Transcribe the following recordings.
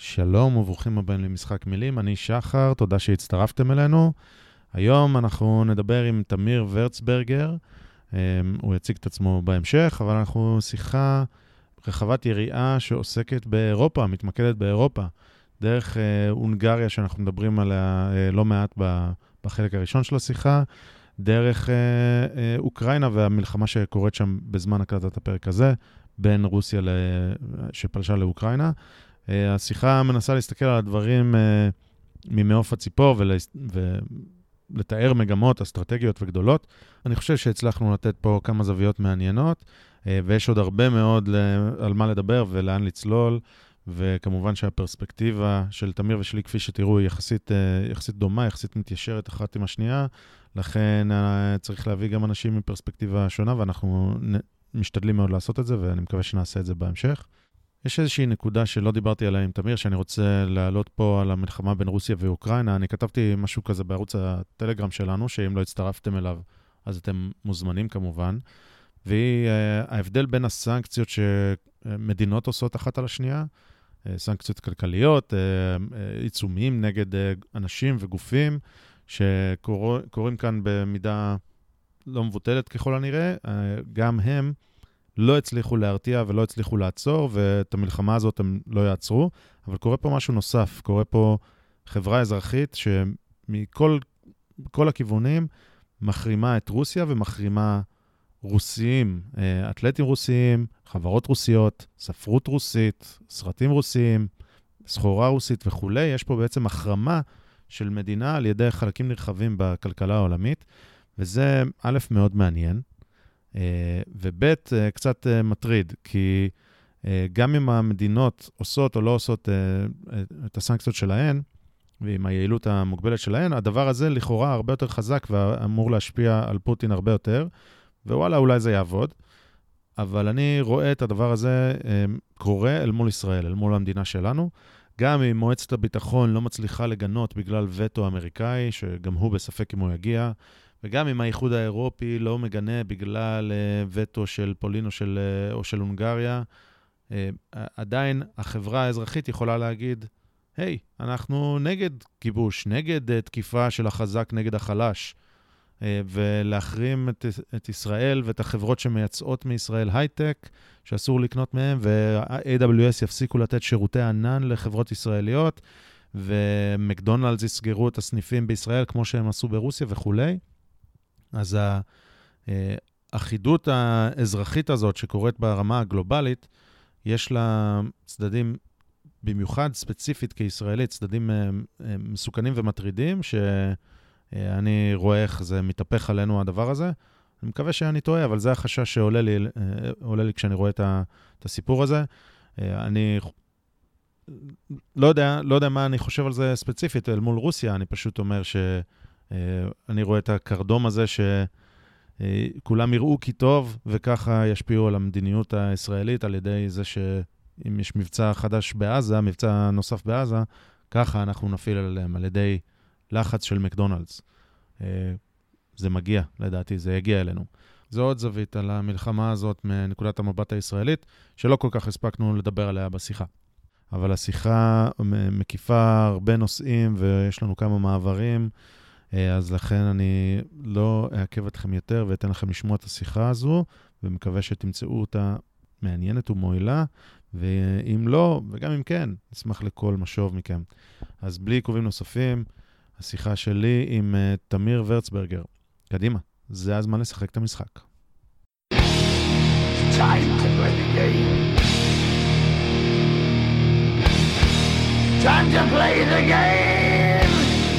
שלום וברוכים הבאים למשחק מילים, אני שחר, תודה שהצטרפתם אלינו. היום אנחנו נדבר עם תמיר ורצברגר, הוא יציג את עצמו בהמשך, אבל אנחנו שיחה רחבת יריעה שעוסקת באירופה, מתמקדת באירופה, דרך הונגריה שאנחנו מדברים עליה לא מעט בחלק הראשון של השיחה, דרך אוקראינה והמלחמה שקורית שם בזמן הקלטת הפרק הזה, בין רוסיה שפלשה לאוקראינה. השיחה מנסה להסתכל על הדברים ממעוף הציפור ולתאר מגמות אסטרטגיות וגדולות. אני חושב שהצלחנו לתת פה כמה זוויות מעניינות, ויש עוד הרבה מאוד על מה לדבר ולאן לצלול, וכמובן שהפרספקטיבה של תמיר ושלי, כפי שתראו, היא יחסית דומה, יחסית מתיישרת אחת עם השנייה, לכן צריך להביא גם אנשים מפרספקטיבה שונה, ואנחנו משתדלים מאוד לעשות את זה, ואני מקווה שנעשה את זה בהמשך. יש איזושהי נקודה שלא דיברתי עליה עם תמיר, שאני רוצה להעלות פה על המלחמה בין רוסיה ואוקראינה. אני כתבתי משהו כזה בערוץ הטלגרם שלנו, שאם לא הצטרפתם אליו, אז אתם מוזמנים כמובן. והיא ההבדל בין הסנקציות שמדינות עושות אחת על השנייה, סנקציות כלכליות, עיצומים נגד אנשים וגופים, שקוראים כאן במידה לא מבוטלת ככל הנראה, גם הם לא הצליחו להרתיע ולא הצליחו לעצור, ואת המלחמה הזאת הם לא יעצרו, אבל קורה פה משהו נוסף, קורה פה חברה אזרחית שמכל הכיוונים מחרימה את רוסיה ומחרימה רוסיים, אתלטים רוסיים, חברות רוסיות, ספרות רוסית, סרטים רוסיים, סחורה רוסית וכו'. יש פה בעצם החרמה של מדינה על ידי חלקים נרחבים בכלכלה העולמית, וזה א' מאוד מעניין, וב' קצת מטריד, כי גם אם המדינות עושות או לא עושות את הסנקציות שלהן, ועם היעילות המוגבלת שלהן, הדבר הזה לכאורה הרבה יותר חזק ואמור להשפיע על פוטין הרבה יותר, ווואלה, אולי זה יעבוד, אבל אני רואה את הדבר הזה קורה אל מול ישראל, אל מול המדינה שלנו, גם אם מועצת הביטחון לא מצליחה לגנות בגלל וטו אמריקאי, שגם הוא בספק אם הוא יגיע, וגם אם האיחוד האירופי לא מגנה בגלל וטו של פולין או של הונגריה, עדיין החברה האזרחית יכולה להגיד, היי, אנחנו נגד כיבוש, נגד תקיפה של החזק נגד החלש, ולהחרים את ישראל ואת החברות שמייצאות מישראל הייטק, שאסור לקנות מהם, ו-AWS יפסיקו לתת שירותי ענן לחברות ישראליות, ומקדונלדס יסגרו את הסניפים בישראל כמו שהם עשו ברוסיה וכו'. אז האחידות האזרחית הזאת שקורית ברמה הגלובלית, יש לה צדדים במיוחד ספציפית כישראלית, צדדים מסוכנים ומטרידים, שאני רואה איך זה מתהפך עלינו הדבר הזה. אני מקווה שאני טועה, אבל זה החשש שעולה לי כשאני רואה את הסיפור הזה. אני לא יודע מה אני חושב על זה ספציפית אל מול רוסיה, אני פשוט אומר שאני רואה את הקרדום הזה שכולם יראו כי טוב, וככה ישפיעו על המדיניות הישראלית על ידי זה שאם יש מבצע חדש בעזה, מבצע נוסף בעזה, ככה אנחנו נפיל עליהם על ידי לחץ של מקדונלדס. זה מגיע, לדעתי, זה יגיע אלינו. זו עוד זווית על המלחמה הזאת מנקודת המבט הישראלית, שלא כל כך הספקנו לדבר עליה בשיחה. אבל השיחה מקיפה הרבה נושאים, ויש לנו כמה מעברים, אז לכן אני לא אעכב אתכם יותר, ואתן לכם לשמוע את השיחה הזו, ומקווה שתמצאו אותה מעניינת ומועילה, ואם לא, וגם אם כן, נשמח לכל משוב מכם. אז בלי עיכובים נוספים, השיחה שלי עם תמיר ורצברגר. קדימה, זה הזמן לשחק את המשחק. Time to play the game. Time to play the game.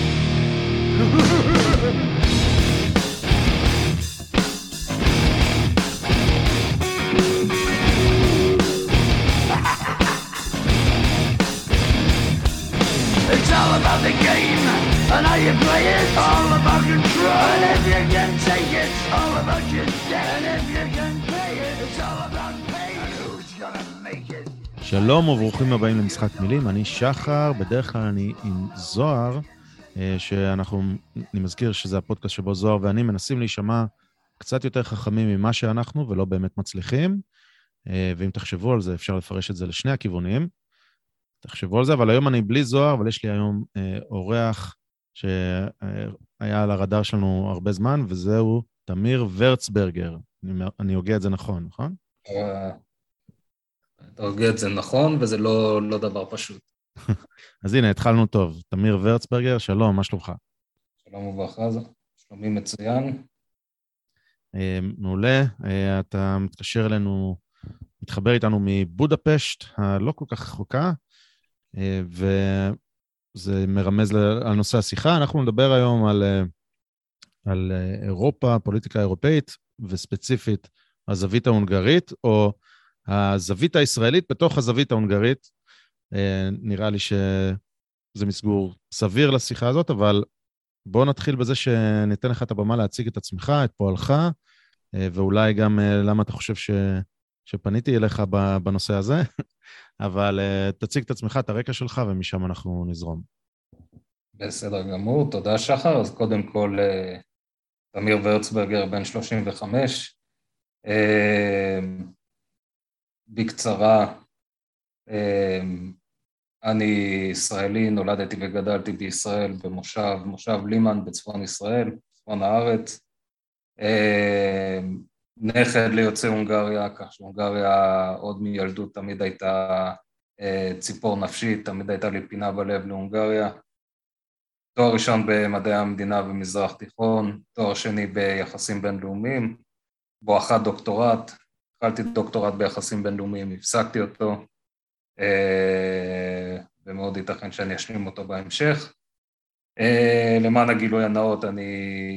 It's all about the game and how you play it. All about control. And if you can take it, all about your debt. And if you can pay it, it's all about pay. And who's gonna make it? שלום וברוכים הבאים למשחק מילים, אני שחר, בדרך כלל אני עם זוהר, אני מזכיר שזה הפודקאסט שבו זוהר ואני מנסים להישמע קצת יותר חכמים ממה שאנחנו ולא באמת מצליחים, ואם תחשבו על זה אפשר לפרש את זה לשני הכיוונים. תחשבו על זה, אבל היום אני בלי זוהר, אבל יש לי היום אורח שהיה על הרדאר שלנו הרבה זמן, וזהו תמיר ורצברגר. אני הוגה את זה נכון, נכון? אתה הוגה את זה נכון, וזה לא דבר פשוט. אז הנה, התחלנו טוב. תמיר ורצברגר, שלום, מה שלומך? שלום וברכה, שלומי מצוין. מעולה, אתה מתקשר אלינו, מתחבר איתנו מבודפשט, הלא כל כך רחוקה, וזה מרמז על נושא השיחה. אנחנו נדבר היום על אירופה, פוליטיקה אירופאית, וספציפית הזווית ההונגרית, או הזווית הישראלית בתוך הזווית ההונגרית. נראה לי שזה מסגור סביר לשיחה הזאת, אבל בואו נתחיל בזה שניתן לך את הבמה להציג את עצמך, את פועלך, ואולי גם למה אתה חושב שפניתי אליך בנושא הזה, אבל תציג את עצמך, את הרקע שלך, ומשם אנחנו נזרום. בסדר גמור, תודה שחר. אז קודם כל, תמיר ורצברגר, בן 35. בקצרה, אני ישראלי, נולדתי וגדלתי בישראל במושב לימן בצפון ישראל, צפון הארץ. נכד ליוצאי הונגריה, כך שהונגריה עוד מילדות תמיד הייתה ציפור נפשית, תמיד הייתה לי פינה בלב להונגריה. תואר ראשון במדעי המדינה במזרח תיכון, תואר שני ביחסים בינלאומיים, בואכה דוקטורט, התחלתי דוקטורט ביחסים בינלאומיים, הפסקתי אותו, ומאוד ייתכן שאני אשלים אותו בהמשך. למען הגילוי הנאות, אני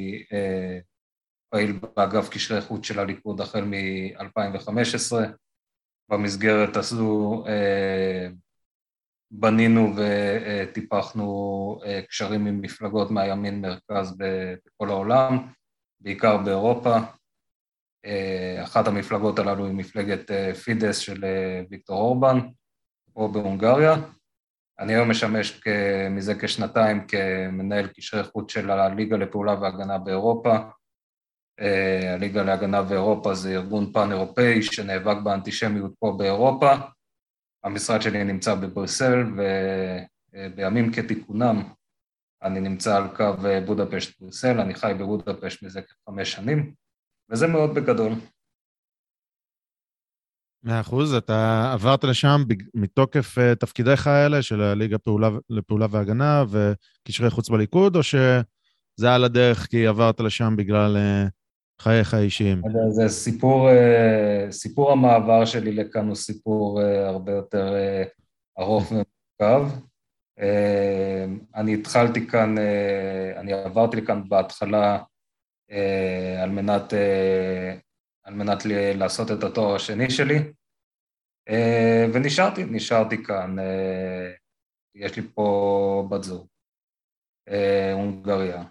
פעיל באגף קשרי חוץ של הליכוד החל מ-2015. במסגרת הזו בנינו וטיפחנו קשרים עם מפלגות מהימין מרכז בכל העולם, בעיקר באירופה. אחת המפלגות הללו היא מפלגת פידס של ויקטור אורבן, פה בהונגריה. אני היום משמש מזה כשנתיים כמנהל קשרי חוץ של הליגה לפעולה והגנה באירופה. הליגה להגנה באירופה זה ארגון פן-אירופאי שנאבק באנטישמיות פה באירופה. המשרד שלי נמצא בבריסל, ובימים כתיקונם אני נמצא על קו בודפשט-בריסל, אני חי בבודפשט מזה כ5 שנים, וזה מאוד בגדול. 100%, אתה עברת לשם מתוקף תפקידיך האלה של הליגה לפעולה והגנה וקשרי חוץ בליכוד, או שזה על הדרך כי עברת לשם בגלל חייך האישיים? זה סיפור המעבר שלי לכאן הוא סיפור הרבה יותר ארוך ומורכב. אני התחלתי כאן, אני עברתי לכאן בהתחלה על מנת לעשות את התואר השני שלי, ונשארתי כאן. יש לי פה בת זוג, הונגריה,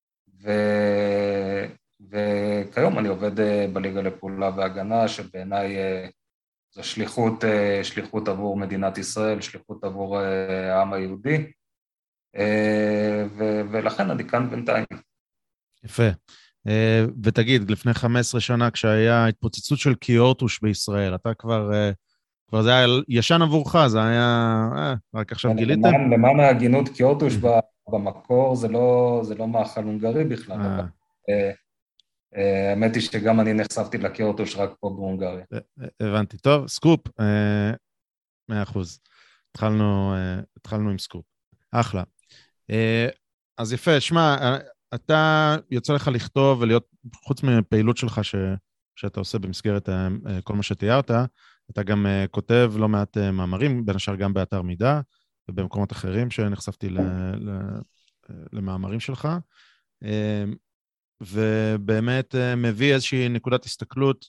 וכיום אני עובד בליגה לפעולה והגנה, שבעיניי זו שליחות עבור מדינת ישראל, שליחות עבור העם היהודי, ולכן אני כאן בינתיים. יפה. ותגיד, לפני 15 שנה, כשהיה התפוצצות של קיורטוש בישראל, אתה כבר זה היה ישן עבורך, זה היה, רק עכשיו גיליתם? למען ההגינות, קיורטוש במקור זה לא מאכל הונגרי בכלל, אבל האמת היא שגם אני נחשפתי לקיורטוש רק פה בהונגריה. הבנתי, טוב, סקופ, 100%. התחלנו עם סקופ, אחלה. אז יפה, שמע, אתה יוצא לך לכתוב ולהיות, חוץ מפעילות שלך שאתה עושה במסגרת כל מה שתיארת, אתה גם כותב לא מעט מאמרים, בין השאר גם באתר מידע, ובמקומות אחרים שנחשפתי למאמרים שלך, ובאמת מביא איזושהי נקודת הסתכלות,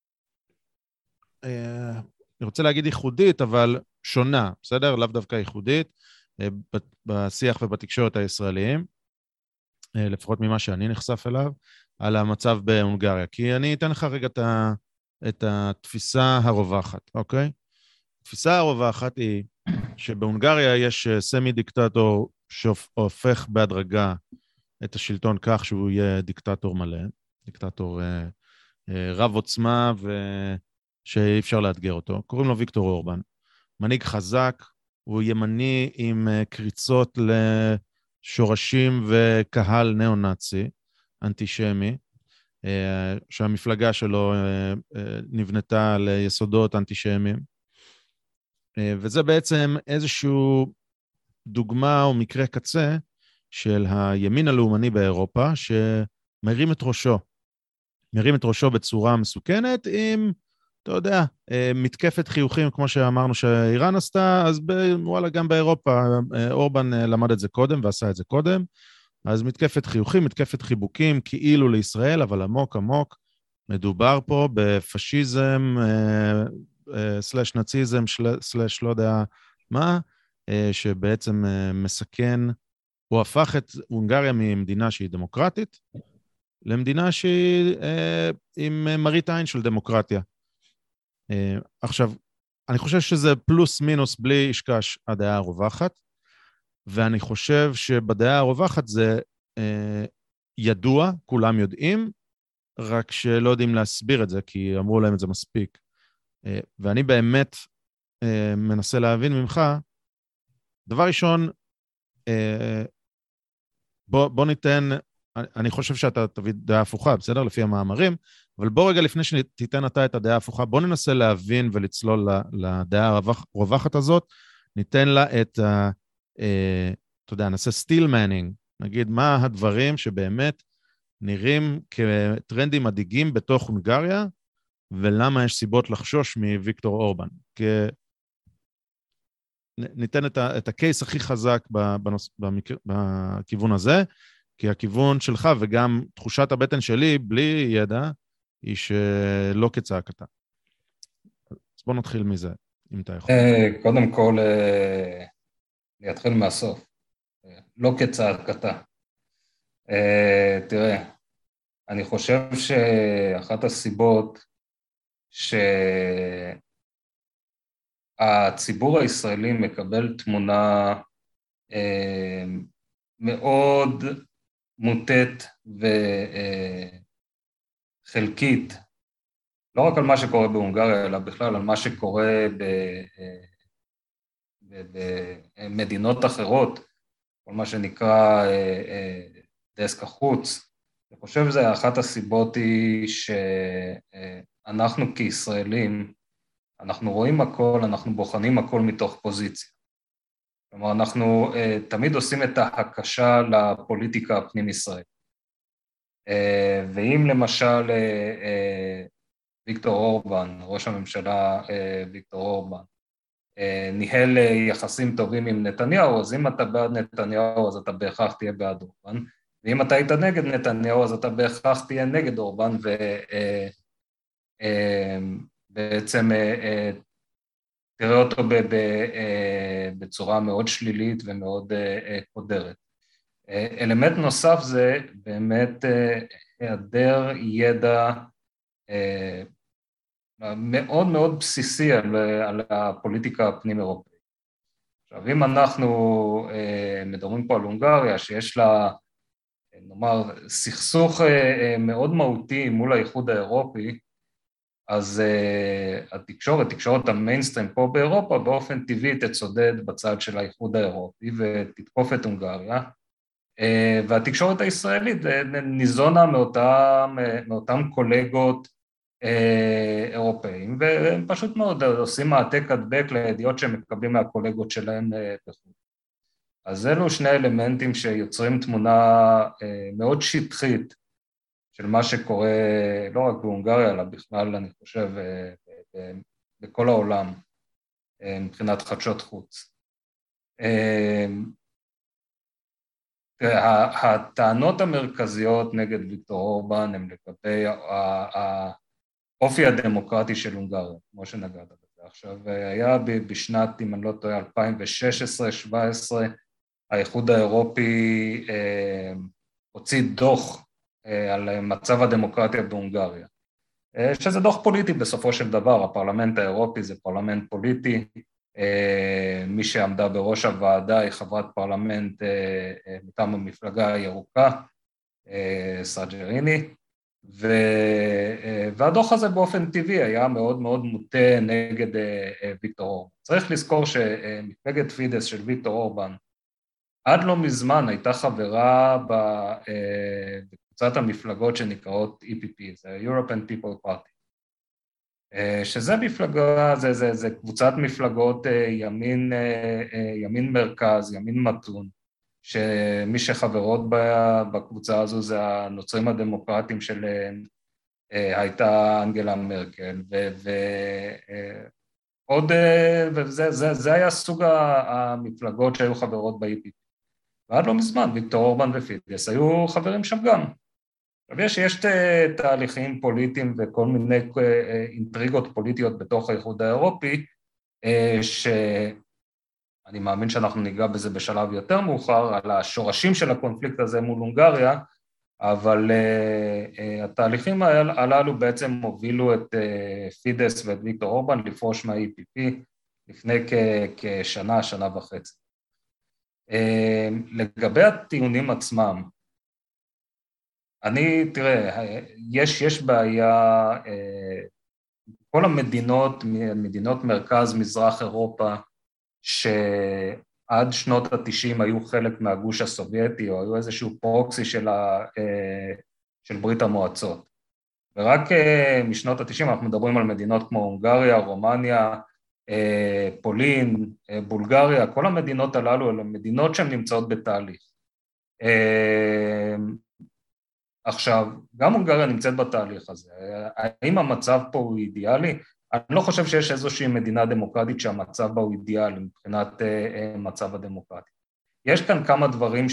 אני רוצה להגיד ייחודית, אבל שונה, בסדר? לאו דווקא ייחודית, בשיח ובתקשורת הישראליים, לפחות ממה שאני נחשף אליו, על המצב בהונגריה. כי אני אתן לך רגע את התפיסה הרווחת, אוקיי? התפיסה הרווחת היא שבהונגריה יש סמי דיקטטור שהופך בהדרגה את השלטון כך שהוא יהיה דיקטטור מלא, דיקטטור רב עוצמה ושאי אפשר לאתגר אותו. קוראים לו ויקטור אורבן. מנהיג חזק, הוא ימני עם קריצות לשורשים וקהל ניאו-נאצי, אנטישמי, שהמפלגה שלו נבנתה על יסודות אנטישמיים, וזה בעצם איזשהו דוגמה או מקרה קצה של הימין הלאומני באירופה, שמרים את ראשו. מרים את ראשו בצורה מסוכנת עם, אתה יודע, מתקפת חיוכים, כמו שאמרנו שאיראן עשתה, אז וואלה, גם באירופה, אורבן למד את זה קודם ועשה את זה קודם, אז מתקפת חיוכים, מתקפת חיבוקים, כאילו לישראל, אבל עמוק עמוק, מדובר פה בפשיזם, סלש נאציזם, סלש לא יודע מה, שבעצם מסכן, הוא הפך את הונגריה ממדינה שהיא דמוקרטית, למדינה שהיא עם מראית עין של דמוקרטיה. עכשיו, אני חושב שזה פלוס מינוס בלי אישקש הדעה הרווחת, ואני חושב שבדעה הרווחת זה ידוע, כולם יודעים, רק שלא יודעים להסביר את זה, כי אמרו להם את זה מספיק. ואני באמת מנסה להבין ממך, דבר ראשון, בוא ניתן, אני חושב שאתה תביא דעה הפוכה, בסדר? לפי המאמרים, אבל בוא רגע לפני שתיתן אתה את הדעה הפוכה, בוא ננסה להבין ולצלול לדעה הרווחת הזאת, ניתן לה את, אתה יודע, נעשה סטיל מנינג, נגיד מה הדברים שבאמת נראים כטרנדים מדאיגים בתוך הונגריה, ולמה יש סיבות לחשוש מוויקטור אורבן. ניתן את הקייס הכי חזק בכיוון הזה, כי הכיוון שלך וגם תחושת הבטן שלי, בלי ידע, היא שלא כצעקתה. אז בוא נתחיל מזה, אם אתה יכול. קודם כל, אני אתחיל מהסוף. לא כצעקתה. תראה, אני חושב שאחת הסיבות שהציבור הישראלי מקבל תמונה מאוד מוטט וחלקית, לא רק על מה שקורה בהונגריה, אלא בכלל על מה שקורה במדינות אחרות, כל מה שנקרא דסק החוץ. אני חושב שזה אחת הסיבות היא שאנחנו כישראלים, אנחנו רואים הכל, אנחנו בוחנים הכל מתוך פוזיציה. כלומר, אנחנו תמיד עושים את ההקשה לפוליטיקה הפנים ישראל. ואם למשל ויקטור אורבן, ראש הממשלה ויקטור אורבן, ניהל יחסים טובים עם נתניהו, אז אם אתה בעד נתניהו, אז אתה בהכרח תהיה בעד אורבן, ואם אתה היית נגד נתניהו, אז אתה בהכרח תהיה נגד אורבן, ובעצם תראה אותו בצורה מאוד שלילית ומאוד קודרת. אלמנט נוסף זה באמת היעדר ידע מאוד מאוד בסיסי על הפוליטיקה הפנים אירופאית. עכשיו, אם אנחנו מדברים פה על הונגריה, שיש לה, נאמר, סכסוך מאוד מהותי מול האיחוד האירופי, אז תקשורת המיינסטרים פה באירופה באופן טבעי תצודד בצד של האיחוד האירופי ותתקוף את הונגריה, והתקשורת הישראלית ניזונה מאותם קולגות אירופאים, והם פשוט מאוד עושים העתק הדבק לידיעות שהם מקבלים מהקולגות שלהם בחו"ל. אז אלו שני אלמנטים שיוצרים תמונה מאוד שטחית של מה שקורה לא רק בהונגריה, אלא בכלל, אני חושב, בכל העולם, מבחינת חדשות חוץ. הטענות המרכזיות נגד ויקטור אורבן הם לגבי האופי הדמוקרטי של הונגריה, כמו שנגעת בזה. עכשיו, היה בשנת, אם אני לא טועה, 2016-2017, האיחוד האירופי הוציא דוח על מצב הדמוקרטיה בהונגריה, שזה דוח פוליטי בסופו של דבר, הפרלמנט האירופי זה פרלמנט פוליטי, מי שעמדה בראש הוועדה היא חברת פרלמנט מטעם המפלגה הירוקה, סג'ריני, והדוח הזה באופן טבעי היה מאוד מאוד מוטה נגד ויקטור אורבן. צריך לזכור שמפלגת פידס של ויקטור אורבן עד לא מזמן הייתה חברה בקבוצת המפלגות שנקראות EPP, זה European People Party, שזה מפלגה, זה קבוצת מפלגות ימין מרכז, ימין מתון, שמי שחברות בקבוצה הזו זה הנוצרים הדמוקרטיים שלהם, הייתה אנגלה מרקל, וזה היה סוג המפלגות שהיו חברות ב-EPP. ועד לא מזמן, ויקטור אורבן ופידס היו חברים שם גם. יש תהליכים פוליטיים וכל מיני אינטריגות פוליטיות בתוך האיחוד האירופי, שאני מאמין שאנחנו ניגע בזה בשלב יותר מאוחר, על השורשים של הקונפליקט הזה מול הונגריה, אבל התהליכים הללו בעצם הובילו את פידס ואת ויקטור אורבן לפרוש מה-EPP לפני כשנה, שנה וחצי. לגבי הטיעונים עצמם, תראה, יש בעיה, כל מדינות מרכז, מזרח אירופה, שעד שנות ה-90 היו חלק מהגוש הסובייטי, או היו איזשהו פרוקסי של ברית המועצות. ורק משנות ה-90 אנחנו מדברים על מדינות כמו הונגריה, רומניה, פולין, בולגריה, כל המדינות הללו אלה מדינות שהן נמצאות בתהליך. עכשיו, גם הונגריה נמצאת בתהליך הזה. האם המצב פה הוא אידיאלי? אני לא חושב שיש איזושהי מדינה דמוקרטית שהמצב בה הוא אידיאלי מבחינת מצב הדמוקרטי. יש כאן כמה דברים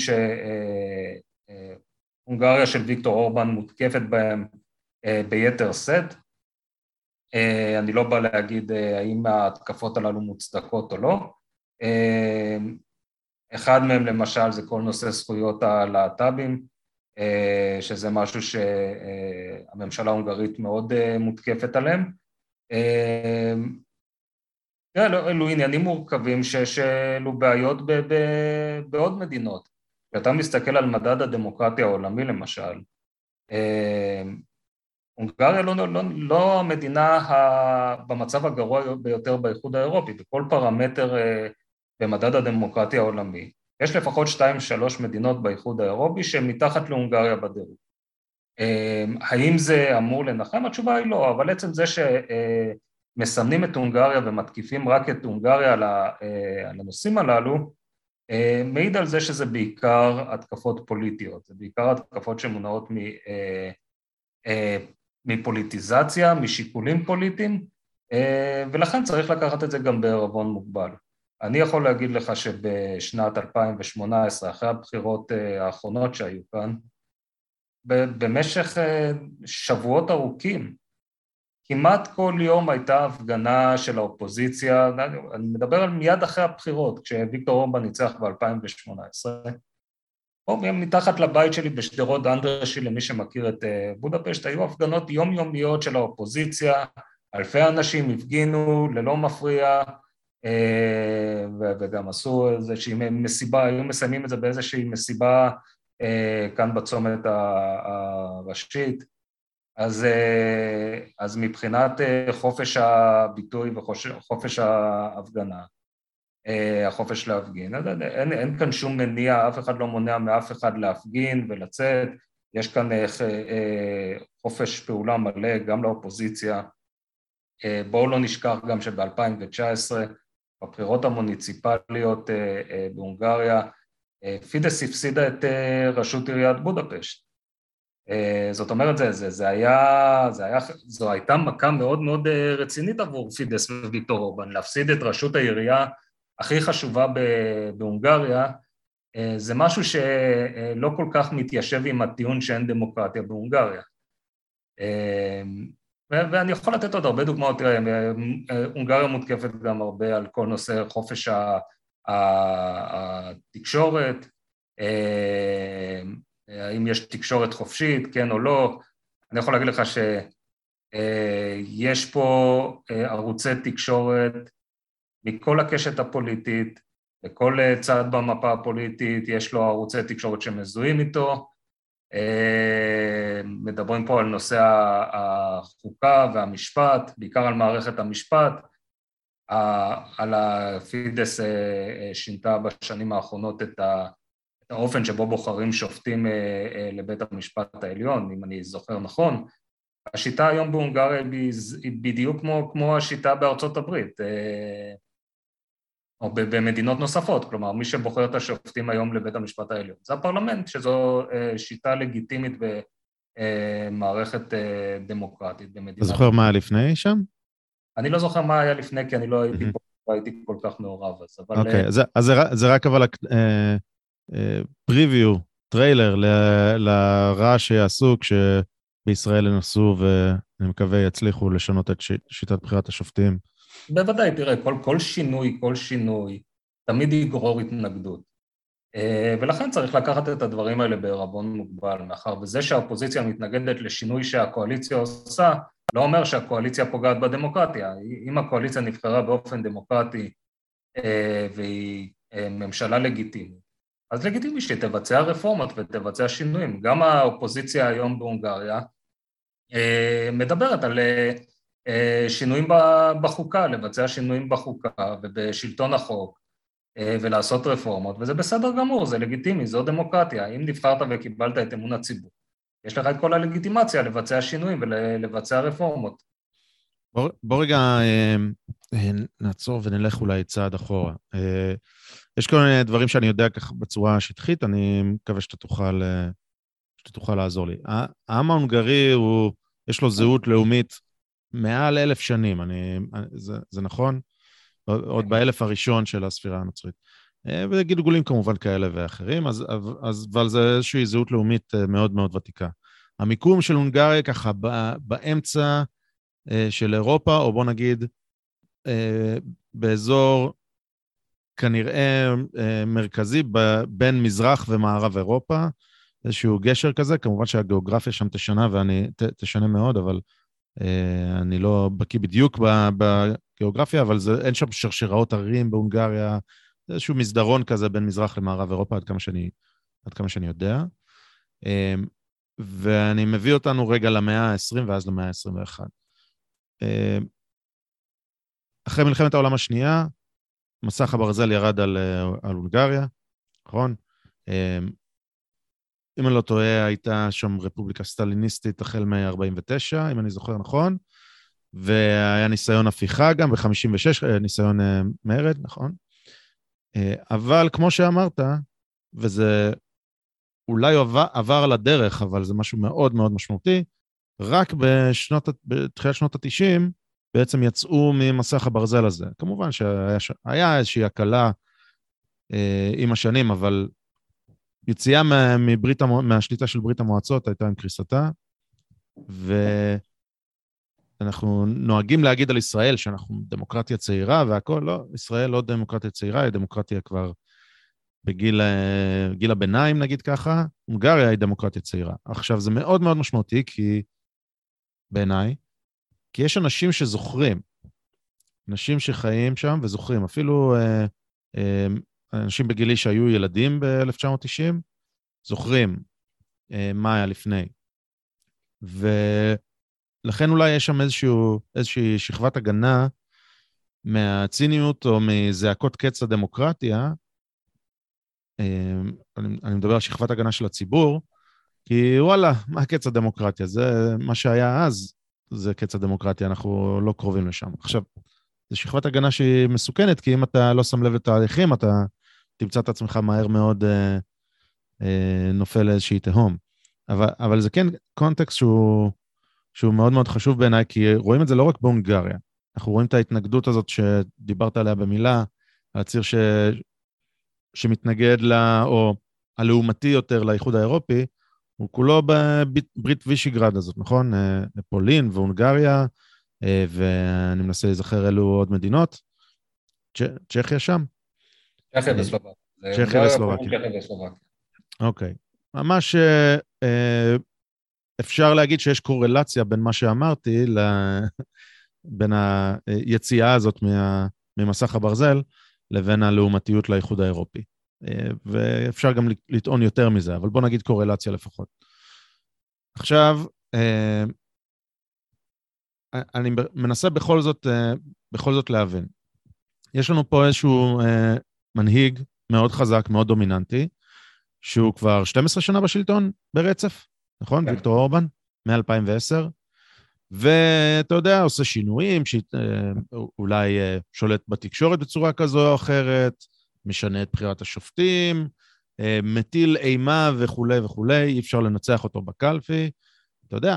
שהונגריה של ויקטור אורבן מותקפת בהם ביתר שאת. אני לא בא להגיד האם ההתקפות הללו מוצדקות או לא. אחד מהם למשל זה כל נושא זכויות הלהט"בים, שזה משהו שהממשלה ההונגרית מאוד מותקפת עליהם. אלו עניינים מורכבים שאלו בעיות בעוד מדינות. כשאתה מסתכל על מדד הדמוקרטיה העולמי למשל, הונגריה לא המדינה במצב הגרוע ביותר באיחוד האירופי, בכל פרמטר במדד הדמוקרטיה העולמי. יש לפחות 2-3 מדינות באיחוד האירופי שהן מתחת להונגריה בדירוג. האם זה אמור לנחם? התשובה היא לא, אבל עצם זה שמסמנים את הונגריה ומתקיפים רק את הונגריה על הנושאים הללו, מעיד על זה שזה בעיקר התקפות פוליטיות, זה בעיקר התקפות שמונעות מפוליטיזציה, משיקולים פוליטיים, ולכן צריך לקחת את זה גם בערבון מוגבל. אני יכול להגיד לך שבשנת 2018, אחרי הבחירות האחרונות שהיו כאן, במשך שבועות ארוכים, כמעט כל יום הייתה הפגנה של האופוזיציה, אני מדבר על מיד אחרי הבחירות, כשוויקטור אורבן ניצח ב-2018, מתחת לבית שלי בשדרות אנדרשי, למי שמכיר את בודפשט, היו הפגנות יומיומיות של האופוזיציה, אלפי אנשים הפגינו ללא מפריע, וגם עשו איזושהי מסיבה, היו מסיימים את זה באיזושהי מסיבה כאן בצומת הראשית, אז מבחינת חופש הביטוי וחופש ההפגנה, החופש להפגין, אין כאן שום מניע, אף אחד לא מונע מאף אחד להפגין ולצאת, יש כאן חופש פעולה מלא גם לאופוזיציה. בואו לא נשכח גם שב-2019, בבחירות המוניציפליות בהונגריה, פידס הפסידה את ראשות עיריית בודפשט. זאת אומרת, זו הייתה מכה מאוד מאוד רצינית עבור פידס וויקטור אורבן, להפסיד את ראשות העירייה הכי חשובה בהונגריה, זה משהו שלא כל כך מתיישב עם הטיעון שאין דמוקרטיה בהונגריה. ואני יכול לתת עוד הרבה דוגמאות, תראה, הונגריה מותקפת גם הרבה על כל נושא חופש התקשורת, האם יש תקשורת חופשית, כן או לא. אני יכול להגיד לך שיש פה ערוצי תקשורת מכל הקשת הפוליטית, לכל צד במפה הפוליטית יש לו ערוצי תקשורת שמזוהים איתו, מדברים פה על נושא החוקה והמשפט, בעיקר על מערכת המשפט, על הפידס שינתה בשנים האחרונות את האופן שבו בוחרים שופטים לבית המשפט העליון, אם אני זוכר נכון. השיטה היום בהונגריה היא בדיוק כמו השיטה בארצות הברית, או במדינות נוספות, כלומר, מי שבוחר את השופטים היום לבית המשפט העליון, זה הפרלמנט, שזו שיטה לגיטימית במערכת דמוקרטית במדינת... אתה זוכר מה היה לפני שם? אני לא זוכר מה היה לפני, כי אני לא הייתי כל כך מעורב, אבל... אוקיי, אז זה רק אבל פריוויו, טריילר לרעש שיעשו כשבישראל ינסו, ואני מקווה יצליחו לשנות את שיטת בחירת השופטים. בוודאי, תראה, כל שינוי תמיד יגרור התנגדות. ולכן צריך לקחת את הדברים האלה בערבון מוגבל, מאחר וזה שהאופוזיציה מתנגדת לשינוי שהקואליציה עושה, לא אומר שהקואליציה פוגעת בדמוקרטיה. אם הקואליציה נבחרה באופן דמוקרטי והיא ממשלה לגיטימית, אז לגיטימי שתבצע רפורמות ותבצע שינויים. גם האופוזיציה היום בהונגריה מדברת על שינויים בחוקה, לבצע שינויים בחוקה ובשלטון החוק, ולעשות רפורמות, וזה בסדר גמור, זה לגיטימי, זו דמוקרטיה. אם נבחרת וקיבלת את אמון הציבור, יש לך את כל הלגיטימציה לבצע שינויים ולבצע רפורמות. בוא רגע נעצור ונלך אולי צעד אחורה. יש כל מיני דברים שאני יודע ככה בצורה שטחית, אני מקווה שאתה תוכל לעזור לי. העם ההונגרי יש לו זהות לאומית מעל 1,000 שנים, זה נכון? עוד באלף הראשון של הספירה הנוצרית. וגלגולים כמובן כאלה ואחרים, אבל זה איזושהי זהות לאומית מאוד מאוד ותיקה. המיקום של הונגריה ככה באמצע של אירופה, או בוא נגיד באזור כנראה מרכזי בין מזרח ומערב אירופה, איזשהו גשר כזה, כמובן שהגיאוגרפיה שם תשנה מאוד, אבל אני לא בקיא בדיוק בגיאוגרפיה, אבל אין שם שרשראות ערים בהונגריה, איזשהו מסדרון כזה בין מזרח למערב אירופה, עד כמה שאני יודע. ואני מביא אותנו רגע למאה ה-20 ואז למאה ה-21. אחרי מלחמת העולם השנייה, מסך הברזל ירד על הונגריה, נכון? אם אני לא טועה, הייתה שם רפובליקה סטליניסטית החל מ-49, אם אני זוכר נכון, והיה ניסיון הפיכה גם ב-56, ניסיון מרד, נכון? אבל כמו שאמרת, וזה אולי עבר על הדרך, אבל זה משהו מאוד מאוד משמעותי, רק בתחילת שנות ה-90, בעצם יצאו ממסך הברזל הזה. כמובן שהיה איזושהי הקלה עם השנים, אבל יציאה מהשליטה של ברית המועצות הייתה עם קריסתה, ואנחנו נוהגים להגיד על ישראל שאנחנו דמוקרטיה צעירה והכל, לא, ישראל לא דמוקרטיה צעירה, היא דמוקרטיה כבר בגיל הביניים, נגיד ככה, הונגריה היא דמוקרטיה צעירה. עכשיו, זה מאוד מאוד משמעותי, בעיניי, כי יש אנשים שזוכרים, אנשים שחיים שם וזוכרים, אפילו אנשים בגילי שהיו ילדים ב-1990, זוכרים מה היה לפני. ולכן אולי יש שם איזושהי שכבת הגנה מהציניות או מזעקות קץ הדמוקרטיה, אני מדבר על שכבת הגנה של הציבור, כי וואלה, מה קץ הדמוקרטיה? זה מה שהיה אז, זה קץ הדמוקרטיה, אנחנו לא קרובים לשם. עכשיו, זו שכבת הגנה שהיא מסוכנת, כי אם אתה לא שם לב לתהליכים, אתה תמצא את עצמך מהר מאוד נופל לאיזושהי תהום. אבל זה כן קונטקסט שהוא מאוד מאוד חשוב בעיניי, כי רואים את זה לא רק בהונגריה. אנחנו רואים את ההתנגדות הזאת שדיברת עליה במילה, הציר שמתנגד או הלאומתי יותר לאיחוד האירופי, הוא כולו בברית וישיגרד הזאת, נכון? פולין והונגריה, ואני מנסה להיזכר אלו עוד מדינות. צ'כיה שם? צ'כיה וסלובקיה. צ'כיה וסלובקיה. אוקיי. ממש אפשר להגיד שיש קורלציה בין מה שאמרתי, בין היציאה הזאת ממסך הברזל, לבין הלאומתיות לאיחוד האירופי. ואפשר גם לטעון יותר מזה, אבל בוא נגיד קורלציה לפחות. עכשיו, אני מנסה בכל זאת להבין. יש לנו פה איזשהו מנהיג מאוד חזק, מאוד דומיננטי, שהוא כבר 12 שנה בשלטון ברצף, נכון? כן. ויקטור אורבן, מ-2010, ואתה יודע, עושה שינויים, אולי שולט בתקשורת בצורה כזו או אחרת, משנה את בחירת השופטים, מטיל אימה וכולי וכולי, אי אפשר לנצח אותו בקלפי, אתה יודע,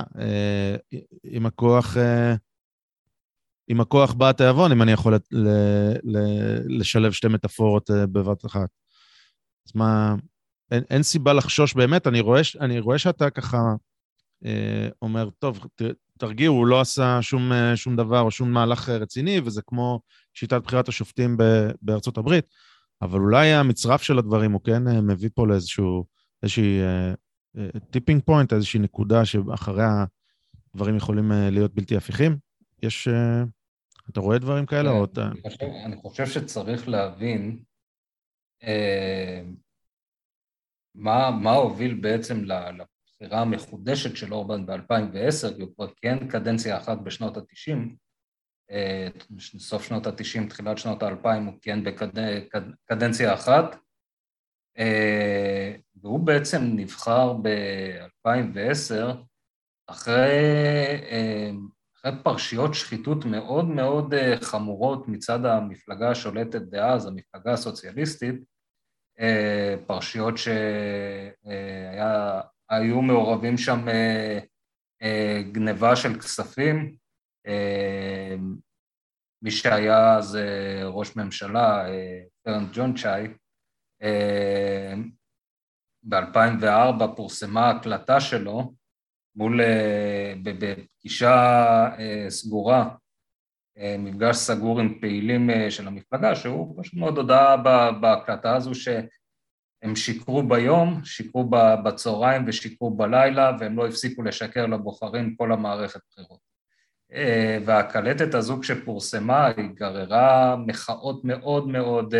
עם הכוח בא התיאבון, אם אני יכול לשלב שתי מטאפורות בבת אחת. אז מה, אין סיבה לחשוש באמת, אני רואה שאתה ככה אומר, טוב, תרגיעו, הוא לא עשה שום דבר או שום מהלך רציני, וזה כמו שיטת בחירת השופטים בארצות הברית, אבל אולי המצרף של הדברים הוא כן מביא פה לאיזושהי טיפינג פוינט, איזושהי נקודה שאחריה דברים יכולים להיות בלתי הפיכים. אתה רואה דברים כאלה? אני חושב שצריך להבין מה הוביל בעצם לבחירה המחודשת של אורבן ב-2010, כי הוא כבר כן קדנציה אחת בשנות ה-90, סוף שנות ה-90, תחילת שנות ה-2000, הוא כן בקדנציה אחת, והוא בעצם נבחר ב-2010 אחרי פרשיות שחיתות מאוד מאוד חמורות מצד המפלגה השולטת דאז, המפלגה הסוציאליסטית, פרשיות שהיו מעורבים שם גניבה של כספים, מי שהיה זה ראש ממשלה, פרנק ג'ון צ'אי, ב-2004 פורסמה הקלטה שלו, בפגישה סגורה, מפגש סגור עם פעילים של המפלגה, שהוא פשוט מאוד הודעה בהקלטה הזו שהם שיקרו ביום, שיקרו בצהריים ושיקרו בלילה, והם לא הפסיקו לשקר לבוחרים כל המערכת בחירות. והקלטת הזו כשפורסמה, היא גררה מחאות מאוד מאוד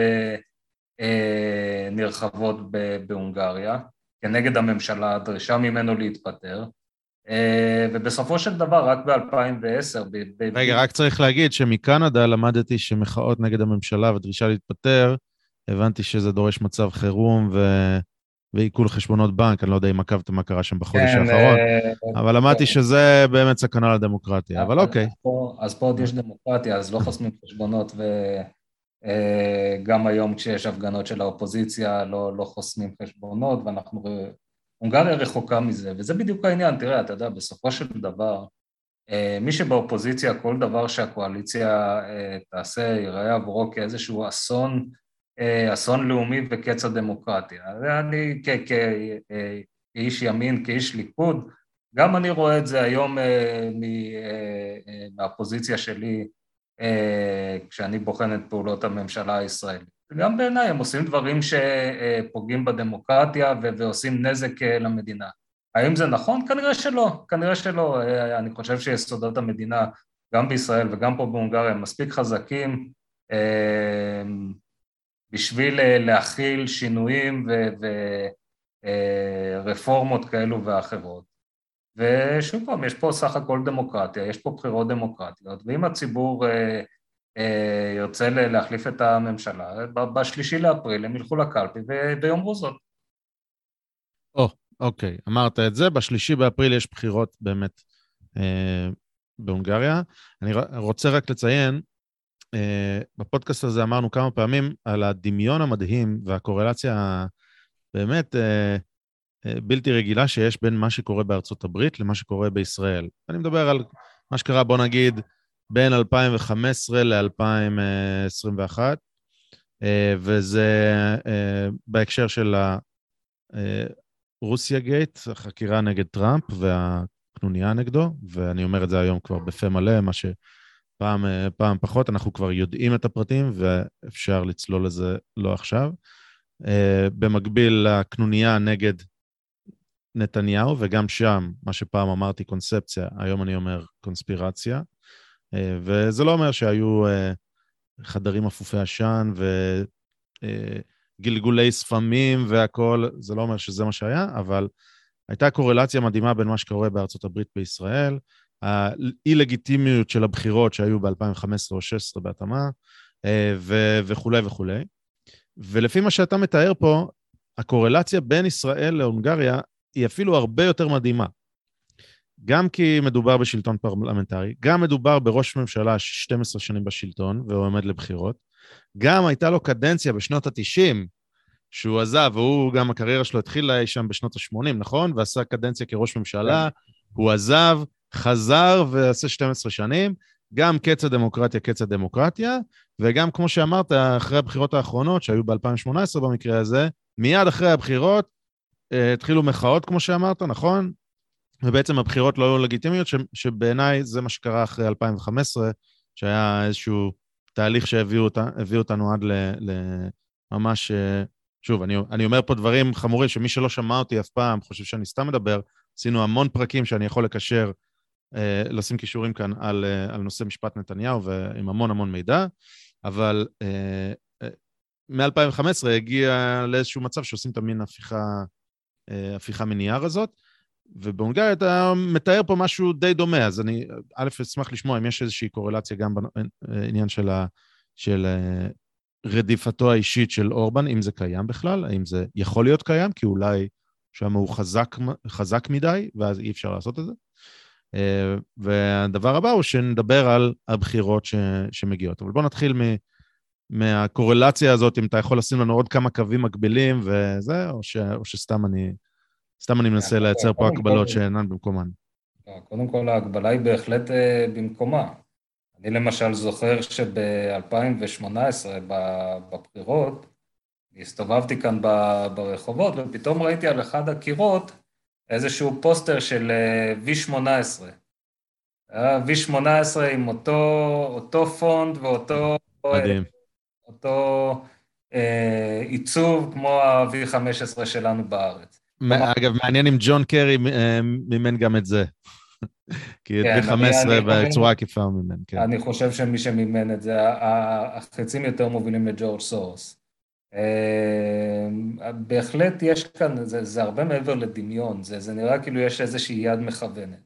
נרחבות בהונגריה, כנגד הממשלה, דרישה ממנו להתפטר, ובסופו של דבר, רק ב-2010... רגע, רק צריך להגיד שמקנדה למדתי שמחאות נגד הממשלה ודרישה להתפטר, הבנתי שזה דורש מצב חירום ועיכול חשבונות בנק, אני לא יודע אם עקבת מה קרה שם בחודש האחרון, אבל למדתי שזה באמת סכנה לדמוקרטיה, אבל אוקיי. אז פה עוד יש דמוקרטיה, אז לא חוסמים חשבונות, וגם היום כשיש הפגנות של האופוזיציה, לא חוסמים חשבונות, הונגריה רחוקה מזה, וזה בדיוק העניין, תראה, אתה יודע, בסופו של דבר, מי שבאופוזיציה, כל דבר שהקואליציה תעשה, ייראה עבורו כאיזשהו אסון לאומי וקץ הדמוקרטיה. ואני כאיש ימין, כאיש ליכוד, גם אני רואה את זה היום מהפוזיציה שלי, כשאני בוחן את פעולות הממשלה הישראלית. גם בעיניי, הם עושים דברים שפוגעים בדמוקרטיה ועושים נזק למדינה. האם זה נכון? כנראה שלא. אני חושב שיסודות המדינה, גם בישראל וגם פה בהונגריה, הם מספיק חזקים בשביל להכיל שינויים ורפורמות כאלו ואחרות. ושוב פעם, יש פה סך הכל דמוקרטיה, יש פה בחירות דמוקרטיות, ואם הציבור ירצה להחליף את הממשלה, ב3 לאפריל הם ילכו לקלפי ויאמרו זאת. אוקיי, אמרת את זה, ב3 באפריל יש בחירות באמת בהונגריה. אני רוצה רק לציין, בפודקאסט הזה אמרנו כמה פעמים על הדמיון המדהים והקורלציה באמת בלתי רגילה שיש בין מה שקורה בארצות הברית למה שקורה בישראל. אני מדבר על מה שקרה, בוא נגיד, בין 2015 ל-2021, וזה בהקשר של רוסיה גייט, החקירה נגד טראמפ והקנוניה נגדו, ואני אומר את זה היום כבר בפה מלא, מה שפעם פחות, אנחנו כבר יודעים את הפרטים ואפשר לצלול לזה לא עכשיו. במקביל לקנוניה נגד נתניהו, וגם שם, מה שפעם אמרתי קונספציה, היום אני אומר קונספירציה, וזה לא אומר שהיו חדרים אפופי עשן וגלגולי ספמים והכל, זה לא אומר שזה מה שהיה, אבל הייתה קורלציה מדהימה בין מה שקורה בארצות הברית בישראל, האי-לגיטימיות של הבחירות שהיו ב-2015 או 2016 בהתאמה, וכולי וכולי. ולפי מה שאתה מתאר פה, הקורלציה בין ישראל להונגריה היא אפילו הרבה יותר מדהימה. גם כי מדובר בשלטון פרלמנטרי, גם מדובר בראש ממשלה 12 שנים בשלטון, והוא עומד לבחירות, גם הייתה לו קדנציה בשנות ה-90, שהוא עזב, והוא גם הקריירה שלו התחילה אי שם בשנות ה-80, נכון? ועשה קדנציה כראש ממשלה, הוא עזב, חזר ועשה 12 שנים, גם קץ הדמוקרטיה, קץ הדמוקרטיה, וגם כמו שאמרת, אחרי הבחירות האחרונות, שהיו ב-2018 במקרה הזה, מיד אחרי הבחירות, התחילו מחאות, כמו שאמרת, נכון? ובעצם הבחירות לא לגיטימיות, שבעיניי זה מה שקרה אחרי 2015, שהיה איזשהו תהליך שהביאו אותנו עד לממש, שוב, אני אומר פה דברים חמורים, שמי שלא שמע אותי אף פעם, חושב שאני סתם מדבר, עשינו המון פרקים שאני יכול לקשר, לשים קישורים כאן על נושא משפט נתניהו, ועם המון המון מידע, אבל מ-2015 הגיע לאיזשהו מצב שעושים את המין הפיכה מנייר הזאת, ובהונגריה אתה מתאר פה משהו די דומה, אז אני אשמח לשמוע אם יש איזושהי קורלציה גם בעניין של רדיפתו האישית של אורבן, אם זה קיים בכלל, האם זה יכול להיות קיים, כי אולי שם הוא חזק מדי, ואז אי אפשר לעשות את זה. והדבר הבא הוא שנדבר על הבחירות שמגיעות. אבל בואו נתחיל מהקורלציה הזאת, אם אתה יכול לשים לנו עוד כמה קווים מקבילים וזה, או שסתם אני מנסה לייצר פה הקבלות שאינן במקומן. קודם כל, ההקבלה היא בהחלט במקומה. אני למשל זוכר שב-2018, בבחירות, הסתובבתי כאן ברחובות, ופתאום ראיתי על אחד הקירות איזשהו פוסטר של V18. V18 עם אותו פונט ואותו עיצוב כמו ה-V15 שלנו בארץ. אגב, מעניין אם ג'ון קרי מימן גם את זה. כי את V15 בצורה עקיפה הוא מימן, כן. אני חושב שמי שמימן את זה, החצים יותר מובילים לג'ורג' סורוס. בהחלט יש כאן, זה הרבה מעבר לדמיון, זה נראה כאילו יש איזושהי יד מכוונת.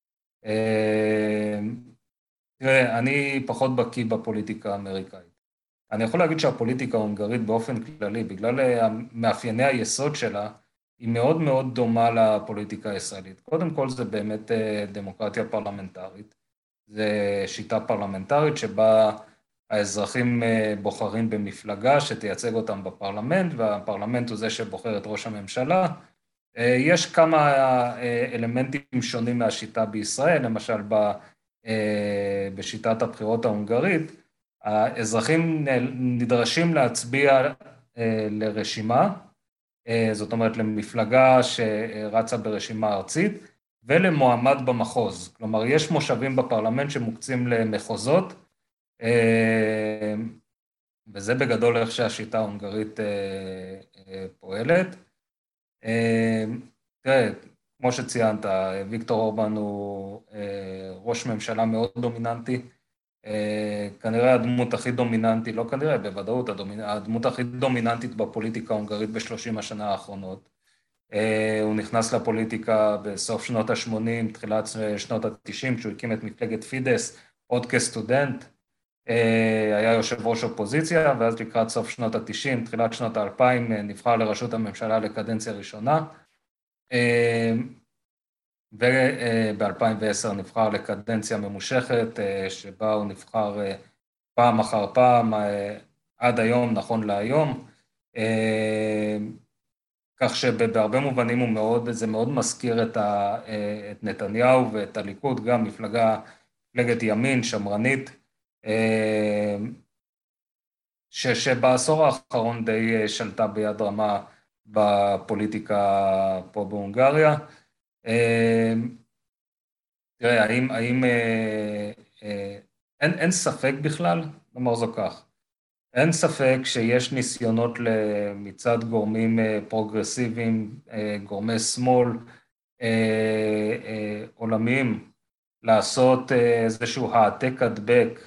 תראה, אני פחות בקיא בפוליטיקה האמריקאית. אני יכול להגיד שהפוליטיקה ההונגרית באופן כללי, בגלל מאפייני היסוד שלה, היא מאוד מאוד דומה לפוליטיקה הישראלית. קודם כל זה באמת דמוקרטיה פרלמנטרית. זה שיטה פרלמנטרית שבה האזרחים בוחרים במפלגה שתייצג אותם בפרלמנט, והפרלמנט הוא זה שבוחר את ראש הממשלה. יש כמה אלמנטים שונים מהשיטה בישראל, למשל בשיטת הבחירות ההונגרית, האזרחים נדרשים להצביע לרשימה, זאת אומרת למפלגה שרצה ברשימה ארצית, ולמועמד במחוז. כלומר, יש מושבים בפרלמנט שמוקצים למחוזות, וזה בגדול איך שהשיטה ההונגרית פועלת. תראה, כמו שציינת, ויקטור אורבן הוא ראש ממשלה מאוד דומיננטי, כנראה הדמות הכי דומיננטית, לא כנראה, בוודאות, הדמות הכי דומיננטית בפוליטיקה ההונגרית ב-30 השנה האחרונות. הוא נכנס לפוליטיקה בסוף שנות ה-80, תחילת שנות ה-90, כשהוא הקים את מפלגת פידס, עוד כסטודנט, היה יושב ראש אופוזיציה, ואז לקראת סוף שנות ה-90, תחילת שנות ה-2000, נבחר לראשות הממשלה לקדנציה ראשונה, וב-2010 נבחר לקדנציה ממושכת, שבה הוא נבחר פעם אחר פעם, עד היום, נכון להיום, כך שבהרבה מובנים זה מאוד מזכיר את נתניהו ואת הליכוד, גם מפלגת ימין, שמרנית, שבעשור האחרון די שלטה ביד רמה בפוליטיקה פה בהונגריה. תראה, האם אין ספק בכלל, נאמר זו כך, אין ספק שיש ניסיונות מצד גורמים פרוגרסיביים, גורמי שמאל עולמיים, לעשות איזשהו העתק הדבק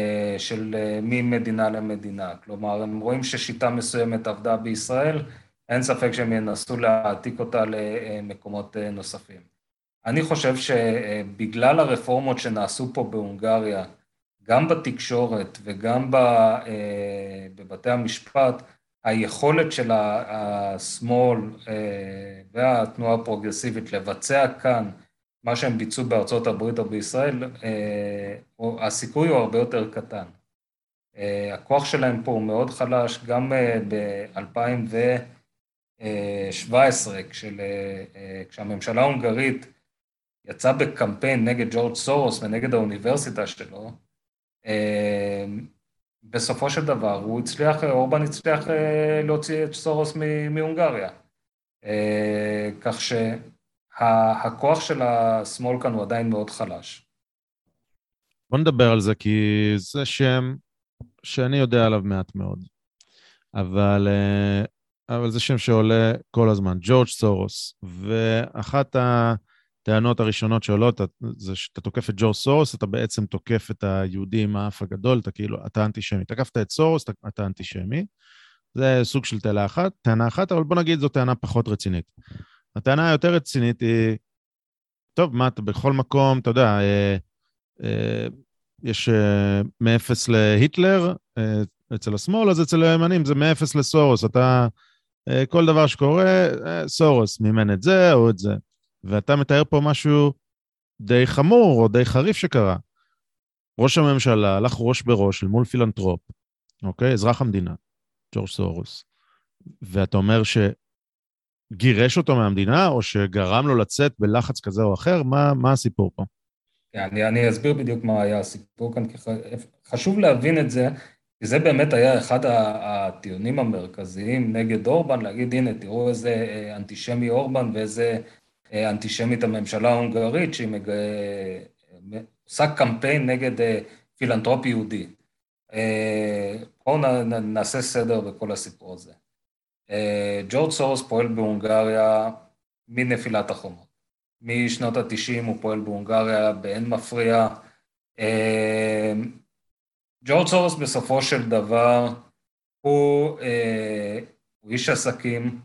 של ממדינה למדינה. כלומר, הם רואים ששיטה מסוימת עבדה בישראל, אין ספק שהם ינסו להעתיק אותה למקומות נוספים. אני חושב שבגלל הרפורמות שנעשו פה בהונגריה, גם בתקשורת וגם בבתי המשפט, היכולת של השמאל והתנועה הפרוגרסיבית לבצע כאן מה שהם ביצעו בארצות הברית או בישראל, הסיכוי הוא הרבה יותר קטן. הכוח שלהם פה הוא מאוד חלש, גם ב-2017, כשהממשלה ההונגרית יצא בקמפיין נגד ג'ורג' סורוס ונגד האוניברסיטה שלו, בסופו של דבר אורבן הצליח להוציא את סורוס מהונגריה. כך שהכוח של השמאל כאן הוא עדיין מאוד חלש. בוא נדבר על זה, כי זה שם שאני יודע עליו מעט מאוד. אבל זה שם שעולה כל הזמן, ג'ורג' סורוס. ואחת הטענות הראשונות שעולות, זה שאתה תוקף את ג'ורג' סורוס, אתה בעצם תוקף את היהודי עם האף הגדול, אתה אנטישמי. תקפת את סורוס, אתה אנטישמי. זה סוג של טענה אחת, אבל בוא נגיד זו טענה פחות רצינית. הטענה היותר רצינית היא, טוב, מה, אתה בכל מקום, אתה יודע, יש מאפס להיטלר אצל השמאל, אז אצל הימנים זה מאפס לסורוס. אתה, כל דבר שקורה, סורוס מימן את זה או את זה. ואתה מתאר פה משהו די חמור או די חריף שקרה. ראש הממשלה הלך ראש בראש מול פילנטרופ, אוקיי? אזרח המדינה, ג'ורג' סורוס. ואתה אומר שגירש אותו מהמדינה, או שגרם לו לצאת בלחץ כזה או אחר? מה הסיפור פה? אני אסביר בדיוק מה היה הסיפור כאן, כי חשוב להבין את זה, כי זה באמת היה אחד הטיעונים המרכזיים נגד אורבן, להגיד, הנה, תראו איזה אנטישמי אורבן ואיזה אנטישמית הממשלה ההונגרית, שהיא עושה קמפיין נגד פילנטרופ יהודי. בואו נעשה סדר בכל הסיפור הזה. ג'ורג' סורוס פועל בהונגריה מנפילת החומות. משנות ה-90 הוא פועל בהונגריה באין מפריע. ג'ורג' סורוס בסופו של דבר הוא איש עסקים,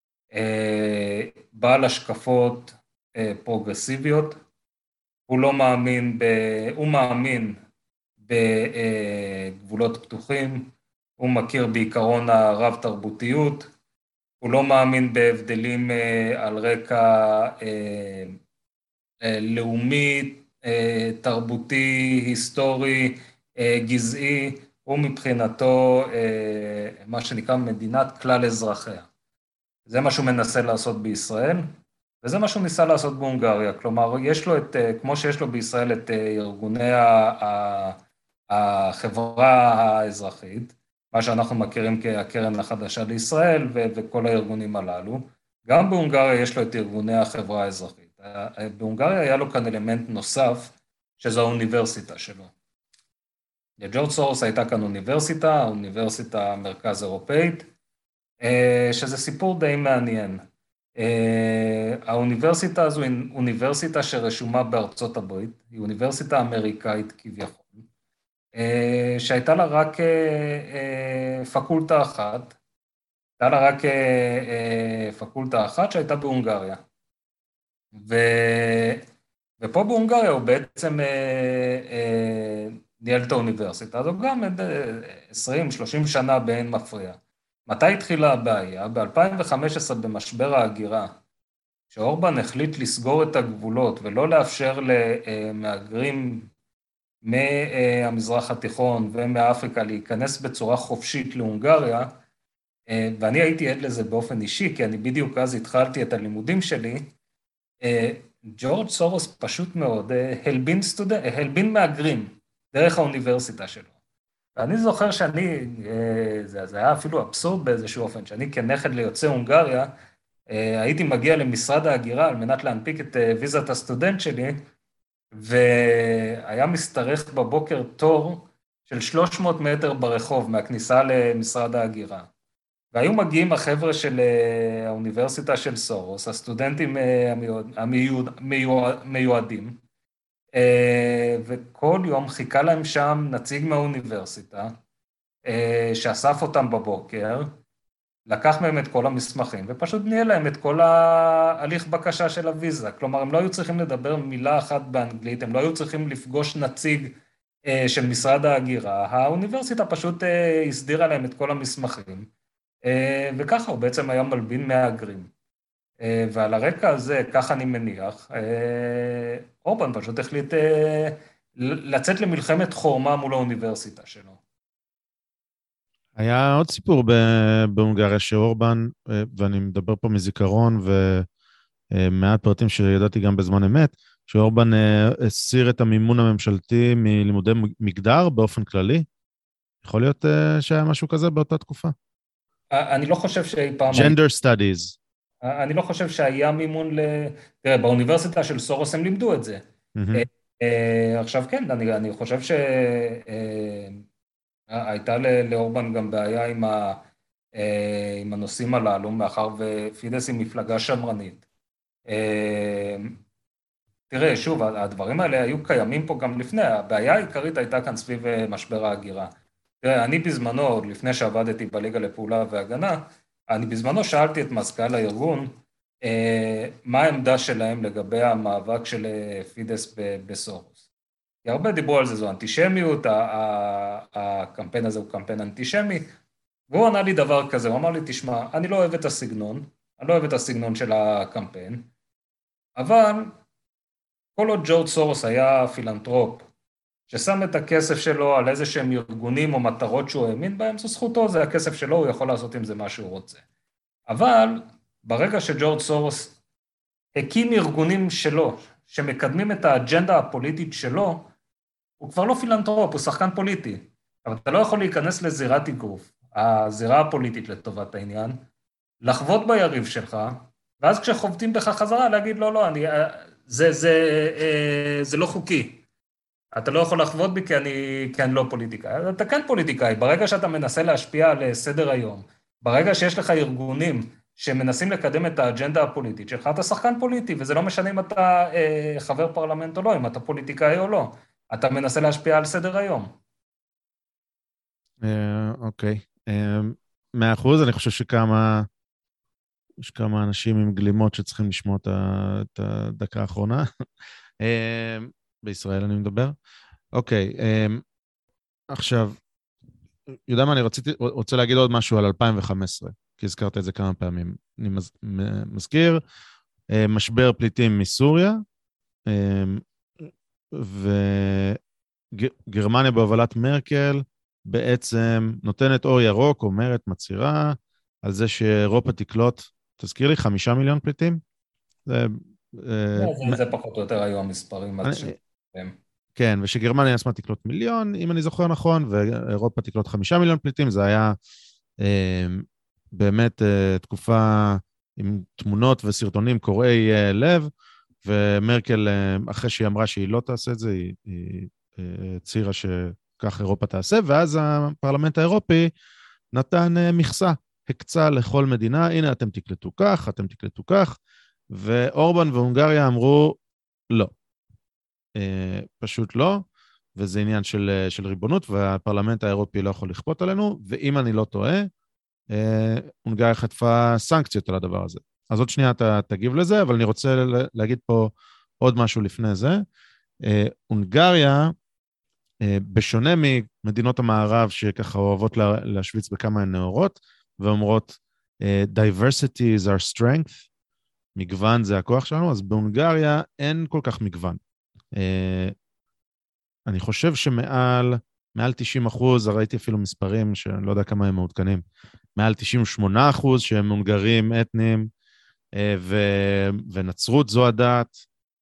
בעל השקפות פרוגרסיביות, הוא מאמין בגבולות פתוחים, הוא מכיר בעיקרון הרב תרבותיות, הוא לא מאמין בהבדלים על רקע לאומי, תרבותי, היסטורי, גזעי, הוא מבחינתו מה שנקרא מדינת כלל אזרחיה. זה מה שהוא מנסה לעשות בישראל, וזה מה שהוא ניסה לעשות בהונגריה. כלומר, יש לו כמו שיש לו בישראל את ארגוני החברה האזרחית, מה שאנחנו מכירים כהקרן החדשה לישראל וכל הארגונים הללו, גם בהונגריה יש לו את ארגוני החברה האזרחית. בהונגריה היה לו כאן אלמנט נוסף, שזו האוניברסיטה שלו. לג'ורג' סורוס הייתה כאן האוניברסיטה המרכז אירופאית, שזה סיפור די מעניין. האוניברסיטה הזו היא אוניברסיטה שרשומה בארצות הברית, היא אוניברסיטה אמריקאית כביכול, שהייתה לה רק פקולטה אחת, שהייתה בהונגריה. ופה בהונגריה הוא בעצם ניהל את האוניברסיטה, הזו גם 20-30 שנה באין מפריע. מתי התחילה הבעיה? ב-2015 במשבר ההגירה, שאורבן החליט לסגור את הגבולות ולא לאפשר למהגרים מהמזרח התיכון ומאפריקה להיכנס בצורה חופשית להונגריה, ואני הייתי עד לזה באופן אישי, כי אני בדיוק אז התחלתי את הלימודים שלי, ג'ורג' סורוס פשוט מאוד הלבין מהגרים דרך האוניברסיטה שלו. ואני זוכר זה היה אפילו אבסורד באיזשהו אופן, שאני כנכד ליוצא הונגריה, הייתי מגיע למשרד ההגירה על מנת להנפיק את ויזת הסטודנט שלי, והיה משתרך בבוקר תור של 300 מטר ברחוב מהכניסה למשרד ההגירה. והיו מגיעים החבר'ה של האוניברסיטה של סורוס, הסטודנטים המיועדים, וכל יום חיכה להם שם נציג מהאוניברסיטה, שאסף אותם בבוקר, לקח מהם את כל המסמכים, ופשוט ניהל להם את כל ההליך בקשה של הוויזה. כלומר, הם לא היו צריכים לדבר מילה אחת באנגלית, הם לא היו צריכים לפגוש נציג של משרד ההגירה, האוניברסיטה פשוט הסדירה להם את כל המסמכים, וככה הוא בעצם היה מלבין מהגרים. ועל הרקע הזה, כך אני מניח, אורבן פשוט החליט לצאת למלחמת חורמה מול האוניברסיטה שלו. היה עוד סיפור בהונגריה שאורבן, ואני מדבר פה מזיכרון ומעט פרטים שידעתי גם בזמן אמת, שאורבן הסיר את המימון הממשלתי מלימודי מגדר באופן כללי. יכול להיות שהיה משהו כזה באותה תקופה? אני לא חושב שאי פעם... Gender Studies. אני לא חושב שהיה מימון תראה, באוניברסיטה של סורוס הם לימדו את זה. עכשיו כן, אני חושב שהייתה לאורבן גם בעיה עם הנושאים הללו, מאחר ופידס היא מפלגה שמרנית. תראה, שוב, הדברים האלה היו קיימים פה גם לפני, הבעיה העיקרית הייתה כאן סביב משבר ההגירה. תראה, אני בזמנו, עוד לפני שעבדתי בליגה לפעולה והגנה, אני בזמנו שאלתי את מזכ"ל הארגון, מה העמדה שלהם לגבי המאבק של פידס בסורוס. כי הרבה דיברו על זה, זו אנטישמיות, הקמפיין הזה הוא קמפיין אנטישמי, והוא ענה לי דבר כזה, הוא אמר לי, תשמע, אני לא אוהב את הסגנון, של הקמפיין, אבל כל עוד ג'ורג' סורוס היה פילנטרופ, ששם את הכסף שלו על איזה שהם ארגונים או מטרות שהוא האמין בהם, זו זכותו, זה הכסף שלו, הוא יכול לעשות עם זה מה שהוא רוצה. אבל ברגע שג'ורג' סורוס הקים ארגונים שלו, שמקדמים את האג'נדה הפוליטית שלו, הוא כבר לא פילנטרופ, הוא שחקן פוליטי. אבל אתה לא יכול להיכנס לזירת אגרוף, הזירה הפוליטית לטובת העניין, לחוות ביריב שלך, ואז כשחובטים בך חזרה, להגיד, לא, זה לא חוקי. אתה לא יכול לחוות בי כי אני לא פוליטיקאי. אתה כן פוליטיקאי, ברגע שאתה מנסה להשפיע על סדר היום, ברגע שיש לך ארגונים שמנסים לקדם את האג'נדה הפוליטית שלך, אתה שחקן פוליטי, וזה לא משנה אם אתה חבר פרלמנט או לא, אם אתה פוליטיקאי או לא. אתה מנסה להשפיע על סדר היום. אוקיי. 100%, אני חושב יש כמה אנשים עם גלימות שצריכים לשמוע את הדקה האחרונה. בישראל אני מדבר. אוקיי, עכשיו, יודע מה, אני רוצה להגיד עוד משהו על 2015, כי הזכרת את זה כמה פעמים. אני מזכיר, משבר פליטים מסוריה, וגרמניה בהובלת מרקל בעצם נותנת אור ירוק, אומרת, מצהירה, על זה שאירופה תקלוט, תזכיר לי, 5 מיליון פליטים? זה פחות או יותר היו המספרים. כן, ושגרמניה עצמה תקלוט 1 מיליון, אם אני זוכר נכון, ואירופה תקלוט 5 מיליון פליטים, זה היה באמת תקופה עם תמונות וסרטונים קוראי לב, ומרקל, אחרי שהיא אמרה שהיא לא תעשה את זה, היא הצהירה שכך אירופה תעשה, ואז הפרלמנט האירופי נתן מכסה, הקצה לכל מדינה, הנה אתם תקלטו כך, אתם תקלטו כך, ואורבן והונגריה אמרו לא. פשוט לא, וזה עניין של ריבונות, והפרלמנט האירופי לא יכול לכפות עלינו, ואם אני לא טועה, הונגריה חטפה סנקציות על הדבר הזה. אז עוד שנייה אתה תגיב לזה, אבל אני רוצה להגיד פה עוד משהו לפני זה. הונגריה, בשונה ממדינות המערב שככה אוהבות להשוויץ בכמה נאורות, ואומרות, diversity is our strength, מגוון זה הכוח שלנו, אז בהונגריה אין כל כך מגוון. אני חושב שמעל 90%, ראיתי אפילו מספרים שאני לא יודע כמה הם מעודכנים, מעל 98% שהם הונגרים אתניים, ונצרות זו הדת,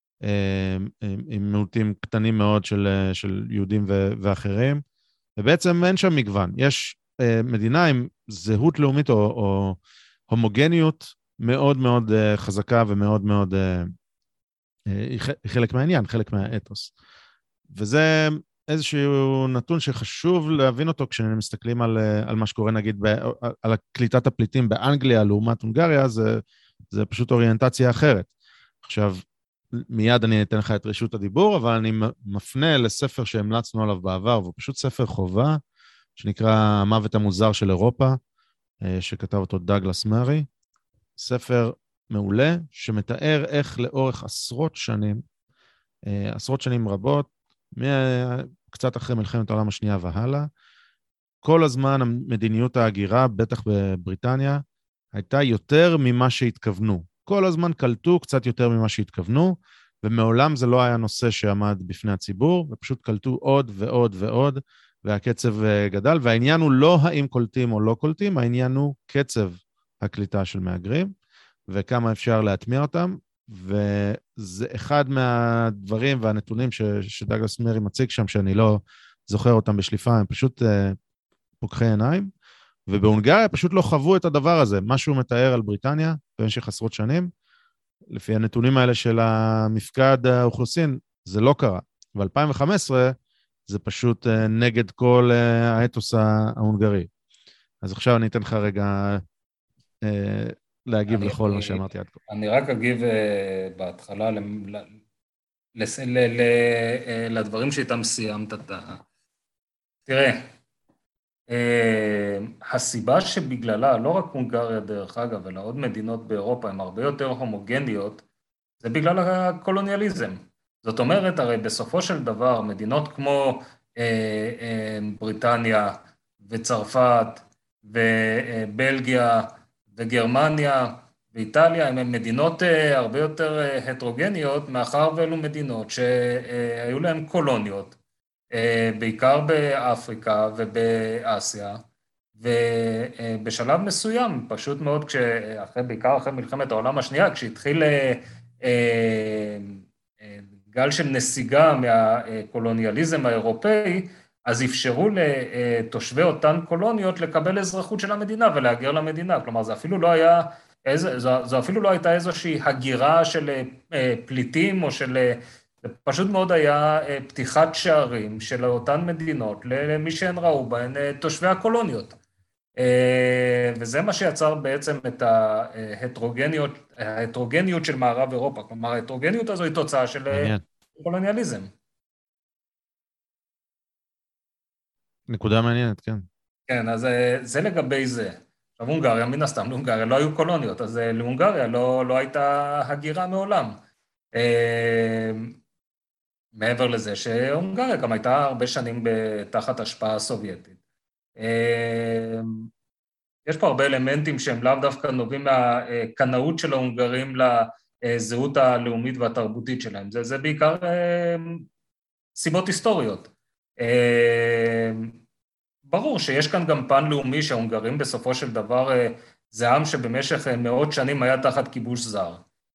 עם מיעוטים קטנים מאוד של יהודים ואחרים, ובעצם אין שם מגוון. יש מדינה עם זהות לאומית או הומוגניות מאוד מאוד חזקה ומאוד מאוד, היא חלק מהעניין, חלק מהאתוס. וזה איזשהו נתון שחשוב להבין אותו כשמסתכלים על מה שקורה, נגיד, על קליטת הפליטים באנגליה לעומת הונגריה, זה פשוט אוריינטציה אחרת. עכשיו, מיד אני אתן לך את רשות הדיבור, אבל אני מפנה לספר שהמלצנו עליו בעבר, והוא פשוט ספר חובה, שנקרא המוות המוזר של אירופה, שכתב אותו דאגלס מארי, ספר מעולה, שמתאר איך לאורך עשרות שנים רבות, קצת אחרי מלחמת העולם השנייה והלאה, כל הזמן מדיניות ההגירה, בטח בבריטניה, הייתה יותר ממה שהתכוונו. כל הזמן קלטו קצת יותר ממה שהתכוונו, ומעולם זה לא היה נושא שעמד בפני הציבור, ופשוט קלטו עוד ועוד ועוד, והקצב גדל, והעניין הוא לא האם קולטים או לא קולטים, העניין הוא קצב הקליטה של מהגרים, וכמה אפשר להטמיע אותם, וזה אחד מהדברים והנתונים שדאגלס מארי מציג שם, שאני לא זוכר אותם בשליפה, הם פשוט פוקחי עיניים, ובהונגריה פשוט לא חוו את הדבר הזה, מה שהוא מתאר על בריטניה במשך עשרות שנים, לפי הנתונים האלה של המפקד האוכלוסין, זה לא קרה. ב-2015 זה פשוט נגד כל האתוס ההונגרי. אז עכשיו אני אתן לך רגע להגיב לכל מה שאמרתי עד כה. אני רק אגיב בהתחלה לדברים שאיתם סיימת. תראה, הסיבה שבגללה, לא רק הונגריה דרך אגב, אלא עוד מדינות באירופה, הן הרבה יותר הומוגניות, זה בגלל הקולוניאליזם. זאת אומרת, הרי בסופו של דבר, מדינות כמו בריטניה וצרפת ובלגיה וגרמניה ואיטליה, הן מדינות הרבה יותר הטרוגניות, מאחר ואלו מדינות שהיו להן קולוניות, בעיקר באפריקה ובאסיה, ובשלב מסוים, פשוט מאוד, בעיקר אחרי מלחמת העולם השנייה, כשהתחיל גל של נסיגה מהקולוניאליזם האירופאי, אז אפשרו לתושבי אותן קולוניות לקבל אזרחות של המדינה ולהגר למדינה. כלומר, זו אפילו לא הייתה איזושהי הגירה של פליטים או של... זה פשוט מאוד היה פתיחת שערים של אותן מדינות למי שהן ראו בהן תושבי הקולוניות. וזה מה שיצר בעצם את ההטרוגניות של מערב אירופה. כלומר, ההטרוגניות הזו היא תוצאה של קולוניאליזם. נקודה מעניינת, כן. כן, אז זה לגבי זה. עכשיו, הונגריה, מן הסתם, להונגריה לא היו קולוניות, אז להונגריה לא הייתה הגירה מעולם. מעבר לזה שהונגריה גם הייתה הרבה שנים תחת השפעה סובייטית. יש פה הרבה אלמנטים שהם לאו דווקא נובעים מהקנאות של ההונגרים לזהות הלאומית והתרבותית שלהם. זה בעיקר סיבות היסטוריות. ברור שיש כאן גם פן לאומי שההונגרים בסופו של דבר זה עם שבמשך מאות שנים היה תחת כיבוש זר.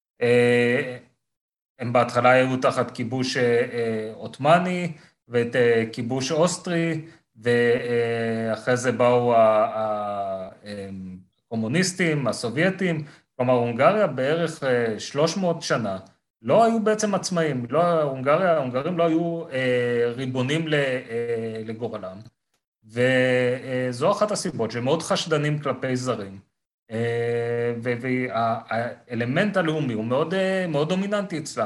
הם בהתחלה היו תחת כיבוש עות'מאני ואת כיבוש אוסטרי, ואחרי זה באו הקומוניסטים, הסובייטים. כלומר, הונגריה בערך 300 שנה לא היו בעצם עצמאים, ההונגרים לא היו ריבונים לגורלם, וזו אחת הסיבות שהם מאוד חשדנים כלפי זרים. והאלמנט הלאומי הוא מאוד דומיננטי אצלם.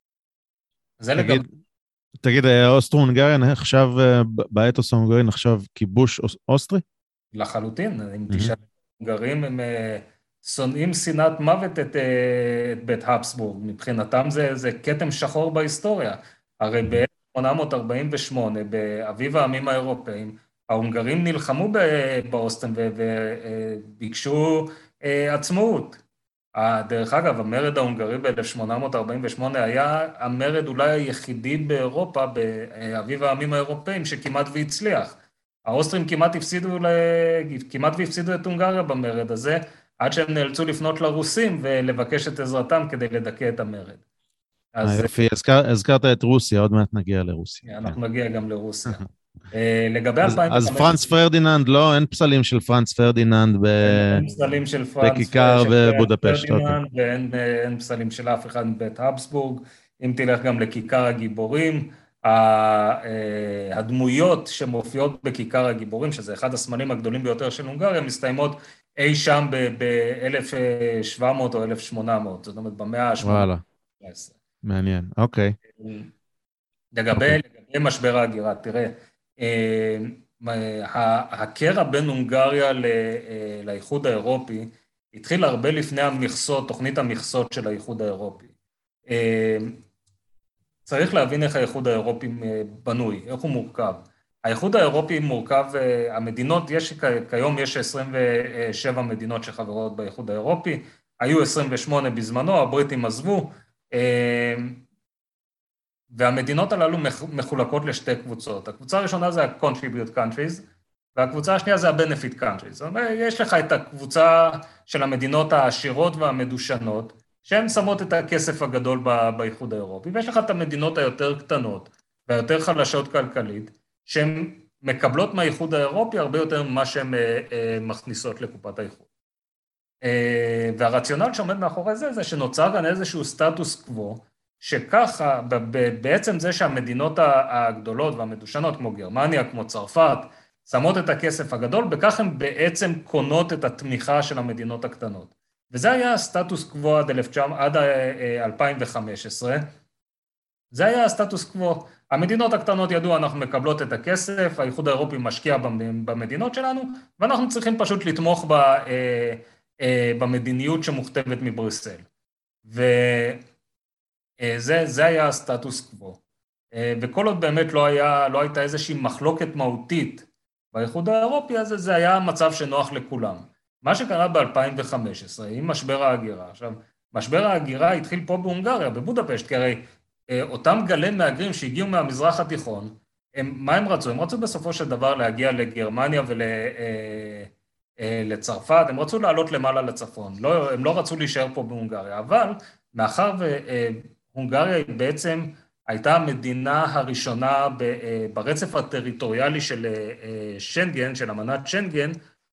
תגיד, אוסטרו-הונגריה נחשב, באתוס ההונגרי נחשב כיבוש אוסטרי? לחלוטין, אם תשאל הונגרים, הם שונאים שנאת מוות את בית הבסבורג, מבחינתם זה כתם שחור בהיסטוריה. הרי ב-1848, באביב העמים האירופאים, ההונגרים נלחמו באוסטן וביקשו עצמאות. דרך אגב, המרד ההונגרי ב-1848 היה המרד אולי היחידי באירופה, באביב העמים האירופאים, שכמעט והצליח. האוסטרים כמעט והפסידו את הונגריה במרד הזה, עד שהם נאלצו לפנות לרוסים ולבקש את עזרתם כדי לדכא את המרד. יופי, הזכרת את רוסיה, עוד מעט נגיע לרוסיה. אנחנו נגיע גם לרוסיה. לגבי 2005... אז פרנץ פרדיננד, לא, אין פסלים של פרנץ פרדיננד בכיכר בבודפשט. ואין פסלים של אף אחד מבית הבסבורג. אם תלך גם לכיכר הגיבורים, הדמויות שמופיעות בכיכר הגיבורים, שזה אחד הסמלים הגדולים ביותר של הונגריה, מסתיימות אי שם ב-1700 או 1800, זאת אומרת במאה ה-18. וואלה, מעניין, אוקיי. לגבי משבר ההגירה, תראה, הקרע בין הונגריה לאיחוד האירופי התחיל הרבה לפני המכסות, תוכנית המכסות של האיחוד האירופי. צריך להבין איך האיחוד האירופי בנוי, איך הוא מורכב. האיחוד האירופי מורכב, המדינות, כיום יש 27 מדינות שחברות באיחוד האירופי, היו 28 בזמנו, הבריטים עזבו, והמדינות הללו מחולקות לשתי קבוצות. הקבוצה הראשונה זה ה-Contribute Countries, והקבוצה השנייה זה ה-Benefit Countries. זאת אומרת, יש לך את הקבוצה של המדינות העשירות והמדושנות, שהן שמות את הכסף הגדול באיחוד האירופי, ויש לך את המדינות היותר קטנות והיותר חלשות כלכלית, שהן מקבלות מהאיחוד האירופי הרבה יותר ממה שהן מכניסות לקופת האיחוד. והרציונל שעומד מאחורי זה, זה שנוצר כאן איזשהו סטטוס קוו, שככה, בעצם זה שהמדינות הגדולות והמדושנות, כמו גרמניה, כמו צרפת, שמות את הכסף הגדול, בכך הן בעצם קונות את התמיכה של המדינות הקטנות. וזה היה הסטטוס קוו עד 2015. זה היה הסטטוס קוו. המדינות הקטנות ידעו, אנחנו מקבלות את הכסף, האיחוד האירופי משקיע במדינות שלנו, ואנחנו צריכים פשוט לתמוך במדיניות שמוכתבת מבריסל. וזה היה הסטטוס קוו. וכל עוד באמת לא הייתה איזושהי מחלוקת מהותית באיחוד האירופי, אז זה היה מצב שנוח לכולם. מה שקרה ב-2015 עם משבר ההגירה, עכשיו, משבר ההגירה התחיל פה בהונגריה, בבודפשט, כי הרי אותם גלי מהגרים שהגיעו מהמזרח התיכון, מה הם רצו? הם רצו בסופו של דבר להגיע לגרמניה ולצרפת, הם רצו לעלות למעלה לצפון, הם לא רצו להישאר פה בהונגריה, אבל מאחר והונגריה בעצם הייתה המדינה הראשונה ברצף הטריטוריאלי של שנגן, של אמנת שנגן,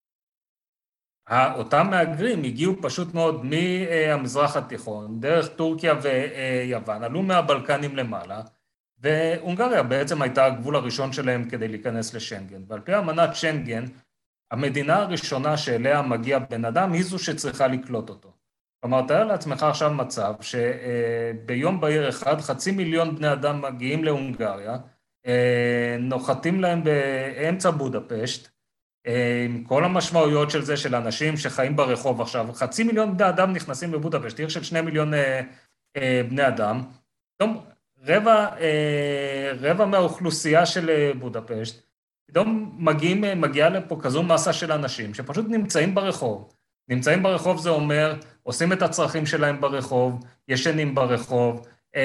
אותם מהגרים הגיעו פשוט מאוד מהמזרח התיכון, דרך טורקיה ויוון, עלו מהבלקנים למעלה, והונגריה בעצם הייתה הגבול הראשון שלהם כדי להיכנס לשנגן, ועל פי אמנת שנגן, המדינה הראשונה שאליה מגיע בן אדם היא זו שצריכה לקלוט אותו. כלומר, תאר לעצמך עכשיו מצב שביום בהיר אחד 500,000 בני אדם מגיעים להונגריה, נוחתים להם באמצע בודפשט, עם כל המשמעויות של זה, של אנשים שחיים ברחוב עכשיו, 500,000 בני אדם נכנסים לבודפשט, עיר של 2 מיליון בני אדם, פתאום רבע מהאוכלוסייה של בודפשט, פתאום מגיעה לפה כזו מסה של אנשים שפשוט נמצאים ברחוב. נמצאים ברחוב זה אומר, עושים את הצרכים שלהם ברחוב, ישנים ברחוב,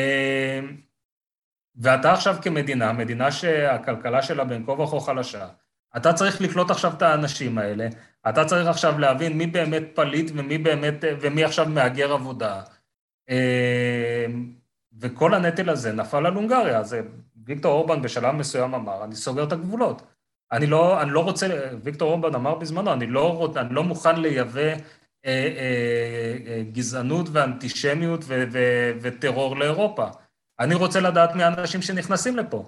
ואתה עכשיו כמדינה, מדינה שהכלכלה שלה בין כה וכה חלשה, אתה צריך לקלוט עכשיו את האנשים האלה, אתה צריך עכשיו להבין מי באמת פליט ומי עכשיו מאגר עבודה. וכל הנטל הזה נפל על הונגריה, אז ויקטור אורבן בשלב מסוים אמר, אני סוגר את הגבולות. אני לא רוצה, ויקטור אורבן אמר בזמנו, אני לא מוכן לייבא גזענות ואנטישמיות וטרור לאירופה. אני רוצה לדעת מהאנשים שנכנסים לפה.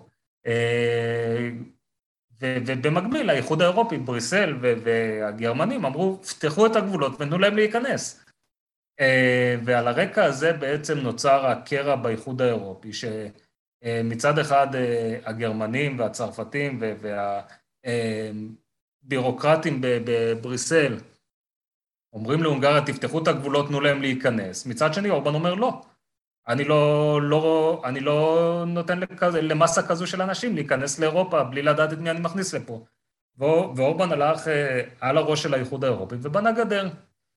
ובמקביל, האיחוד האירופי, בריסל והגרמנים אמרו, פתחו את הגבולות ותנו להם להיכנס. ועל הרקע הזה בעצם נוצר הקרע באיחוד האירופי, שמצד אחד הגרמנים והצרפתים והבירוקרטים בבריסל אומרים להונגריה, תפתחו את הגבולות, תנו להם להיכנס. מצד שני, אורבן אומר לא. אני לא נותן למסה כזו של אנשים להיכנס לאירופה בלי לדעת את מי אני מכניס לפה. ואורבן הלך על הראש של האיחוד האירופי ובנה גדר.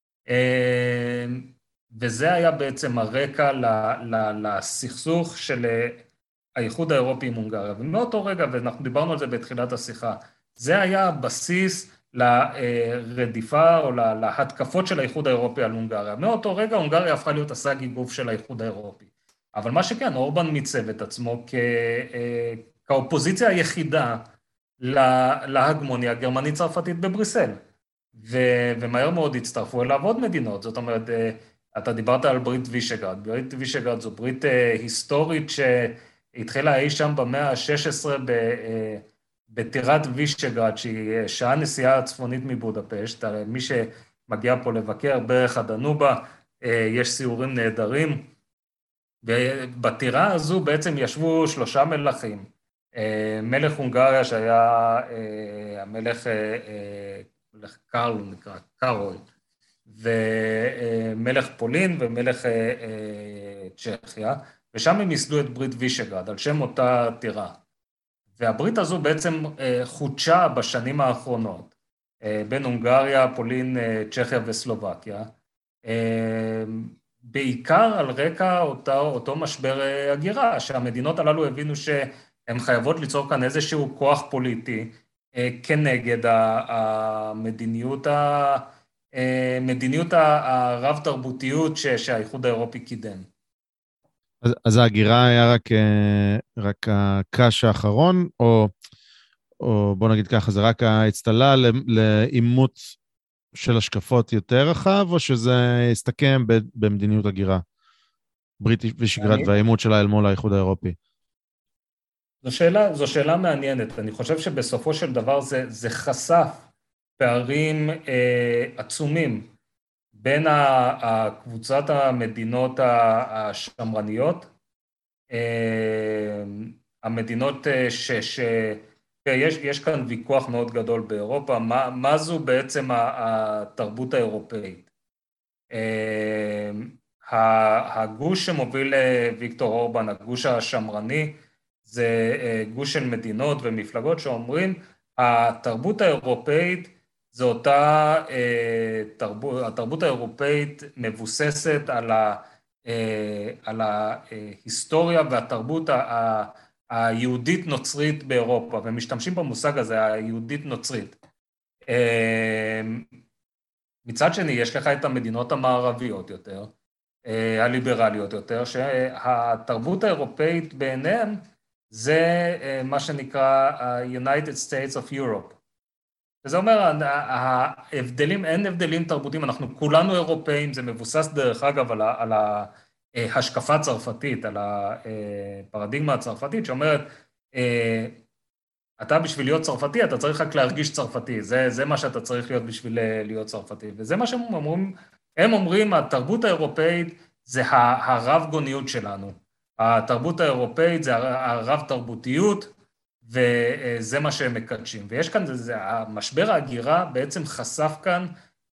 וזה היה בעצם הרקע לסכסוך של האיחוד האירופי עם הונגריה. ומאותו רגע, ואנחנו דיברנו על זה בתחילת השיחה, זה היה הבסיס לרדיפה או להתקפות של האיחוד האירופי על הונגריה. מאותו רגע הונגריה הפכה להיות הסגי גוף של האיחוד האירופי. אבל מה שכן, אורבן מיצב את עצמו כאופוזיציה היחידה להגמוניה הגרמנית-צרפתית בבריסל. ומהר מאוד הצטרפו אליו עוד מדינות. זאת אומרת, אתה דיברת על ברית וישגרד. ברית וישגרד זו ברית היסטורית שהתחילה אי שם במאה ה-16 בטירת וישגרד, שהיא שעה נסיעה הצפונית מבודפשט. מי שמגיע פה לבקר, ברך הדנובה, יש סיורים נהדרים. ובטירה הזו בעצם ישבו 3 מלכים, מלך הונגריה שהיה המלך קרל, הוא נקרא, קארול, ומלך פולין ומלך צ'כיה, ושם הם ייסדו את ברית וישגרד, על שם אותה טירה. והברית הזו בעצם חודשה בשנים האחרונות, בין הונגריה, פולין, צ'כיה וסלובקיה, בעיקר על רקע אותו משבר הגירה, שהמדינות הללו הבינו שהן חייבות ליצור כאן איזשהו כוח פוליטי כנגד מדיניות הרב-תרבותיות שהאיחוד האירופי קידם. אז ההגירה היה רק הקש האחרון, או בוא נגיד ככה, זה רק ההצטלה לאימות של השקפות יותר רחב, או שזה הסתכם במדיניות הגירה? ברית וישגרד והאימות שלה אל מול האיחוד האירופי. זו שאלה מעניינת. אני חושב שבסופו של דבר זה חשף פערים עצומים בין קבוצת המדינות השמרניות, המדינות יש כאן ויכוח מאוד גדול באירופה, מה זו בעצם התרבות האירופאית. הגוש שמוביל ויקטור אורבן, הגוש השמרני, זה גוש של מדינות ומפלגות שאומרים, התרבות האירופאית זו אותה התרבות האירופאית מבוססת על ההיסטוריה והתרבות היהודית נוצרית באירופה, ומשתמשים במושג הזה, היהודית נוצרית. מצד שני, יש לך את המדינות המערביות יותר, הליברליות יותר, שהתרבות האירופאית בעיניהם זה מה שנקרא United States of Europe. וזה אומר, אין הבדלים תרבותיים, אנחנו כולנו אירופאים, זה מבוסס דרך אגב על ההשקפה הצרפתית, על הפרדיגמה הצרפתית, שאומרת, אתה בשביל להיות צרפתי, אתה צריך רק להרגיש צרפתי, זה מה שאתה צריך להיות בשביל להיות צרפתי, וזה מה שהם אומרים, הם אומרים, התרבות האירופאית זה הרב גוניות שלנו, התרבות האירופאית זה הרב תרבותיות, וזה מה שהם מקדשים. ויש כאן, משבר ההגירה בעצם חשף כאן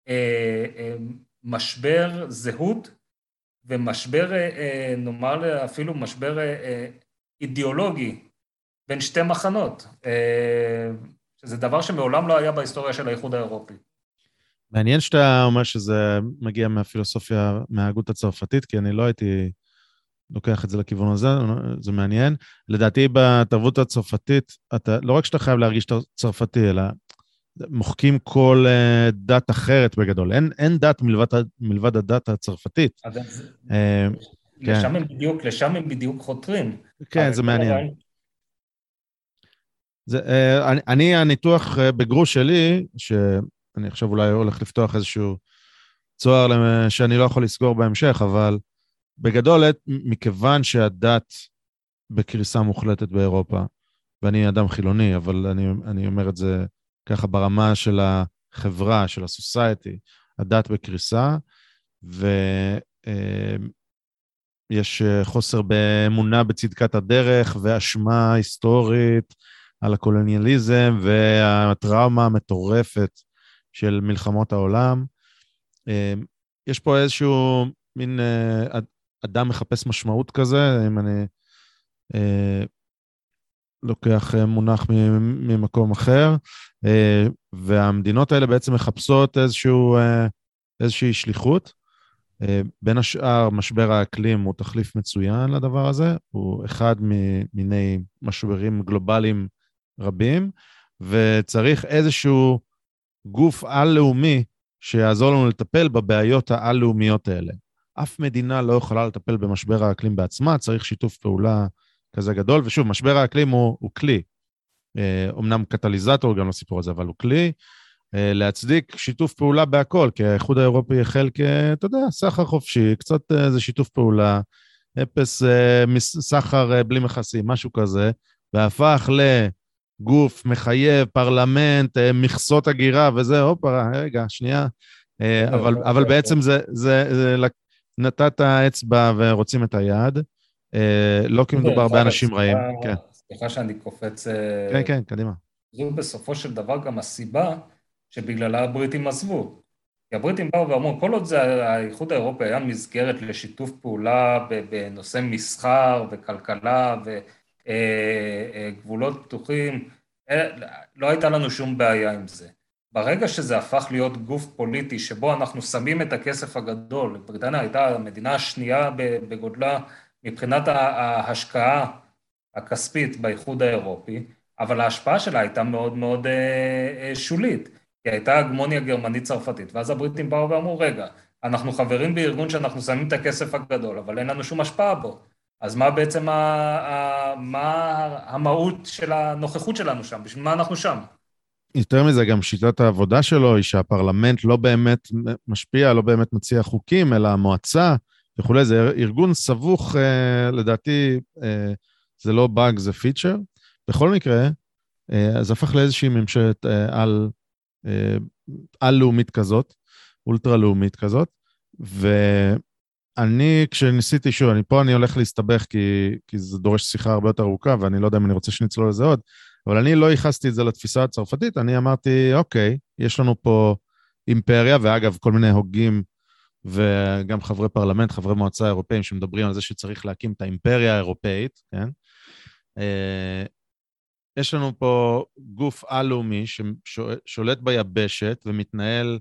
משבר זהות, ומשבר, נאמר אפילו משבר אידיאולוגי, בין שתי מחנות, שזה דבר שמעולם לא היה בהיסטוריה של האיחוד האירופי. מעניין שאתה אומר שזה מגיע מהפילוסופיה, מההגות הצרפתית, כי אני לא הייתי לוקח את זה לכיוון הזה, זה מעניין. לדעתי בתרבות הצרפתית, לא רק שאתה חייב להרגיש צרפתי, אלא מוחקים כל דת אחרת בגדול. אין דת מלבד הדת הצרפתית. לשם הם בדיוק חותרים. כן, זה מעניין. הניתוח בגרוש שלי, שאני עכשיו אולי הולך לפתוח איזשהו צוהר שאני לא יכול לסגור בהמשך, אבל בגדול, מכיוון שהדת בקריסה מוחלטת באירופה, ואני אדם חילוני, אבל אני אומר את זה ככה ברמה של החברה, של הסוסייטי, הדת בקריסה, ויש חוסר באמונה בצדקת הדרך, ואשמה היסטורית על הקולוניאליזם, והטראומה המטורפת של מלחמות העולם. יש פה איזשהו מין אדם מחפש משמעות כזה, אם אני לוקח מונח ממקום אחר, והמדינות האלה בעצם מחפשות איזושהי שליחות. בין השאר, משבר האקלים הוא תחליף מצוין לדבר הזה, הוא אחד מיני משברים גלובליים רבים, וצריך איזשהו גוף על-לאומי שיעזור לנו לטפל בבעיות העל-לאומיות האלה. אף מדינה לא יכולה לטפל במשבר האקלים בעצמה, צריך שיתוף פעולה כזה גדול, ושוב, משבר האקלים הוא כלי, אמנם קטליזטור גם לסיפור הזה, אבל הוא כלי, להצדיק שיתוף פעולה בהכל, כי האיחוד האירופי החל אתה יודע, סחר חופשי, קצת איזה שיתוף פעולה, אפס סחר בלי מכסים, משהו כזה, והפך לגוף מחייב, פרלמנט, מכסות הגירה, וזה, רגע, שנייה, אבל בעצם זה נתת האצבע ורוצים את היד, לא כי מדובר באנשים רעים, כן. סליחה שאני קופץ, כן, כן, קדימה. זו בסופו של דבר גם הסיבה שבגללה הבריטים עזבו. כי הבריטים באו ואמרו, כל עוד זה האיחוד האירופי היה מסגרת לשיתוף פעולה בנושא מסחר וכלכלה וגבולות פתוחים, לא הייתה לנו שום בעיה עם זה. ברגע שזה הפך להיות גוף פוליטי שבו אנחנו שמים את הכסף הגדול, בריטניה הייתה המדינה השנייה בגודלה מבחינת ההשקעה הכספית באיחוד האירופי, אבל ההשפעה שלה הייתה מאוד מאוד שולית, כי הייתה הגמוניה גרמנית צרפתית, ואז הבריטים באו ואמרו, רגע, אנחנו חברים בארגון שאנחנו שמים את הכסף הגדול, אבל אין לנו שום השפעה בו, אז מה בעצם מה המהות של הנוכחות שלנו שם, בשביל מה אנחנו שם? יותר מזה, גם שיטת העבודה שלו היא שהפרלמנט לא באמת משפיע, לא באמת מציע חוקים, אלא המועצה וכולי. זה ארגון סבוך, לדעתי, זה לא באג, זה פיצ'ר. בכל מקרה, זה הפך לאיזושהי ממשלת על-לאומית כזאת, אולטרה-לאומית כזאת, ואני, כשניסיתי, שוב, אני הולך להסתבך, כי זה דורש שיחה הרבה יותר ארוכה, ואני לא יודע אם אני רוצה שנצלול לזה עוד, אבל אני לא ייחסתי את זה לתפיסה הצרפתית, אני אמרתי, אוקיי, יש לנו פה אימפריה, ואגב, כל מיני הוגים, וגם חברי פרלמנט, חברי מועצה אירופאים, שמדברים על זה שצריך להקים את האימפריה האירופאית, כן? יש לנו פה גוף על-לאומי ששולט ביבשת ומתנהל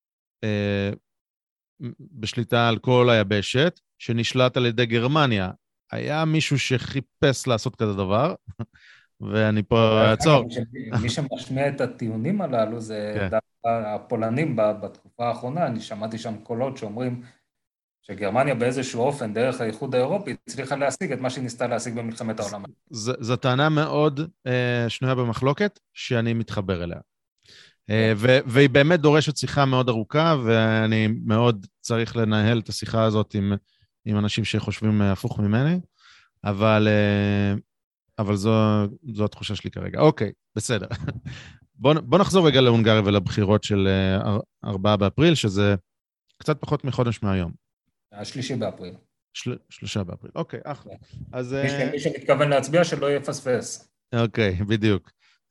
בשליטה על כל היבשת, שנשלט על ידי גרמניה. היה מישהו שחיפש לעשות כזה דבר, ואני פה אעצור. מי שמשמיע את הטיעונים הללו זה הפולנים בתקופה האחרונה, אני שמעתי שם קולות שאומרים שגרמניה באיזשהו אופן, דרך האיחוד האירופי, הצליחה להשיג את מה שהיא ניסתה להשיג במלחמת העולם. זו טענה מאוד שנויה במחלוקת, שאני מתחבר אליה. והיא באמת דורשת שיחה מאוד ארוכה, ואני מאוד צריך לנהל את השיחה הזאת עם אנשים שחושבים הפוך ממני, אבל זו התחושה שלי כרגע. אוקיי, בסדר. בוא נחזור רגע להונגריה ולבחירות של 4 באפריל, שזה קצת פחות מחודש מהיום. 3 באפריל. 3 באפריל, אוקיי, אחלה. אז מי שמתכוון להצביע שלא יפספס. אוקיי, בדיוק.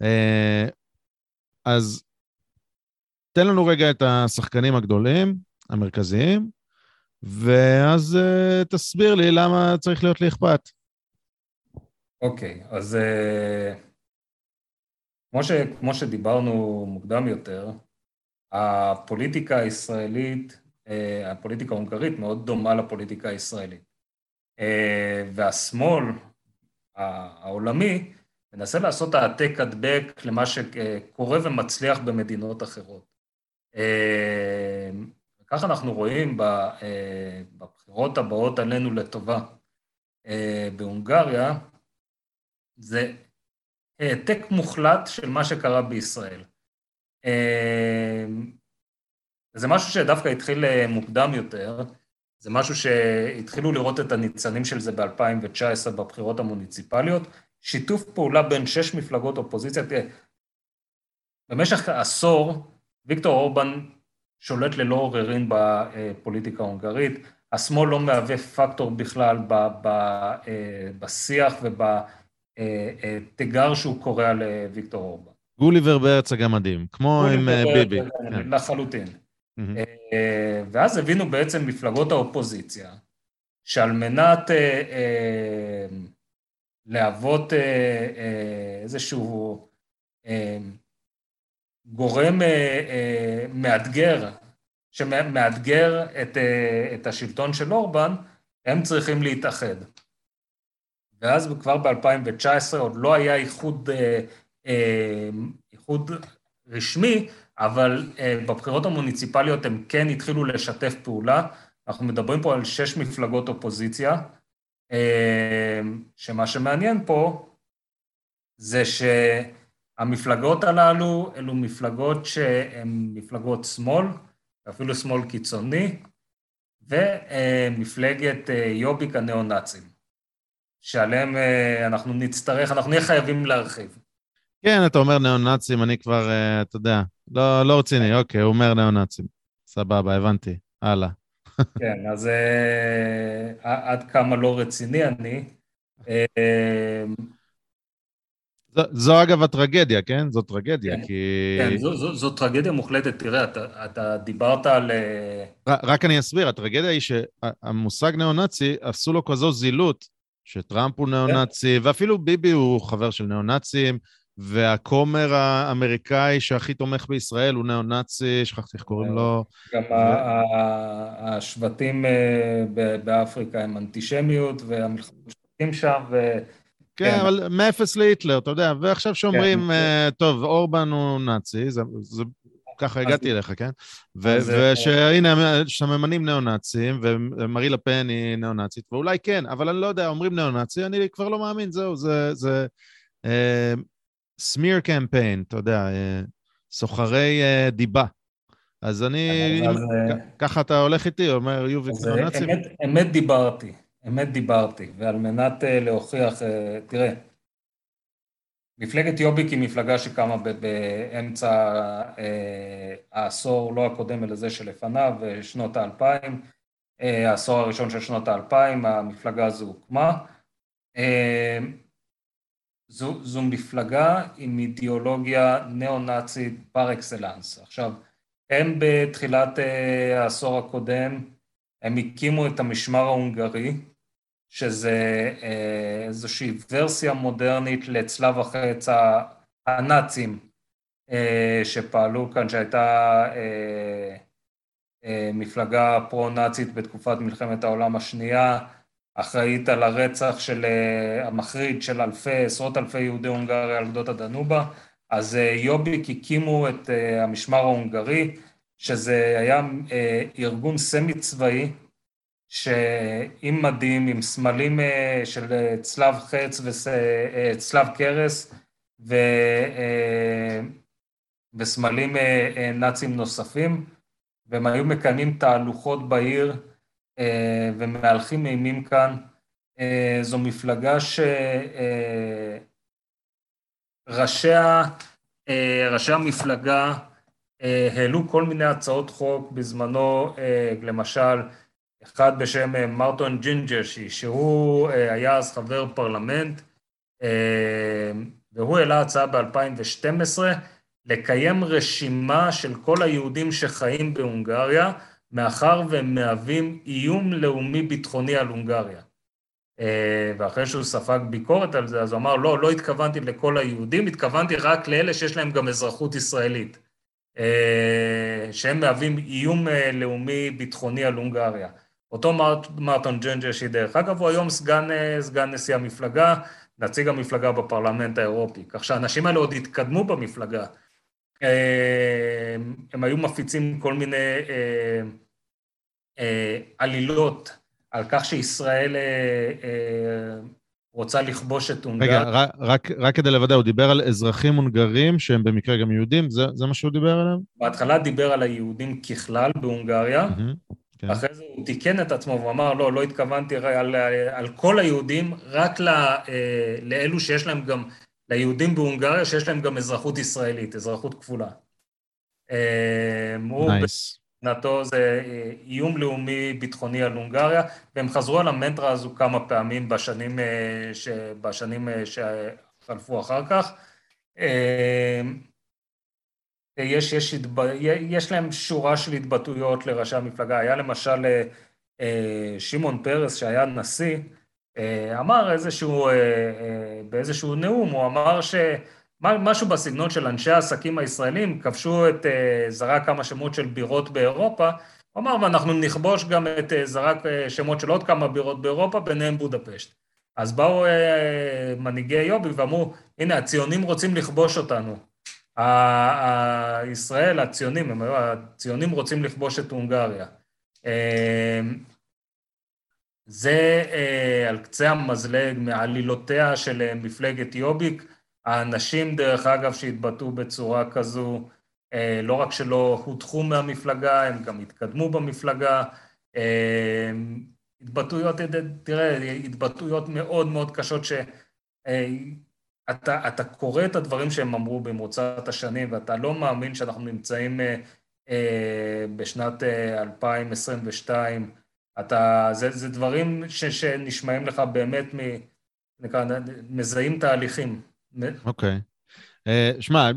אז תן לנו רגע את השחקנים הגדולים, המרכזיים, ואז תסביר לי למה צריך להיות לי אכפת. אוקיי, אז כמו שדיברנו מוקדם יותר, הפוליטיקה הישראלית, הפוליטיקה ההונגרית מאוד דומה לפוליטיקה הישראלית. והשמאל העולמי מנסה לעשות העתק הדבק למה שקורה ומצליח במדינות אחרות. וכך אנחנו רואים בבחירות הבאות עלינו לטובה בהונגריה, זה העתק מוחלט של מה שקרה בישראל. זה משהו שדווקא התחיל מוקדם יותר, זה משהו שהתחילו לראות את הניצנים של זה ב-2019 בבחירות המוניציפליות, שיתוף פעולה בין 6 מפלגות אופוזיציה. במשך עשור, ויקטור אורבן שולט ללא עוררין בפוליטיקה ההונגרית, השמאל לא מהווה פקטור בכלל בשיח ובתגר שהוא קורא לוויקטור אורבן. גוליבר בארץ הגמדים, כמו עם ביבי. לחלוטין. ואז הבינו בעצם מפלגות האופוזיציה, שעל מנת להוות איזשהו גורם מאתגר, שמאתגר את השלטון של אורבן, הם צריכים להתאחד. ואז כבר ב-2019 עוד לא היה איחוד רשמי, אבל בבחירות המוניציפליות הם כן התחילו לשתף פעולה. אנחנו מדברים פה על 6 מפלגות אופוזיציה, שמה שמעניין פה זה שהמפלגות הללו אלו מפלגות שהן מפלגות שמאל, אפילו שמאל קיצוני, ומפלגת יוביק הנאו-נאצים, שעליהם אנחנו נהיה חייבים להרחיב. כן, אתה אומר נאו-נאצים, אני כבר, אתה יודע, לא רציני, אוקיי, הוא אומר נאו-נאצים. סבבה, הבנתי, הלאה. כן, אז עד כמה לא רציני אני. זו אגב הטרגדיה, כן? זו טרגדיה, כן, כי... כן, זו טרגדיה מוחלטת. תראה, אתה דיברת על... רק אני אסביר, הטרגדיה היא שהמושג ניאו-נאצי, עשו לו כזו זילות, שטראמפ הוא ניאו-נאצי, ואפילו ביבי הוא חבר של ניאו-נאצים, והכומר האמריקאי שהכי תומך בישראל הוא ניאו-נאצי, שכחתי איך קוראים לו. גם השבטים באפריקה הם אנטישמיות, והמלחמים שם, כן, וכן, אבל מאפס להיטלר, אתה יודע, ועכשיו כן. שאומרים, טוב, אורבן הוא נאצי, ככה אז הגעתי אליך, כן? אז, ושהנה, סממנים ניאו-נאצים, ומרי לפן היא ניאו-נאצית, ואולי כן, אבל אני לא יודע, אומרים ניאו-נאצי, אני כבר לא מאמין, זהו, זה סמיר קמפיין, אתה יודע, סוחרי דיבה. אז ככה אתה הולך איתי, אומר יוביק ניאו-נאצים? אמת דיברתי, ועל מנת להוכיח, תראה, מפלגת יוביק היא מפלגה שקמה באמצע העשור, לא הקודם אלא זה שלפניו, שנות ה-2000, העשור הראשון של שנות ה-2000, המפלגה הזו הוקמה. זו מפלגה עם אידיאולוגיה ניאו-נאצית פר אקסלנס. עכשיו, הם בתחילת העשור הקודם, הם הקימו את המשמר ההונגרי, שזה איזושהי ורסיה מודרנית לצלב החץ הנאצים שפעלו כאן, שהייתה מפלגה פרו-נאצית בתקופת מלחמת העולם השנייה, אחראית על הרצח של המחריד של עשרות אלפי יהודי הונגריה על גדות הדנובה. אז יוביק הקימו את המשמר ההונגרי, שזה היה ארגון סמי צבאי, שעם מדים, עם סמלים של צלב חץ וצלב קרס וסמלים נאצים נוספים, והם היו מקיימים תהלוכות בעיר ומהלכים אימים כאן. זו מפלגה ראשי המפלגה העלו כל מיני הצעות חוק בזמנו, למשל, אחד בשם מרטון ג'ינג'רשי, שהוא היה אז חבר פרלמנט, והוא העלה הצעה ב-2012 לקיים רשימה של כל היהודים שחיים בהונגריה, מאחר והם מהווים איום לאומי ביטחוני על הונגריה. ואחרי שהוא ספג ביקורת על זה, אז הוא אמר, לא התכוונתי לכל היהודים, התכוונתי רק לאלה שיש להם גם אזרחות ישראלית, שהם מהווים איום לאומי ביטחוני על הונגריה. אותו מרטון ג'ינג'רשי, דרך אגב, הוא היום סגן נשיא המפלגה, נציג המפלגה בפרלמנט האירופי, כך שהאנשים האלה עוד התקדמו במפלגה. הם היו מפיצים כל מיני עלילות על כך שישראל רוצה לכבוש את הונגריה. רגע, רק כדי לוודא, הוא דיבר על אזרחים הונגרים שהם במקרה גם יהודים? זה מה שהוא דיבר עליהם? בהתחלה דיבר על היהודים ככלל בהונגריה, אחרי זה הוא תיקן את עצמו והוא אמר, לא התכוונתי על כל היהודים, רק לאלו שיש להם גם, ליהודים בהונגריה שיש להם גם אזרחות ישראלית, אזרחות כפולה. נייס. מבחינתו זה איום לאומי ביטחוני על הונגריה, והם חזרו על המנטרה הזו כמה פעמים בשנים שחלפו אחר כך. יש להם שורה של התבטאויות לראשי המפלגה. היה למשל שמעון פרס שהיה נשיא, אמר באיזשהו נאום, הוא אמר משהו בסגנון של אנשי העסקים הישראלים, כבשו זרק כמה שמות של בירות באירופה, הוא אמר, ואנחנו נכבוש גם זרק שמות של עוד כמה בירות באירופה, ביניהם בודפשט. אז באו מנהיגי יוביק ואמרו, הנה, הציונים רוצים לכבוש אותנו. ישראל, הציונים רוצים לכבוש את הונגריה. זה על קצה המזלג מעלילותיה של מפלגת יוביק. האנשים, דרך אגב, שהתבטאו בצורה כזו, לא רק שלא הודחו מהמפלגה, הם גם התקדמו במפלגה. התבטאויות מאוד מאוד קשות אתה קורא את הדברים שהם אמרו במרוצת השנים, ואתה לא מאמין שאנחנו נמצאים בשנת 2022. זה דברים שנשמעים לך באמת, מזהים תהליכים. אוקיי. שמע,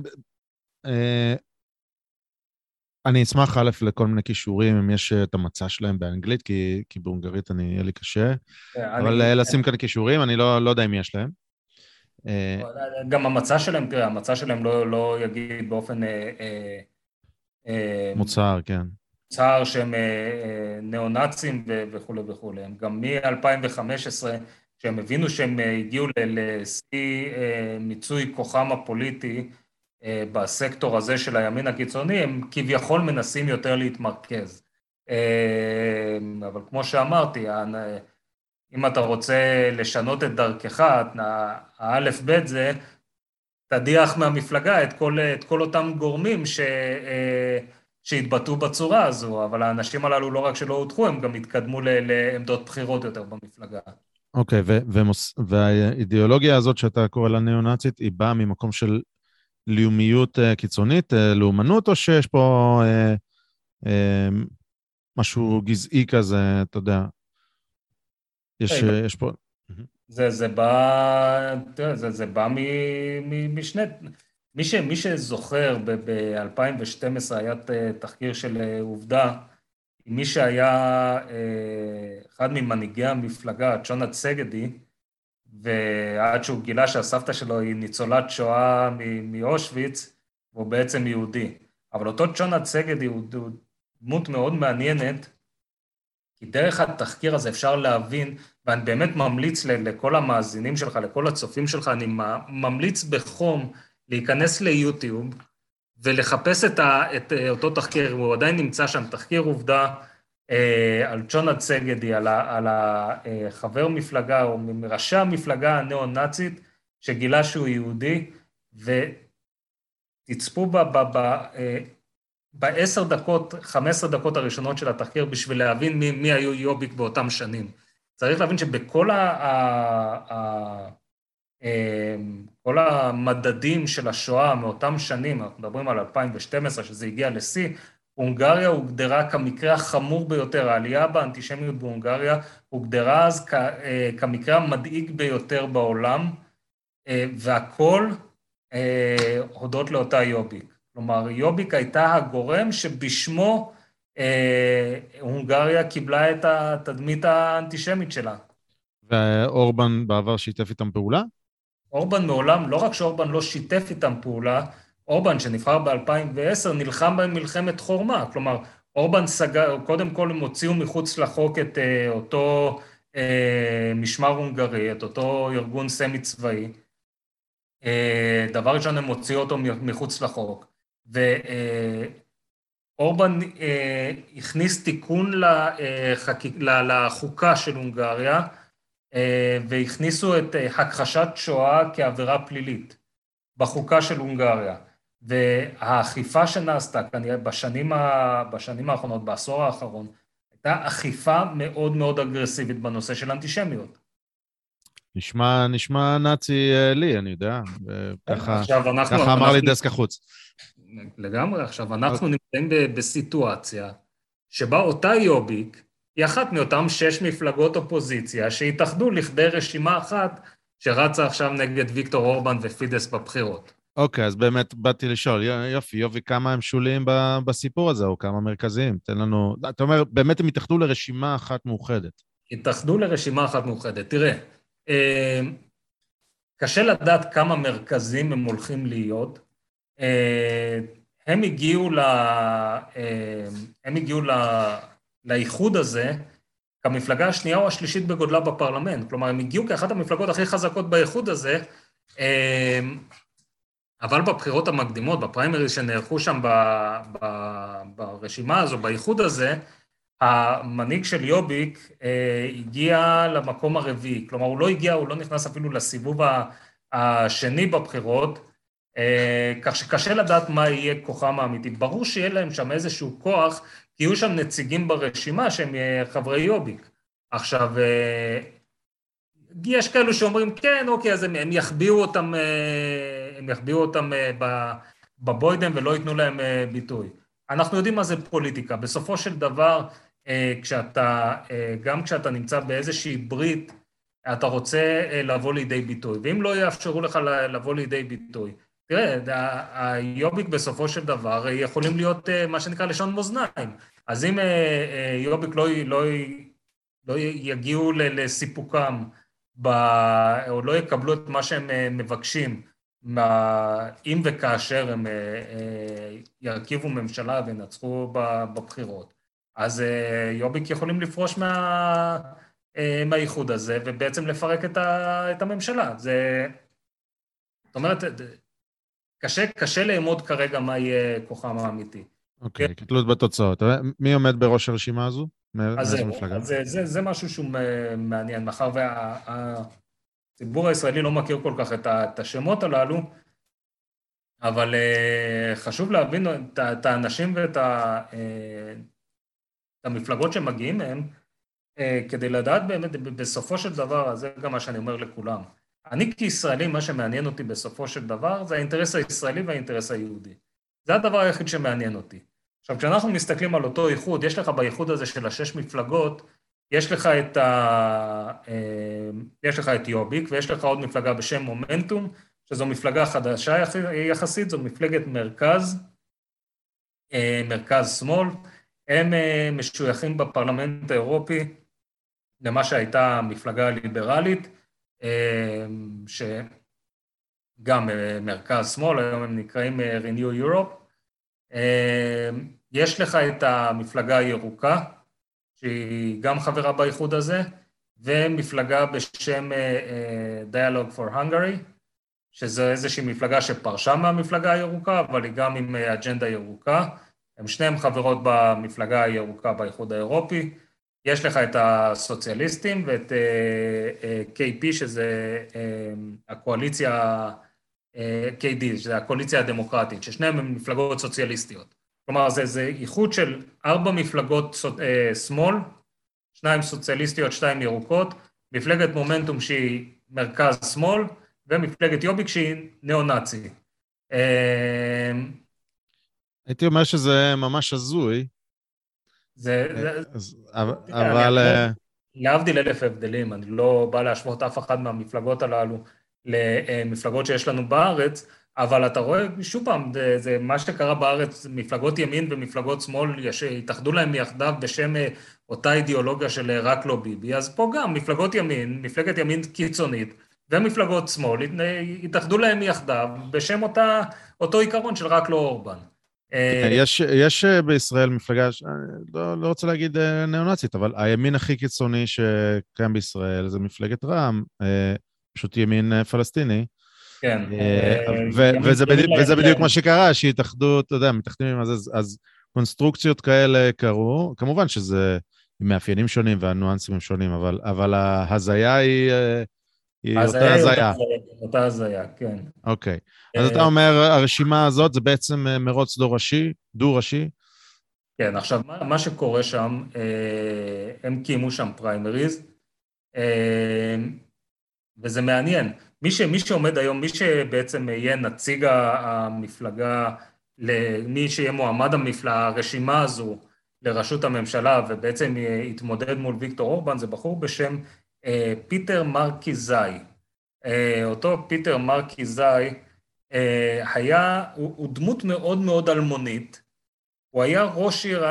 אני אשמח א' לכל מיני קישורים, אם יש את המצע שלהם באנגלית, כי בהונגרית יהיה לי קשה, אבל לשים כאן קישורים, אני לא יודע אם יש להם. גם המצע שלהם, תראה, המצע שלהם לא יגיד באופן מוצהר, כן. מוצהר שהם ניאו-נאצים וכו' וכו'. הם גם מ-2015, שהם הבינו שהם הגיעו לשיא מיצוי כוחם הפוליטי בסקטור הזה של הימין הקיצוני, הם כביכול מנסים יותר להתמרכז. אבל כמו שאמרתי, אם אתה רוצה לשנות את דרכך, האלף בית זה, תדיח מהמפלגה את כל אותם גורמים שהתבטאו בצורה הזו, אבל האנשים הללו לא רק שלא הודחו, הם גם התקדמו לעמדות בחירות יותר במפלגה. אוקיי, והאידיאולוגיה הזאת שאתה קורא לה ניאו-נאצית, היא באה ממקום של לאומיות קיצונית, לאומנות, או שיש פה משהו גזעי כזה, אתה יודע? יש פה... זה בא משני... מי שזוכר, ב-2012 היה תחקיר של עובדה, מי שהיה אחד ממנהיגי המפלגה, צ'ונה צגדי, ועד שהוא גילה שהסבתא שלו היא ניצולת שואה מאושוויץ, הוא בעצם יהודי. אבל אותו צ'ונה צגדי הוא דמות מאוד מעניינת, כי דרך התחקיר הזה אפשר להבין, ואני באמת ממליץ לכל המאזינים שלך, לכל הצופים שלך, אני ממליץ בחום להיכנס ליוטיוב, ולחפש את אותו תחקיר, הוא עדיין נמצא שם, תחקיר עובדה, על צ'ונה צגדי, על החבר מפלגה, או מראשי המפלגה הניאו-נאצית, שגילה שהוא יהודי, ותצפו ב10 דקות, 15 דקות הראשונות של התחקיר, בשביל להבין מי היו יוביק באותם שנים. צריך להבין שבכל כל המדדים של השואה מאותם שנים, אנחנו מדברים על 2012, שזה הגיע לשיא, הונגריה הוגדרה כמקרה החמור ביותר, העלייה באנטישמיות בהונגריה הוגדרה אז כמקרה המדאיג ביותר בעולם, והכל הודות לאותה יוביק. כלומר, יוביק הייתה הגורם שבשמו הונגריה קיבלה את התדמית האנטישמית שלה. ואורבן בעבר שיתף איתם פעולה? אורבן מעולם, לא רק שאורבן לא שיתף איתם פעולה, אורבן שנבחר ב-2010 נלחם במלחמת חורמה, כלומר, אורבן סגר, קודם כל הם הוציאו מחוץ לחוק את אותו משמר הונגרי, את אותו ארגון סמי צבאי, דבר ראשון הם הוציאו אותו מחוץ לחוק, ואורבן הכניס תיקון לחוקה של הונגריה, והכניסו את הכחשת שואה כעבירה פלילית בחוקה של הונגריה, והאכיפה שנעשתה כנראה בשנים האחרונות, בעשור האחרון, הייתה אכיפה מאוד מאוד אגרסיבית בנושא של אנטישמיות. נשמע נאצי לי, אני יודע, ככה אמר לי דסק החוץ. לגמרי, עכשיו אנחנו נמצאים בסיטואציה שבה אותה יוביק היא אחת מאותם 6 מפלגות אופוזיציה שהתאחדו לכדי רשימה אחת שרצה עכשיו נגד ויקטור אורבן ופידס בבחירות. אוקיי, אז באמת באתי לשאול, יופי, יובי, כמה הם שוליים בסיפור הזה, או כמה מרכזיים? תן לנו, אתה אומר, באמת הם התאחדו לרשימה אחת מאוחדת. התאחדו לרשימה אחת מאוחדת. תראה, קשה לדעת כמה מרכזים הם הולכים להיות. הם הגיעו לאיחוד הזה, כמפלגה השנייה או השלישית בגודלה בפרלמנט. כלומר, הם הגיעו כאחת המפלגות הכי חזקות באיחוד הזה, אבל בבחירות המקדימות, בפריימריז שנערכו שם ברשימה הזו, באיחוד הזה, המנהיג של יוביק הגיע למקום הרביעי. כלומר, הוא לא נכנס אפילו לסיבוב השני בבחירות, כך שקשה לדעת מה יהיה כוחם האמיתי. ברור שיהיה להם שם איזשהו כוח, כי יהיו שם נציגים ברשימה שהם חברי יוביק. עכשיו, יש כאלו שאומרים, כן, אוקיי, אז הם יחביאו אותם בבוידם ולא ייתנו להם ביטוי. אנחנו יודעים מה זה פוליטיקה. בסופו של דבר, גם כשאתה נמצא באיזושהי ברית אתה רוצה לבוא לידי ביטוי, ואם לא יאפשרו לך לבוא לידי ביטוי, תראה, היוביק בסופו של דבר יכולים להיות מה שנקרא לשון מאזניים, אז אם יוביק לא יגיעו לסיפוקם, או לא יקבלו את מה שהם מבקשים, אם וכאשר הם ירכיבו ממשלה וינצחו בבחירות, אז יוביק יכולים לפרוש מהאיחוד הזה, ובעצם לפרק את הממשלה. זאת אומרת, קשה לאמוד כרגע מה יהיה כוחם האמיתי. אוקיי, כתלות בתוצאות. מי עומד בראש הרשימה הזו? מאיזו מפלגה? אז זה משהו שהוא מעניין, מאחר והציבור הישראלי לא מכיר כל כך את השמות הללו, אבל חשוב להבין את האנשים ואת המפלגות שמגיעים מהם, כדי לדעת באמת בסופו של דבר, זה גם מה שאני אומר לכולם. אני כישראלי, מה שמעניין אותי בסופו של דבר, זה האינטרס הישראלי והאינטרס היהודי. זה הדבר היחיד שמעניין אותי. עכשיו, כשאנחנו מסתכלים על אותו איחוד, יש לך באיחוד הזה של 6 מפלגות, יש לך את יוביק, ויש לך עוד מפלגה בשם מומנטום, שזו מפלגה חדשה יחסית, זו מפלגת מרכז שמאל, הם משויכים בפרלמנט האירופי למה שהייתה מפלגה ליברלית, שגם מרכז שמאל, היום הם נקראים Renew Europe. יש לך את המפלגה הירוקה, שהיא גם חברה באיחוד הזה, ומפלגה בשם Dialogue for Hungary, שזו איזושהי מפלגה שפרשה מהמפלגה הירוקה, אבל היא גם עם אג'נדה ירוקה. הם שניהם חברות במפלגה הירוקה באיחוד האירופי. יש לך את הסוציאליסטים ואת KP, שזה הקואליציה, KD, שזה הקואליציה הדמוקרטית, ששניהם הם מפלגות סוציאליסטיות. כלומר, זה איחוד של 4 מפלגות שמאל, 2 סוציאליסטיות, 2 ירוקות, מפלגת מומנטום שהיא מרכז שמאל, ומפלגת יוביק שהיא ניאו-נאצי. הייתי אומר שזה ממש הזוי. אבל להבדיל 1000 הבדלים, אני לא בא להשוות אף אחד מהמפלגות הללו למפלגות שיש לנו בארץ, אבל אתה רואה, שוב פעם, זה מה שקרה בארץ, מפלגות ימין ומפלגות שמאל, התאחדו להם יחדיו בשם אותה אידיאולוגיה של רק לא ביבי, אז פה גם מפלגות ימין, מפלגת ימין קיצונית, ומפלגות שמאל, התאחדו להם יחדיו בשם אותו עיקרון של רק לא אורבן. יש בישראל מפלגה, לא רוצה להגיד ניאו-נאצית, אבל הימין הכי קיצוני שקיים בישראל זה מפלגת רע"מ, פשוט ימין פלסטיני. כן. וזה בדיוק מה שקרה, שהתאחדו, אתה יודע, מתאחדים, אז קונסטרוקציות כאלה קרו, כמובן שזה מאפיינים שונים והניואנסים הם שונים, אבל ההזיה היא אותה הזיה. אותה הזיה, כן. אוקיי. אז אתה אומר, הרשימה הזאת זה בעצם מרוץ דו-ראשי? כן, עכשיו, מה שקורה שם, הם קיימו שם פריימריז, וזה מעניין. מי שעומד היום, מי שבעצם יהיה נציג המפלגה, מי שיהיה מועמד הרשימה הזו לראשות הממשלה, ובעצם יתמודד מול ויקטור אורבן, זה בחור בשם פיטר מרקיזאי. אותו פיטר מרקיזאי הוא דמות מאוד מאוד אלמונית, הוא היה ראש עיר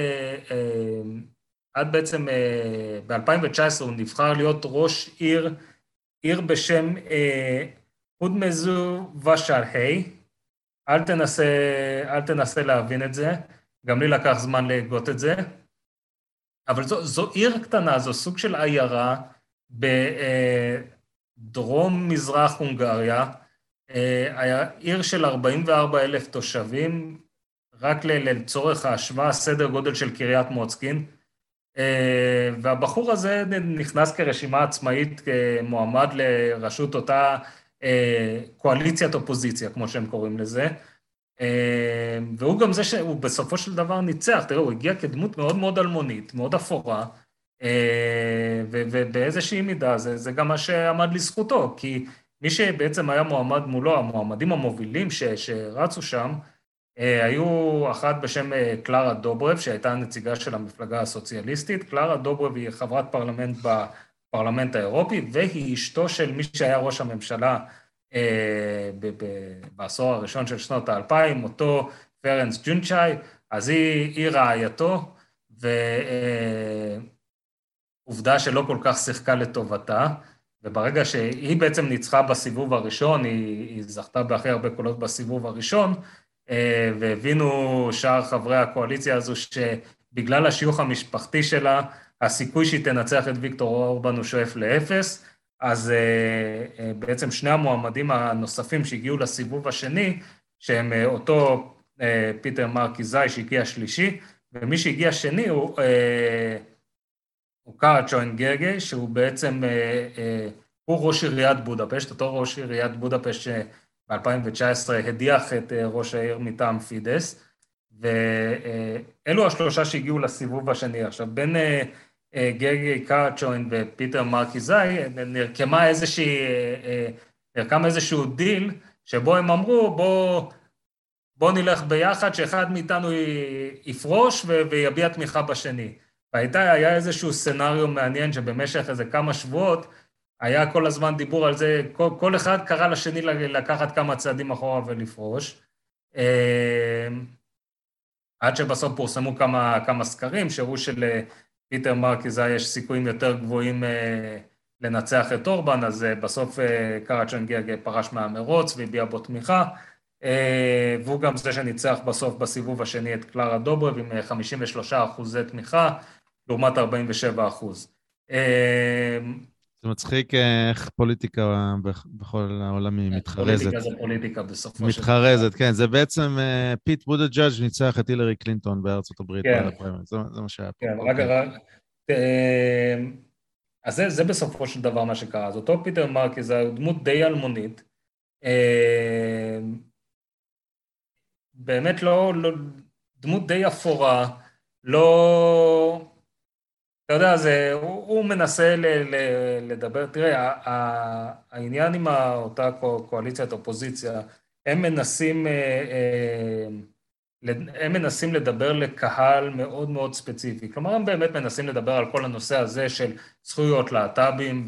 עד בעצם ב-2019 הוא נבחר להיות ראש עיר בשם הודמזו ושרהי, אל תנסה להבין את זה, גם לי לקח זמן להגות את זה, אבל זו עיר קטנה, זו סוג של עיירה בדרום מזרח הונגריה, עיר של 44,000 תושבים, רק לצורך ההשוואה, סדר גודל של קריית מוצקין, והבחור הזה נכנס כרשימה עצמאית, כמועמד לראשות אותה קואליציית אופוזיציה, כמו שהם קוראים לזה, והוא גם זה שהוא בסופו של דבר ניצח, תראו, הוא הגיע כדמות מאוד מאוד אלמונית, מאוד אפורה, ובאיזושהי מידה זה גם מה שעמד לזכותו, כי מי שבעצם היה מועמד מולו, המועמדים המובילים שרצו שם, היו אחת בשם קלרה דוברב, שהייתה הנציגה של המפלגה הסוציאליסטית. קלרה דוברב היא חברת פרלמנט בפרלמנט האירופי, והיא אשתו של מי שהיה ראש הממשלה בעשור הראשון של שנות ה-2000, אותו פרנס ג'ונצ'אי, אז היא רעייתו, ועובדה שלא כל כך שיחקה לטובתה, וברגע שהיא בעצם ניצחה בסיבוב הראשון, היא זכתה בהכי הרבה קולות בסיבוב הראשון, והבינו שאר חברי הקואליציה הזו שבגלל השיוך המשפחתי שלה, הסיכוי שהיא תנצח את ויקטור אורבן הוא שואף לאפס, אז בעצם שני המועמדים הנוספים שהגיעו לסיבוב השני, שהם אותו פיטר מרקיזאי שהגיע שלישי, ומי שהגיע שני הוא קארצ'וין גרגי, שהוא בעצם, הוא ראש עיריית בודפשט, אותו ראש עיריית בודפשט ב-2019 הדיח את ראש העיר מטעם פידס, ואלו השלושה שהגיעו לסיבוב השני. עכשיו, בין גרגי, קארצ'וין ופיטר מרקיזאי, נרקם איזשהו דיל, שבו הם אמרו, בוא נלך ביחד, שאחד מאיתנו יפרוש ויביע תמיכה בשני. והיה איזשהו סנריו מעניין שבמשך איזה כמה שבועות, היה כל הזמן דיבור על זה, כל אחד קרא לשני לקחת כמה צעדים אחורה ולפרוש, עד שבסוף פורסמו כמה סקרים, שהראו שלפיטר מרקיזאי יש סיכויים יותר גבוהים לנצח את אורבן, אז בסוף קארצ'וין גרגי פרש מהמרוץ והביע בו תמיכה, והוא גם זה שניצח בסוף בסיבוב השני את קלרה דוברב עם 53% תמיכה, לעומת 47%. זה מצחיק איך פוליטיקה בכל העולמים מתחרזת. פוליטיקה זה פוליטיקה בסופו של דבר. מתחרזת, כן. זה בעצם פיט בוטג'אג' ניצח את הילרי קלינטון בארצות הברית. כן. זה מה שהיה פה. כן, אז זה בסופו של דבר מה שקרה. אז אותו פיטר מרקיזאי הוא דמות די אלמונית, באמת דמות די אפורה, לא... אתה יודע, הוא מנסה לדבר, תראה, העניין עם אותה קואליציית אופוזיציה, הם מנסים לדבר לקהל מאוד מאוד ספציפי, כלומר הם באמת מנסים לדבר על כל הנושא הזה של זכויות להט"בים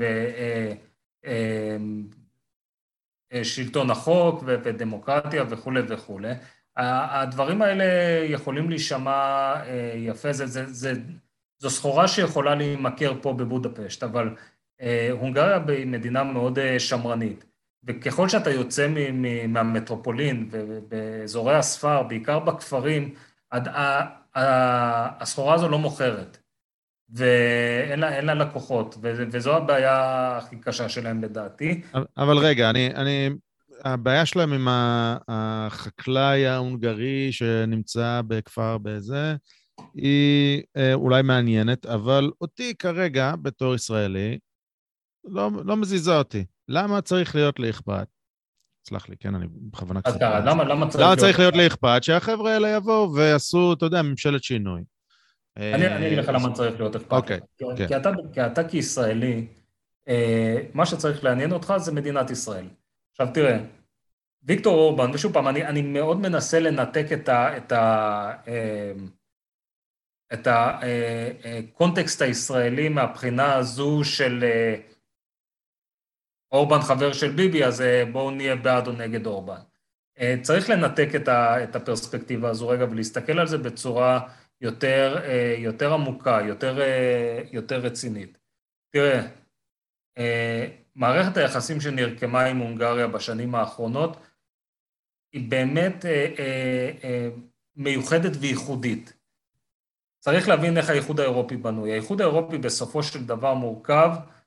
ושלטון החוק ודמוקרטיה וכו' וכו'. הדברים האלה יכולים להישמע יפה, זו סחורה שיכולה להימכר פה בבודפשט, אבל הונגריה במדינה מאוד שמרנית, וככל שאתה יוצא מהמטרופולין ובאזורי הספר, בעיקר בכפרים, הסחורה הזו לא מוכרת, ואין לה לקוחות, וזו הבעיה הכי קשה שלהם לדעתי. אבל רגע, הבעיה שלהם עם החקלאי ההונגרי שנמצא בכפר בזה, היא אולי מעניינת, אבל אותי כרגע, בתור ישראלי, לא מזיזה אותי. למה צריך להיות לי אכפת? סלח לי, כן, אני בכוונה קצת... למה צריך להיות לי אכפת שהחבר'ה האלה יבואו ועשו, אתה יודע, ממשלת שינוי? אני אגיד לך למה צריך להיות אכפת. אוקיי. כי אתה כישראלי, מה שצריך לעניין אותך זה מדינת ישראל. עכשיו תראה, ויקטור אורבן, ושוב פעם, אני מאוד מנסה לנתק את הקונטקסט הישראלי מהבחינה הזו של אורבן חבר של ביבי, אז בואו נהיה בעד או נגד אורבן. צריך לנתק את הפרספקטיבה הזו רגע ולהסתכל על זה בצורה יותר עמוקה, יותר רצינית. תראה, מערכת היחסים שנרקמה עם הונגריה בשנים האחרונות היא באמת מיוחדת וייחודית. צריך להבין איך האיחוד האירופי בנוי. האיחוד האירופי בסופו של דבר מורכב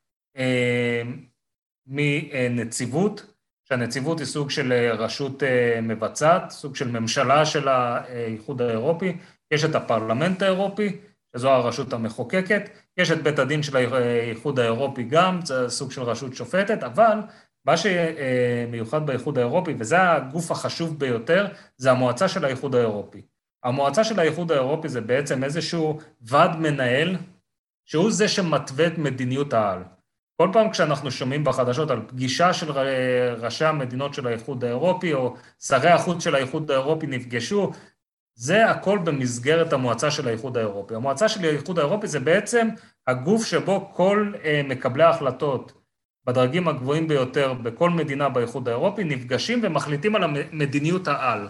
מנציבות, שהנציבות היא סוג של רשות מבצעת, סוג של ממשלה של האיחוד האירופי, יש את הפרלמנט האירופי, שזו הרשות המחוקקת, יש את בית הדין של האיחוד האירופי גם, זה סוג של רשות שופטת, אבל מה שמיוחד באיחוד האירופי, וזה הגוף החשוב ביותר, זה המועצה של האיחוד האירופי. המועצה של האיחוד האירופי זה בעצם איזשהו ועד מנהל, שהוא זה שמתווה את מדיניות העל. כל פעם כשאנחנו שומעים בחדשות על פגישה של ראשי המדינות של האיחוד האירופי, או שרי החוץ של האיחוד האירופי נפגשו, זה הכל במסגרת המועצה של האיחוד האירופי. המועצה של האיחוד האירופי זה בעצם הגוף שבו כל מקבלי ההחלטות בדרגים הגבוהים ביותר בכל מדינה באיחוד האירופי נפגשים ומחליטים על מדיניות העל.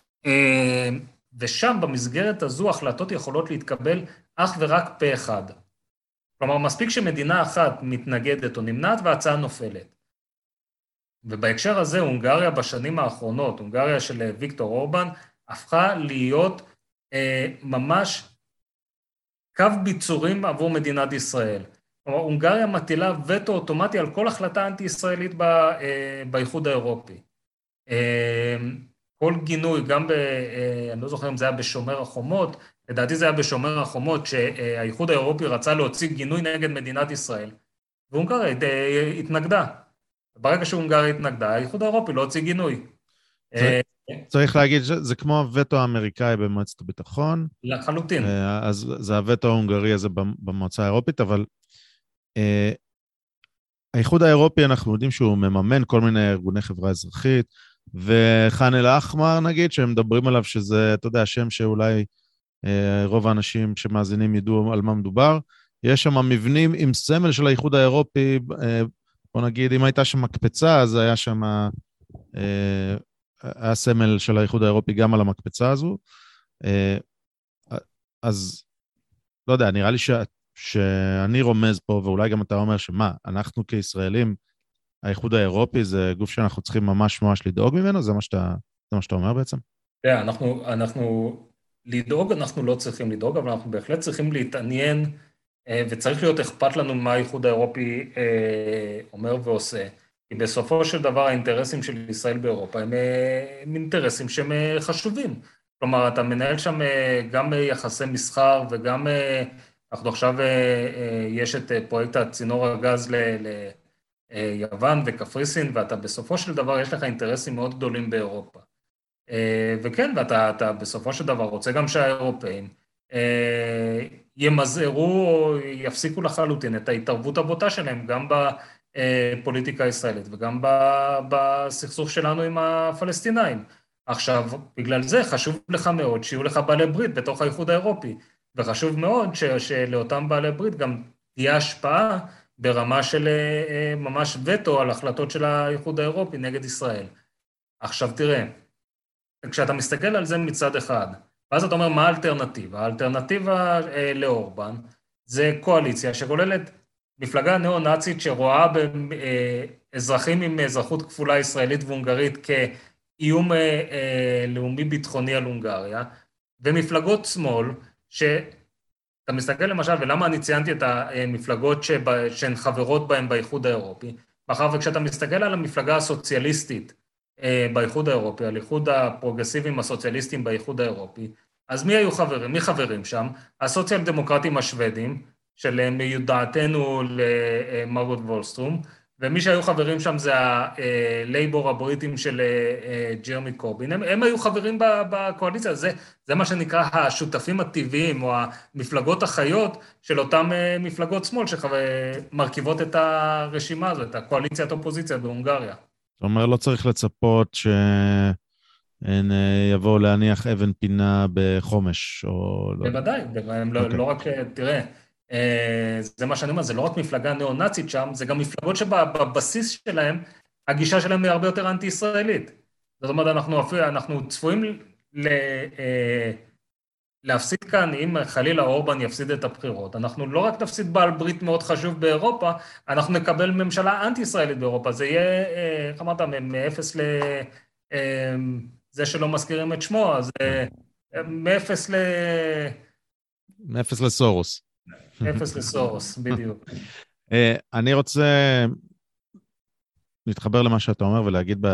ושם במסגרת הזו החלטות יכולות להתקבל אך ורק פה אחד. כלומר, מספיק שמדינה אחת מתנגדת או נמנעת וההצעה נופלת. ובהקשר הזה, הונגריה בשנים האחרונות, הונגריה של ויקטור אורבן, הפכה להיות ממש קו ביצורים עבור מדינת ישראל. כלומר, הונגריה מטילה וטו אוטומטי על כל החלטה אנטי-ישראלית באיחוד האירופי. כל גינוי, גם אני לא זוכר אם זה היה בשומר החומות, לדעתי זה היה בשומר החומות, שהאיחוד האירופי רצה להוציא גינוי נגד מדינת ישראל, והונגריה התנגדה. ברגע שהונגריה התנגדה, האיחוד האירופי לא הוציא גינוי. צריך להגיד שזה כמו הווטו האמריקאי במועצת הביטחון. לחלוטין. אז זה הווטו ההונגרי הזה במועצה האירופית, אבל האיחוד האירופי, אנחנו יודעים שהוא מממן כל מיני ארגוני חברה אזרחית, וחאן אל-אחמר נגיד, שהם מדברים עליו שזה, אתה יודע, השם שאולי רוב האנשים שמאזינים ידעו על מה מדובר. יש שם מבנים עם סמל של האיחוד האירופי, בוא נגיד, אם הייתה שם מקפצה, אז היה שם היה סמל של האיחוד האירופי גם על המקפצה הזו. אז לא יודע, נראה לי שאני רומז פה, ואולי גם אתה אומר שמה, אנחנו כישראלים, האיחוד האירופי זה גוף שאנחנו צריכים ממש ממש לדאוג ממנו? זה מה שאתה אומר בעצם? אנחנו לדאוג, אנחנו לא צריכים לדאוג, אבל אנחנו בהחלט צריכים להתעניין, וצריך להיות אכפת לנו מה האיחוד האירופי אומר ועושה. כי בסופו של דבר האינטרסים של ישראל באירופה הם אינטרסים שהם חשובים. כלומר, אתה מנהל שם גם יחסי מסחר, וגם אנחנו עכשיו יש את פרויקט הצינור הגז ליוון וקפריסין, ואתה בסופו של דבר יש לך אינטרסים מאוד גדולים באירופה. וכן, ואתה בסופו של דבר רוצה גם שהאירופאים ימזערו או יפסיקו לחלוטין את ההתערבות הבוטה שלהם, גם בפוליטיקה הישראלית וגם בסכסוך שלנו עם הפלסטינאים. עכשיו, בגלל זה חשוב לך מאוד שיהיו לך בעלי ברית בתוך האיחוד האירופי, וחשוב מאוד שלאותם בעלי ברית גם תהיה השפעה ברמה של ממש וטו על החלטות של האיחוד האירופי נגד ישראל. עכשיו תראה, כשאתה מסתכל על זה מצד אחד, ואז אתה אומר, מה האלטרנטיבה? האלטרנטיבה לאורבן זה קואליציה שכוללת מפלגה נאו-נאצית שרואה באזרחים עם אזרחות כפולה ישראלית והונגרית כאיום לאומי ביטחוני על הונגריה, ומפלגות שמאל שאתה מסתכל למשל, ולמה אני ציינתי את המפלגות שהן חברות בהן באיחוד האירופי, מאחר וכשאתה מסתכל על המפלגה הסוציאליסטית באיחוד האירופי, על איחוד הפרוגרסיביים הסוציאליסטים באיחוד האירופי, אז מי היו חברים? מי חברים שם? הסוציאל דמוקרטים השוודים, של מיודעתנו למרגוט וולסטרום, ומי שהיו חברים שם זה הלייבור הבריטים של ג'רמי קורבין, הם היו חברים בקואליציה, זה מה שנקרא השותפים הטבעיים, או המפלגות החיות של אותם מפלגות שמאל, שמרכיבות את הרשימה הזאת, את הקואליציית אופוזיציה בהונגריה. זאת אומרת, לא צריך לצפות שהן יבואו להניח אבן פינה בחומש, או... בוודאי, לא רק, תראה, זה מה שאני אומר, זה לא רק מפלגה נאו-נאצית שם, זה גם מפלגות שבבסיס שלהם, הגישה שלהם היא הרבה יותר אנטי-ישראלית. זאת אומרת, אנחנו צפויים להפסיד כאן, אם חלילה אורבן יפסיד את הבחירות, אנחנו לא רק נפסיד בעל ברית מאוד חשוב באירופה, אנחנו נקבל ממשלה אנטי-ישראלית באירופה, זה יהיה, איך אמרת, מאפס זה שלא מזכירים את שמו, אז מאפס לסורוס. אפס לסורוס, בדיוק. אני רוצה להתחבר למה שאתה אומר ולהגיד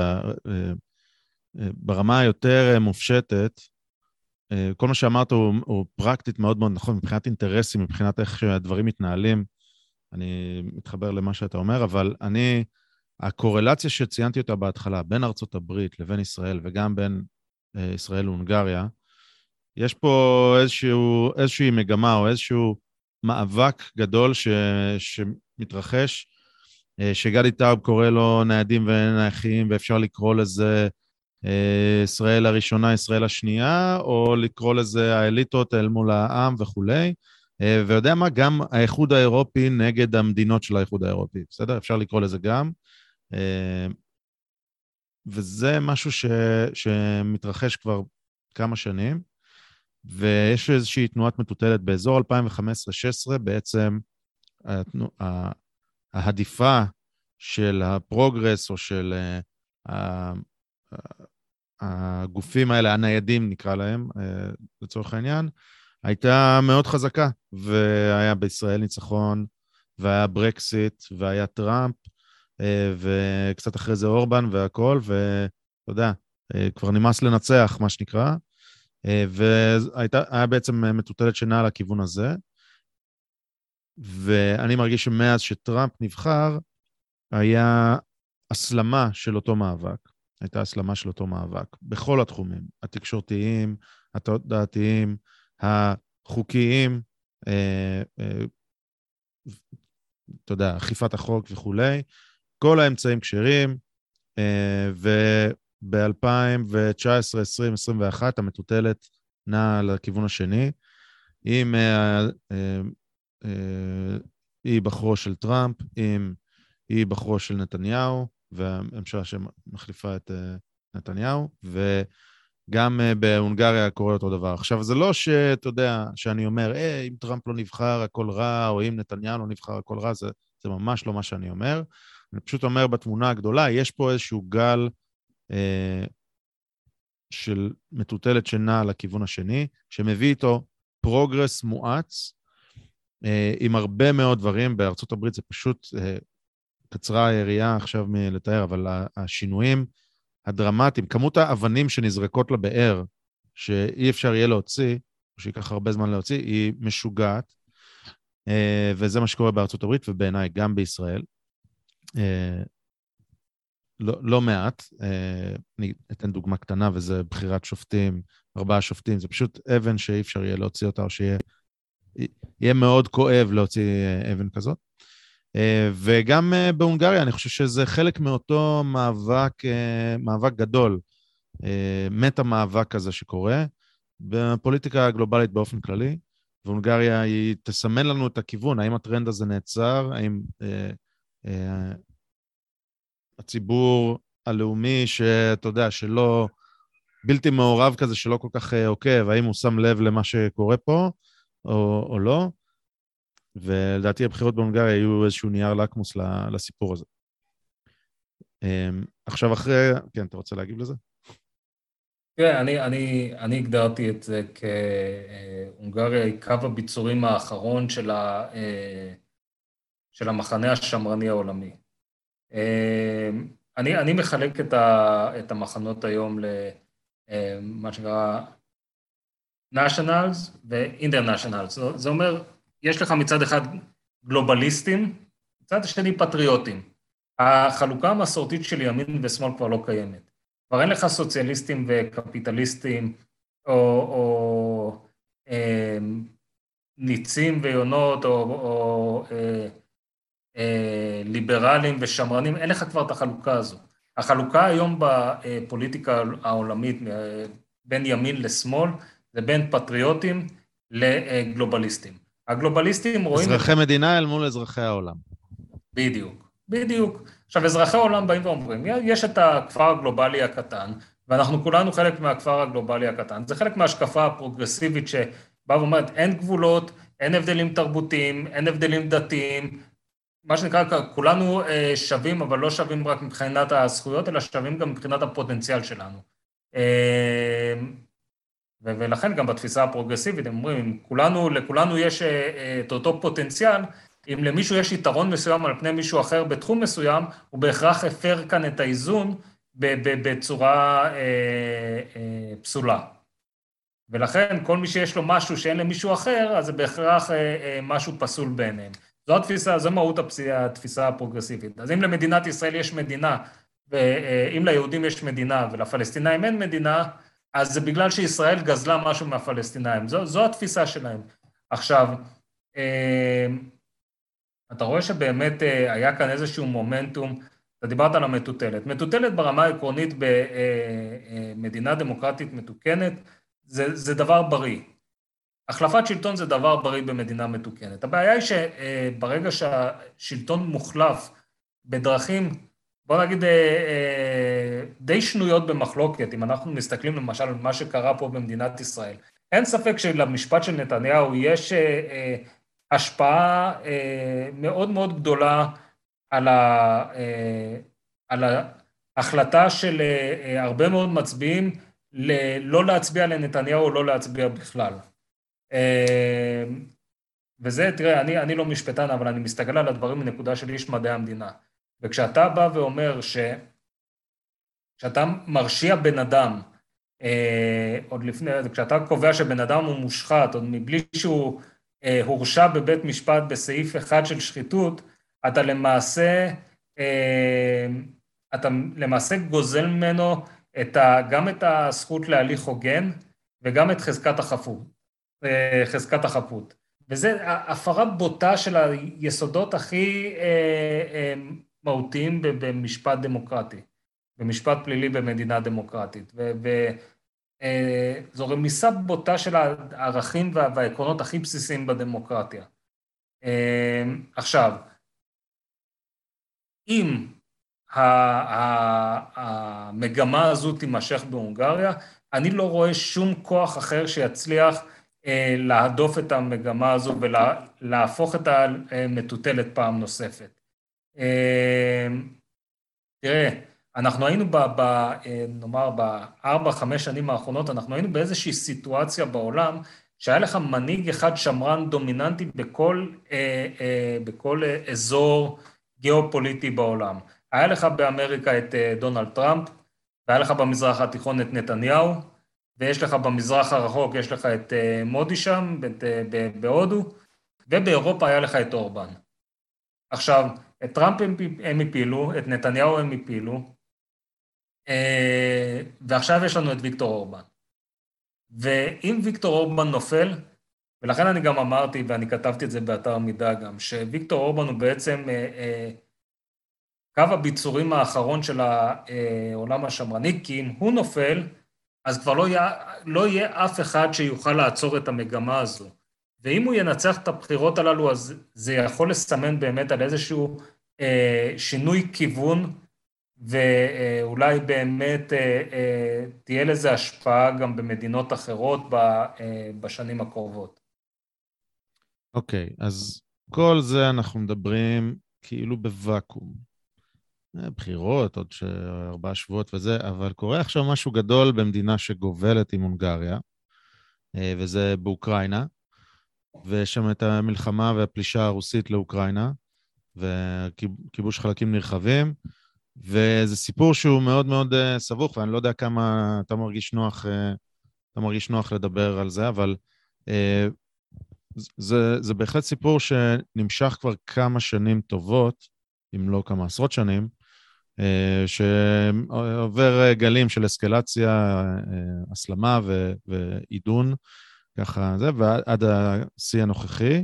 ברמה היותר מופשטת, כל מה שאמרת הוא פרקטית מאוד מאוד נכון, מבחינת אינטרסים, מבחינת איך שהדברים מתנהלים, אני מתחבר למה שאתה אומר, אבל הקורלציה שציינתי אותה בהתחלה, בין ארצות הברית לבין ישראל, וגם בין ישראל והונגריה, יש פה איזושהי מגמה או איזשהו מאבק גדול שמתרחש, שגדי טאוב קורא לו ניידים ונייחים, ואפשר לקרוא לזה ישראל הראשונה, ישראל השנייה, או לקרוא לזה האליטות אל מול העם וכולי. ויודע מה, גם האיחוד האירופי נגד המדינות של האיחוד האירופי, בסדר? אפשר לקרוא לזה גם. וזה משהו שמתרחש כבר כמה שנים, ויש איזושהי תנועת מטוטלת באזור 2015-16, בעצם ההדיפה של הפרוגרס או של הגופים האלה, הניידים נקרא להם, לצורך העניין, הייתה מאוד חזקה, והיה בישראל ניצחון, והיה ברקסיט, והיה טראמפ, וקצת אחרי זה אורבן והכל, ואתה יודע, כבר נמאס לנצח, מה שנקרא, והיה בעצם מטוטלת שנעה לכיוון הזה, ואני מרגיש שמאז שטראמפ נבחר, היה הסלמה של אותו מאבק, הייתה הסלמה של אותו מאבק, בכל התחומים, התקשורתיים, התודעתיים, החוקיים, אתה יודע, אכיפת החוק וכולי, כל האמצעים כשרים, וב-2019, 2021, המטוטלת נעה לכיוון השני, עם אי בחרו של טראמפ, עם אי בחרו של נתניהו, והממשלה שמחליפה את נתניהו, וגם בהונגריה קורה אותו דבר. עכשיו, זה לא שאתה יודע, שאני אומר, אם טראמפ לא נבחר, הכל רע, או אם נתניהו לא נבחר, הכל רע, זה ממש לא מה שאני אומר. אני פשוט אומר בתמונה הגדולה, יש פה איזשהו גל של מטוטלת שנעה לכיוון השני, שמביא איתו פרוגרס מואץ, עם הרבה מאוד דברים. בארצות הברית זה פשוט קצרה היריעה עכשיו מלתאר, אבל השינויים הדרמטיים, כמות האבנים שנזרקות לבאר, שאי אפשר יהיה להוציא, או שיקח הרבה זמן להוציא, היא משוגעת, וזה מה שקורה בארצות הברית, ובעיניי גם בישראל. לא מעט, אני אתן דוגמה קטנה, וזה בחירת שופטים, 4 שופטים, זה פשוט אבן שאי אפשר יהיה להוציא אותה, או שיהיה מאוד כואב להוציא אבן כזאת. וגם בהונגריה, אני חושב שזה חלק מאותו מאבק גדול, מטה-מאבק כזה שקורה, בפוליטיקה הגלובלית באופן כללי, והונגריה היא תסמן לנו את הכיוון, האם הטרנד הזה נעצר, האם הציבור הלאומי שאתה יודע, שלא, בלתי מעורב כזה, שלא כל כך עוקב, האם הוא שם לב למה שקורה פה, או לא, ולדעתי הבחירות בהונגריה היו איזשהו נייר לקמוס לסיפור הזה. עכשיו אחרי, כן, אתה רוצה להגיב לזה? כן, אני הגדרתי את זה כהונגריה היא קו הביצורים האחרון של המחנה השמרני העולמי. אני מחלק את המחנות היום למה שנקרא nationals ו-internationals. זה אומר, יש לך מצד אחד גלובליסטים, מצד השני פטריוטים. החלוקה המסורתית של ימין ושמאל כבר לא קיימת. כבר אין לך סוציאליסטים וקפיטליסטים, או ניצים ויונות, או ליברלים ושמרנים, אין לך כבר את החלוקה הזו. החלוקה היום בפוליטיקה העולמית בין ימין לשמאל, זה בין פטריוטים לגלובליסטים. הגלובליסטים רואים... אזרחי מדינה אל מול אזרחי העולם. בדיוק. עכשיו, אזרחי העולם באים ואומרים, יש את הכפר הגלובלי הקטן, ואנחנו כולנו חלק מהכפר הגלובלי הקטן. זה חלק מההשקפה הפרוגרסיבית שבאה ואומרת, אין גבולות, אין הבדלים תרבותיים, אין הבדלים דתיים, מה שנקרא, כולנו שווים, אבל לא שווים רק מבחינת הזכויות, אלא שווים גם מבחינת הפוטנציאל שלנו. ולכן גם בתפיסה הפרוגרסיבית, הם אומרים, לכולנו יש את אותו פוטנציאל, אם למישהו יש יתרון מסוים על פני מישהו אחר בתחום מסוים, הוא בהכרח הפר כאן את האיזון בצורה פסולה. ולכן כל מי שיש לו משהו שאין למישהו אחר, אז זה בהכרח משהו פסול בעיניהם. זו התפיסה, זו מהות התפיסה הפרוגרסיבית. אז אם למדינת ישראל יש מדינה, ואם ליהודים יש מדינה ולפלסטינאים אין מדינה, אז זה בגלל שישראל גזלה משהו מהפלסטינאים. זו התפיסה שלהם. עכשיו, אתה רואה שבאמת היה כאן איזשהו מומנטום אתה דיברת על המטוטלת. מטוטלת ברמה העקרונית במדינה דמוקרטית מתוקנת, זה דבר בריא. החלפת שלטון זה דבר בריא במדינה מתוקנת. הבעיה היא שברגע שהשלטון מוחלף בדרכים, בוא נגיד, די שנויות במחלוקת, אם אנחנו מסתכלים למשל על מה שקרה פה במדינת ישראל, אין ספק שלמשפט של נתניהו יש השפעה מאוד מאוד גדולה על ההחלטה של הרבה מאוד מצביעים לא להצביע לנתניהו או לא להצביע בכלל. וזה, תראה, אני לא משפטן, אבל אני מסתכל על הדברים מנקודה של איש מדעי המדינה. וכשאתה בא ואומר כשאתה מרשיע בן אדם, עוד לפני, כשאתה קובע שבן אדם הוא מושחת, עוד מבלי שהוא הורשע בבית משפט בסעיף אחד של שחיתות, אתה למעשה גוזל ממנו גם את הזכות להליך הוגן, וגם את חזקת החפות. וזה הפרה בוטה של היסודות הכי מהותיים במשפט דמוקרטי, במשפט פלילי במדינה דמוקרטית. זו רמיסה בוטה של הערכים והעקרונות הכי בסיסיים בדמוקרטיה. עכשיו, אם המגמה הזו תימשך בהונגריה, אני לא רואה שום כוח אחר שיצליח להדוף את המגמה הזו ולהפוך את המטוטלת פעם נוספת. תראה, אנחנו היינו נאמר, ב4-5 שנים האחרונות, אנחנו היינו באיזושהי סיטואציה בעולם, שהיה לך מנהיג אחד שמרן דומיננטי בכל אזור גיאופוליטי בעולם. היה לך באמריקה את דונלד טראמפ, והיה לך במזרח התיכון את נתניהו, ויש לך במזרח הרחוק, יש לך את מודי שם, בהודו, ובאירופה היה לך את אורבן. עכשיו, את טראמפ הם הפילו, את נתניהו הם הפילו, ועכשיו יש לנו את ויקטור אורבן. ואם ויקטור אורבן נופל, ולכן אני גם אמרתי, ואני כתבתי את זה באתר מידע גם, שוויקטור אורבן הוא בעצם קו הביצורים האחרון של העולם השמרני, כי אם הוא נופל, אז כבר לא יהיה אף אחד שיוכל לעצור את המגמה הזו. ואם הוא ינצח את הבחירות הללו, אז זה יכול לסמן באמת על איזשהו שינוי כיוון, ואולי באמת תהיה לזה השפעה גם במדינות אחרות בשנים הקרובות. אוקיי, אז כל זה אנחנו מדברים כאילו בוואקום. בחירות, עוד 4 שבועות וזה, אבל קורה עכשיו משהו גדול במדינה שגובלת עם הונגריה, וזה באוקראינה, ויש שם את המלחמה והפלישה הרוסית לאוקראינה, וכיבוש חלקים נרחבים, וזה סיפור שהוא מאוד מאוד סבוך, ואני לא יודע כמה אתה מרגיש נוח לדבר על זה, אבל זה בהחלט סיפור שנמשך כבר כמה שנים טובות, אם לא כמה עשרות שנים, שעובר גלים של אסקלציה, הסלמה ועידון, ככה זה, ועד השיא הנוכחי,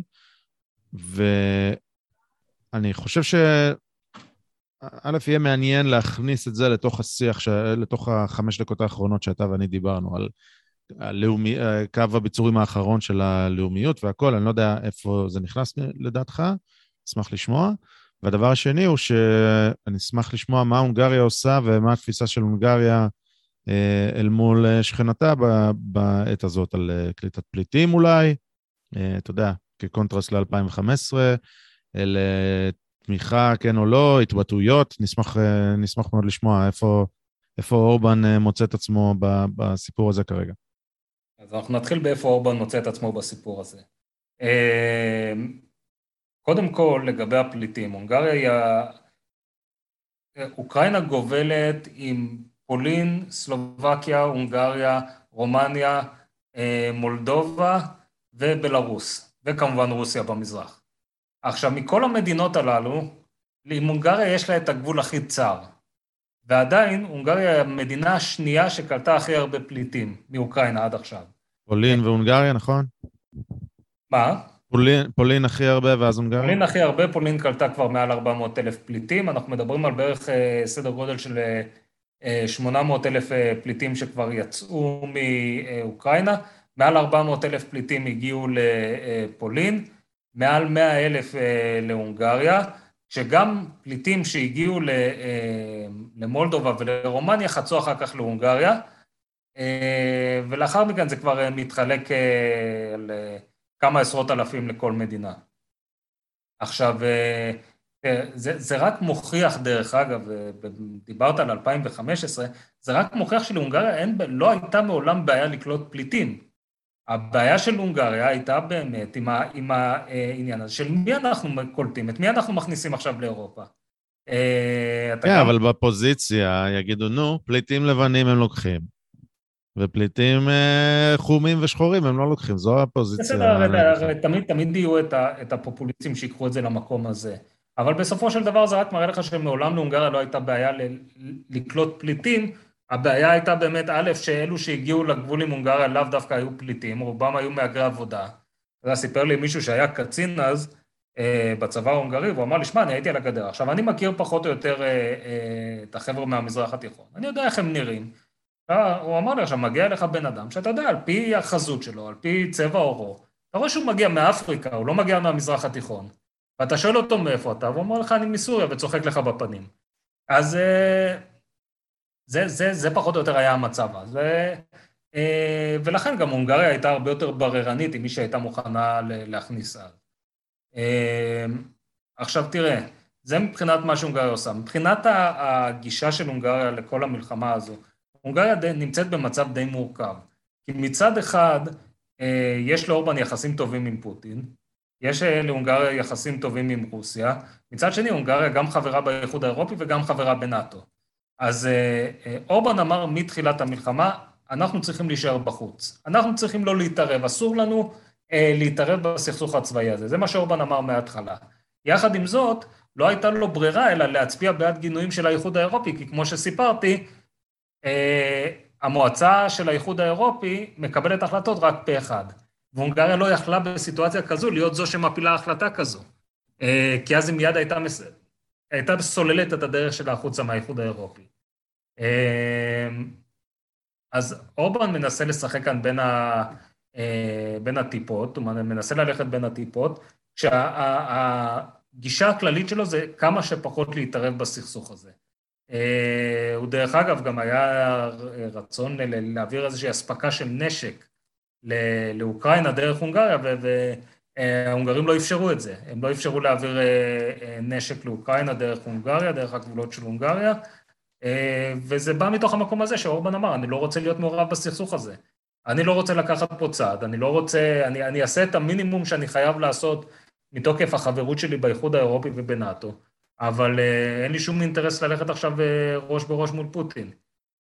ואני חושב א', יהיה מעניין להכניס את זה לתוך השיח, לתוך 5 דקות האחרונות שאתה ואני דיברנו, על קו הביצורים האחרון של הלאומיות והכל, אני לא יודע איפה זה נכנס לדעתך, אשמח לשמוע. והדבר השני הוא שאני אשמח לשמוע מה הונגריה עושה ומה התפיסה של הונגריה אל מול שכנתה בעת הזאת, על קליטת פליטים אולי, אתה יודע, כקונטרסט ל-2015, אל תמיכה, כן או לא, התבטאויות, נשמח מאוד לשמוע איפה אורבן מוצא את עצמו בסיפור הזה כרגע. אז אנחנו נתחיל באיפה אורבן מוצא את עצמו בסיפור הזה. קודם כל, לגבי הפליטים, אוקראינה גובלת עם פולין, סלובקיה, הונגריה, רומניה, מולדובה ובלרוס, וכמובן רוסיה במזרח. עכשיו, מכל המדינות הללו, עם הונגריה יש לה את הגבול הכי צר, ועדיין הונגריה היא המדינה השנייה שקלטה הכי הרבה פליטים מאוקראינה עד עכשיו. פולין והונגריה, נכון? מה? פולין הכי הרבה ואז הונגריה? פולין הכי הרבה, פולין קלטה כבר מעל 400,000 פליטים, אנחנו מדברים על בערך סדר גודל של 800,000 פליטים שכבר יצאו מאוקראינה, מעל 400,000 פליטים הגיעו לפולין, מעל 100,000 להונגריה, שגם פליטים שהגיעו למולדובה ולרומניה חצו אחר כך להונגריה, ולאחר מכן זה כבר מתחלק לכמה עשרות אלפים לכל מדינה. עכשיו, זה רק מוכיח, דרך אגב, דיברת על 2015, זה רק מוכיח שלהונגריה לא הייתה מעולם בעיה לקלוט פליטים. הבעיה של הונגריה הייתה באמת עם העניין הזה של מי אנחנו קולטים, את מי אנחנו מכניסים עכשיו לאירופה. כן, אבל בפוזיציה יגידו, נו, פליטים לבנים הם לוקחים, ופליטים חומים ושחורים הם לא לוקחים, זו הפוזיציה. בסדר, תמיד יהיו את הפופוליסטים שיקחו את זה למקום הזה. אבל בסופו של דבר זה רק מראה לך שמעולם להונגריה לא הייתה בעיה לקלוט פליטים, הבעיה הייתה באמת א', שאלו שהגיעו לגבול עם הונגריה לאו דווקא היו פליטים, רובם היו מהגרי עבודה. זה סיפר לי מישהו שהיה קצין אז בצבא ההונגרי, והוא אמר לי, שמע, אני הייתי על הגדר. עכשיו, אני מכיר פחות או יותר את החבר'ה מהמזרח התיכון. אני יודע איך הם נראים. הוא אמר לי, עכשיו מגיע אליך בן אדם, שאתה יודע, על פי החזות שלו, על פי צבע עורו, אתה רואה שהוא מגיע מאפריקה, הוא לא מגיע מהמזרח התיכון. ואתה שואל אותו מאיפה אתה, והוא אומר לך, אני מסוריה, וצוחק לך בפנים. אז זה פחות או יותר היה המצב. ולכן גם הונגריה הייתה הרבה יותר בררנית, עם מי שהייתה מוכנה להכניס אז. עכשיו תראה, זה מבחינת מה שהונגריה עושה. מבחינת הגישה של הונגריה לכל המלחמה הזו, הונגריה נמצאת במצב די מורכב. כי מצד אחד, יש לאורבן יחסים טובים עם פוטין, יש להונגריה יחסים טובים עם רוסיה, מצד שני, הונגריה גם חברה באיחוד האירופי וגם חברה בנאטו. אז אורבן אמר מתחילת המלחמה, אנחנו צריכים להישאר בחוץ. אנחנו צריכים לא להתערב, אסור לנו להתערב בסכסוך הצבאי הזה. זה מה שאורבן אמר מההתחלה. יחד עם זאת, לא הייתה לו ברירה אלא להצביע בעד גינויים של האיחוד האירופי, כי כמו שסיפרתי, המועצה של האיחוד האירופי מקבלת החלטות רק פה אחד. והונגריה לא יכלה בסיטואציה כזו להיות זו שמפילה החלטה כזו. כי אז היא מיד הייתה סוללת את הדרך שלה החוצה מהאיחוד האירופי. אז אורבן מנסה לשחק כאן בין הטיפות, הוא מנסה ללכת בין הטיפות, שהגישה הכללית שלו זה כמה שפחות להתערב בסכסוך הזה. הוא דרך אגב גם היה רצון להעביר איזושהי הספקה של נשק לאוקראינה דרך הונגריה, וההונגרים לא אפשרו את זה. הם לא אפשרו להעביר נשק לאוקראינה דרך הונגריה, דרך הגבולות של הונגריה, וזה בא מתוך המקום הזה שאורבן אמר, אני לא רוצה להיות מעורב בסכסוך הזה. אני לא רוצה לקחת פה צעד, אני אעשה את המינימום שאני חייב לעשות מתוקף החברות שלי באיחוד האירופי ובנאטו, אבל אין לי שום אינטרס ללכת עכשיו ראש בראש מול פוטין.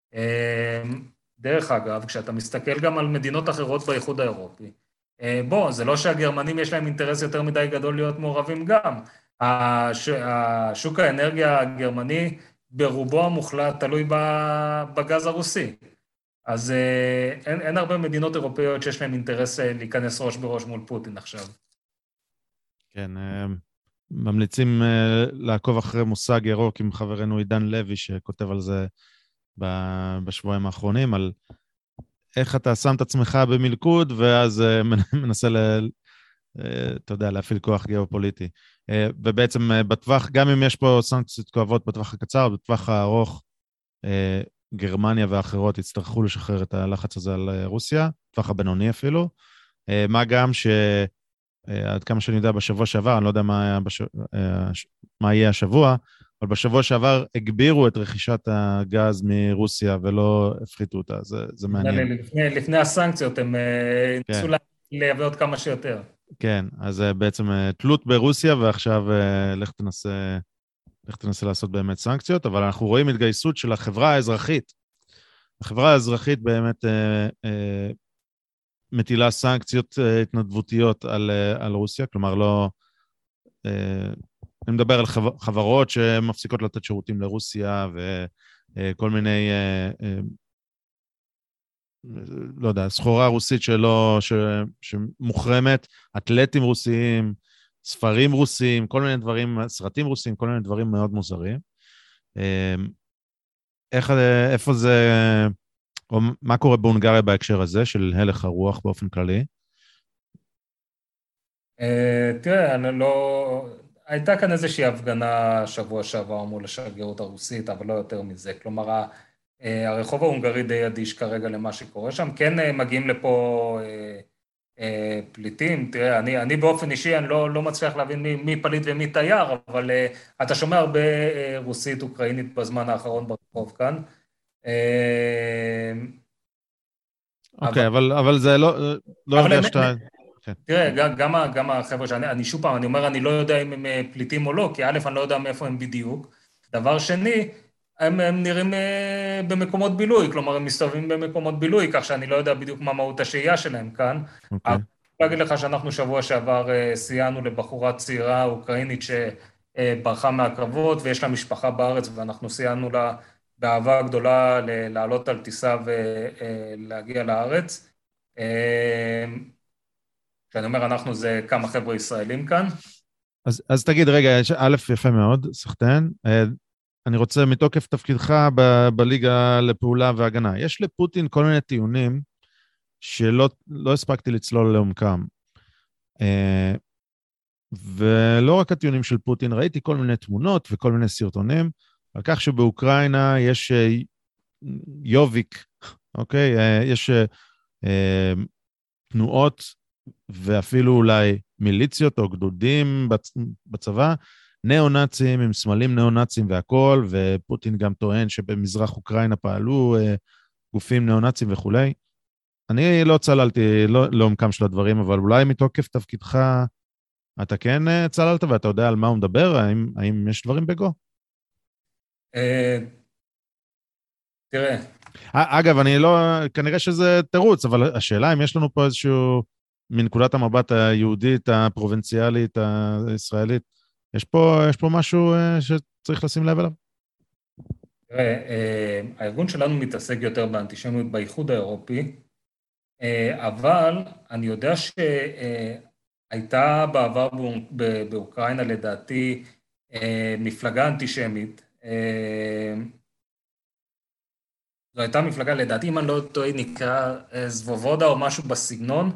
דרך אגב, כשאתה מסתכל גם על מדינות אחרות באיחוד האירופי, זה לא שהגרמנים יש להם אינטרס יותר מדי גדול להיות מעורבים גם. השוק האנרגיה הגרמני ברובו המוחלט תלוי בגז הרוסי. אז אין הרבה מדינות אירופאיות שיש להם אינטרס להיכנס ראש בראש מול פוטין עכשיו. כן, ממליצים לעקוב אחרי מושג ירוק עם חברנו עידן לוי, שכותב על זה בשבועיים האחרונים, על איך אתה שם את עצמך במלכוד, ואז מנסה, אתה יודע, להפעיל כוח גיאופוליטי. ובעצם בטווח, גם אם יש פה סנקציות כואבות בטווח הקצר, בטווח הארוך, גרמניה ואחרות יצטרכו לשחרר את הלחץ הזה על רוסיה, בטווח הבינוני אפילו. מה גם עד כמה שאני יודע בשבוע שעבר, אני לא יודע מה יהיה השבוע, אבל בשבוע שעבר הגבירו את רכישת הגז מרוסיה ולא הפחיתו אותה, זה מעניין. לפני הסנקציות הם ניסו לייבא עוד כמה שיותר. כן, אז בעצם תלות ברוסיה, ועכשיו לך תנסה לעשות באמת סנקציות, אבל אנחנו רואים התגייסות של החברה האזרחית. החברה האזרחית באמת מטילה סנקציות התנדבותיות על רוסיה, כלומר לא, אני מדבר על חברות שמפסיקות לתת שירותים לרוסיה, וכל מיני לא יודע, סחורה רוסית שמוחרמת, אתלטים רוסיים, ספרים רוסיים, כל מיני דברים, סרטים רוסיים, כל מיני דברים מאוד מוזרים. איפה זה, או מה קורה בהונגריה בהקשר הזה של הלך הרוח באופן כללי? תראה, אני לא... הייתה כאן איזושהי הפגנה שבוע שעבר מול השגרירות הרוסית, אבל לא יותר מזה. כלומר, הרחוב ההונגרי די אדיש כרגע למה שקורה שם. כן מגיעים לפה פליטים. תראה, אני באופן אישי, אני לא מצליח להבין מי פליט ומי תייר, אבל אתה שומע הרבה רוסית, אוקראינית בזמן האחרון ברחוב כאן. אוקיי, אבל זה לא יודע שאתה... תראה, גם החבר'ה שאני שוב פעם, אני אומר, אני לא יודע אם הם פליטים או לא, כי א', אני לא יודע מאיפה הם בדיוק. דבר שני, הם נראים במקומות בילוי, כלומר, הם מסתובבים במקומות בילוי, כך שאני לא יודע בדיוק מה מהות השהייה שלהם כאן. אוקיי. אני רוצה להגיד לך שאנחנו שבוע שעבר סייענו לבחורה צעירה אוקראינית שברחה מהקרבות, ויש לה משפחה בארץ, ואנחנו סייענו לה באהבה גדולה לעלות על טיסה ולהגיע לארץ. כשאני אומר אנחנו זה כמה חבר'ה ישראלים כאן. אז תגיד, רגע, א', יפה מאוד, סחטיין. אני רוצה, מתוקף תפקידך בליגה לפעולה והגנה, יש לפוטין כל מיני טיעונים שלא הספקתי לצלול לעומקם. ולא רק הטיעונים של פוטין, ראיתי כל מיני תמונות וכל מיני סרטונים, על כך שבאוקראינה יש יוביק, אוקיי? יש תנועות ואפילו אולי מיליציות או גדודים בצבא, נאו-נאצים עם סמלים נאו-נאצים והכל, ופוטין גם טוען שבמזרח אוקראינה פעלו גופים נאו-נאצים וכולי. אני לא צללתי לעומקם של הדברים, אבל אולי מתוקף תפקידך אתה כן צללת ואתה יודע על מה הוא מדבר? האם יש דברים בגו? תראה. אגב, אני לא, כנראה שזה תירוץ, אבל השאלה אם יש לנו פה איזשהו, מנקודת המבט היהודית, הפרובינציאלית, הישראלית, יש פה משהו שצריך לשים לב אליו? תראה, הארגון שלנו מתעסק יותר באנטישמיות באיחוד האירופי, אבל אני יודע שהייתה בעבר באוקראינה לדעתי מפלגה אנטישמית, זו הייתה מפלגה לדעתי, אם אני לא טועה, נקרא זבובודה או משהו בסגנון,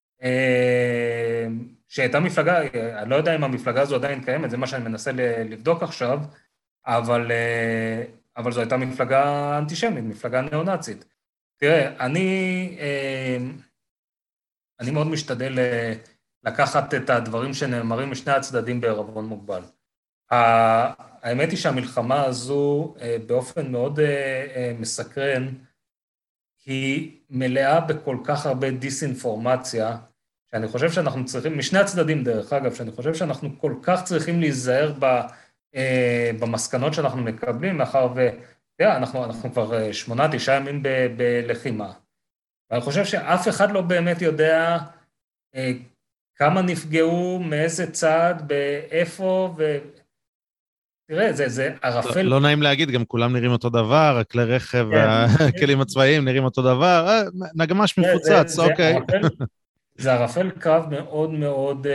שהייתה מפלגה, אני לא יודע אם המפלגה הזו עדיין קיימת, זה מה שאני מנסה לבדוק עכשיו, אבל זו הייתה מפלגה אנטישמית, מפלגה נאו-נאצית. תראה, אני מאוד משתדל לקחת את הדברים שנאמרים משני הצדדים בערבון מוגבל. האמת היא שהמלחמה הזו באופן מאוד מסקרן, היא מלאה בכל כך הרבה דיסאינפורמציה, שאני חושב שאנחנו צריכים, משני הצדדים דרך אגב, שאני חושב שאנחנו כל כך צריכים להיזהר במסקנות שאנחנו מקבלים, מאחר אנחנו כבר 8-9 ימים בלחימה. ואני חושב שאף אחד לא באמת יודע כמה נפגעו, מאיזה צד, באיפה, תראה, זה ערפל... לא נעים להגיד, גם כולם נראים אותו דבר, הכלי רכב והכלים הצבאיים נראים אותו דבר, נגמש מפוצץ, אוקיי. זה ערפל קרב מאוד מאוד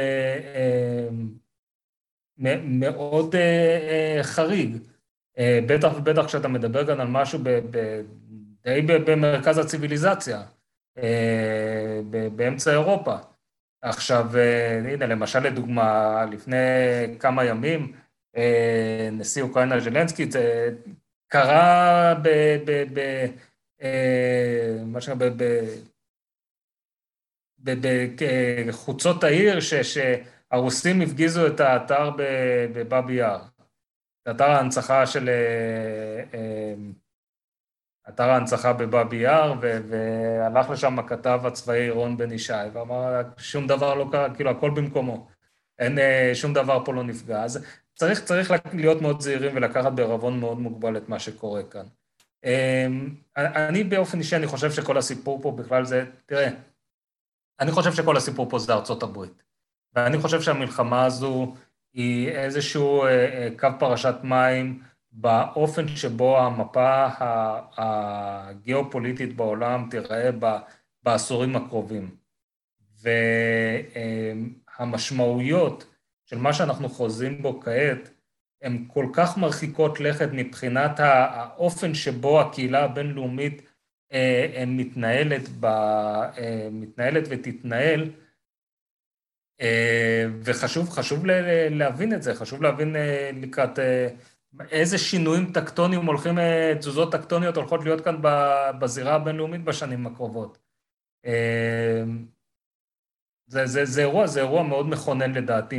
מאוד חריג, בטח ובטח כשאתה מדבר כאן על משהו די במרכז הציביליזציה, באמצע אירופה. עכשיו, הנה, למשל לדוגמה, לפני כמה ימים, נשיא אוקראינה ז'לנסקי, זה קרה בחוצות העיר שהרוסים הפגיזו את האתר בבאבי יאר, אתר ההנצחה של אתר ההנצחה בבאבי יאר, והלך לשם הכתב הצבאי רון בן ישי, ואמר, שום דבר לא קרה, כאילו הכל במקומו, אין שום דבר פה לא נפגע, אז צריך להיות מאוד זהירים ולקחת בערבון מאוד מוגבל את מה שקורה כאן. אני באופן אישי, אני חושב שכל הסיפור פה בכלל זה, תראה, אני חושב שכל הסיפור פה זה ארצות הברית, ואני חושב שהמלחמה הזו היא איזשהו קו פרשת מים באופן שבו המפה הגיאופוליטית בעולם תיראה בעשורים הקרובים. והמשמעויות של מה שאנחנו חוזים בו כעת, הן כל כך מרחיקות לכת מבחינת האופן שבו הקהילה הבינלאומית מתנהלת ותתנהל, וחשוב להבין את זה, חשוב להבין לקראת איזה שינויים טקטוניים הולכים, תזוזות טקטוניות הולכות להיות כאן בזירה הבינלאומית בשנים הקרובות. זה אירוע מאוד מכונן לדעתי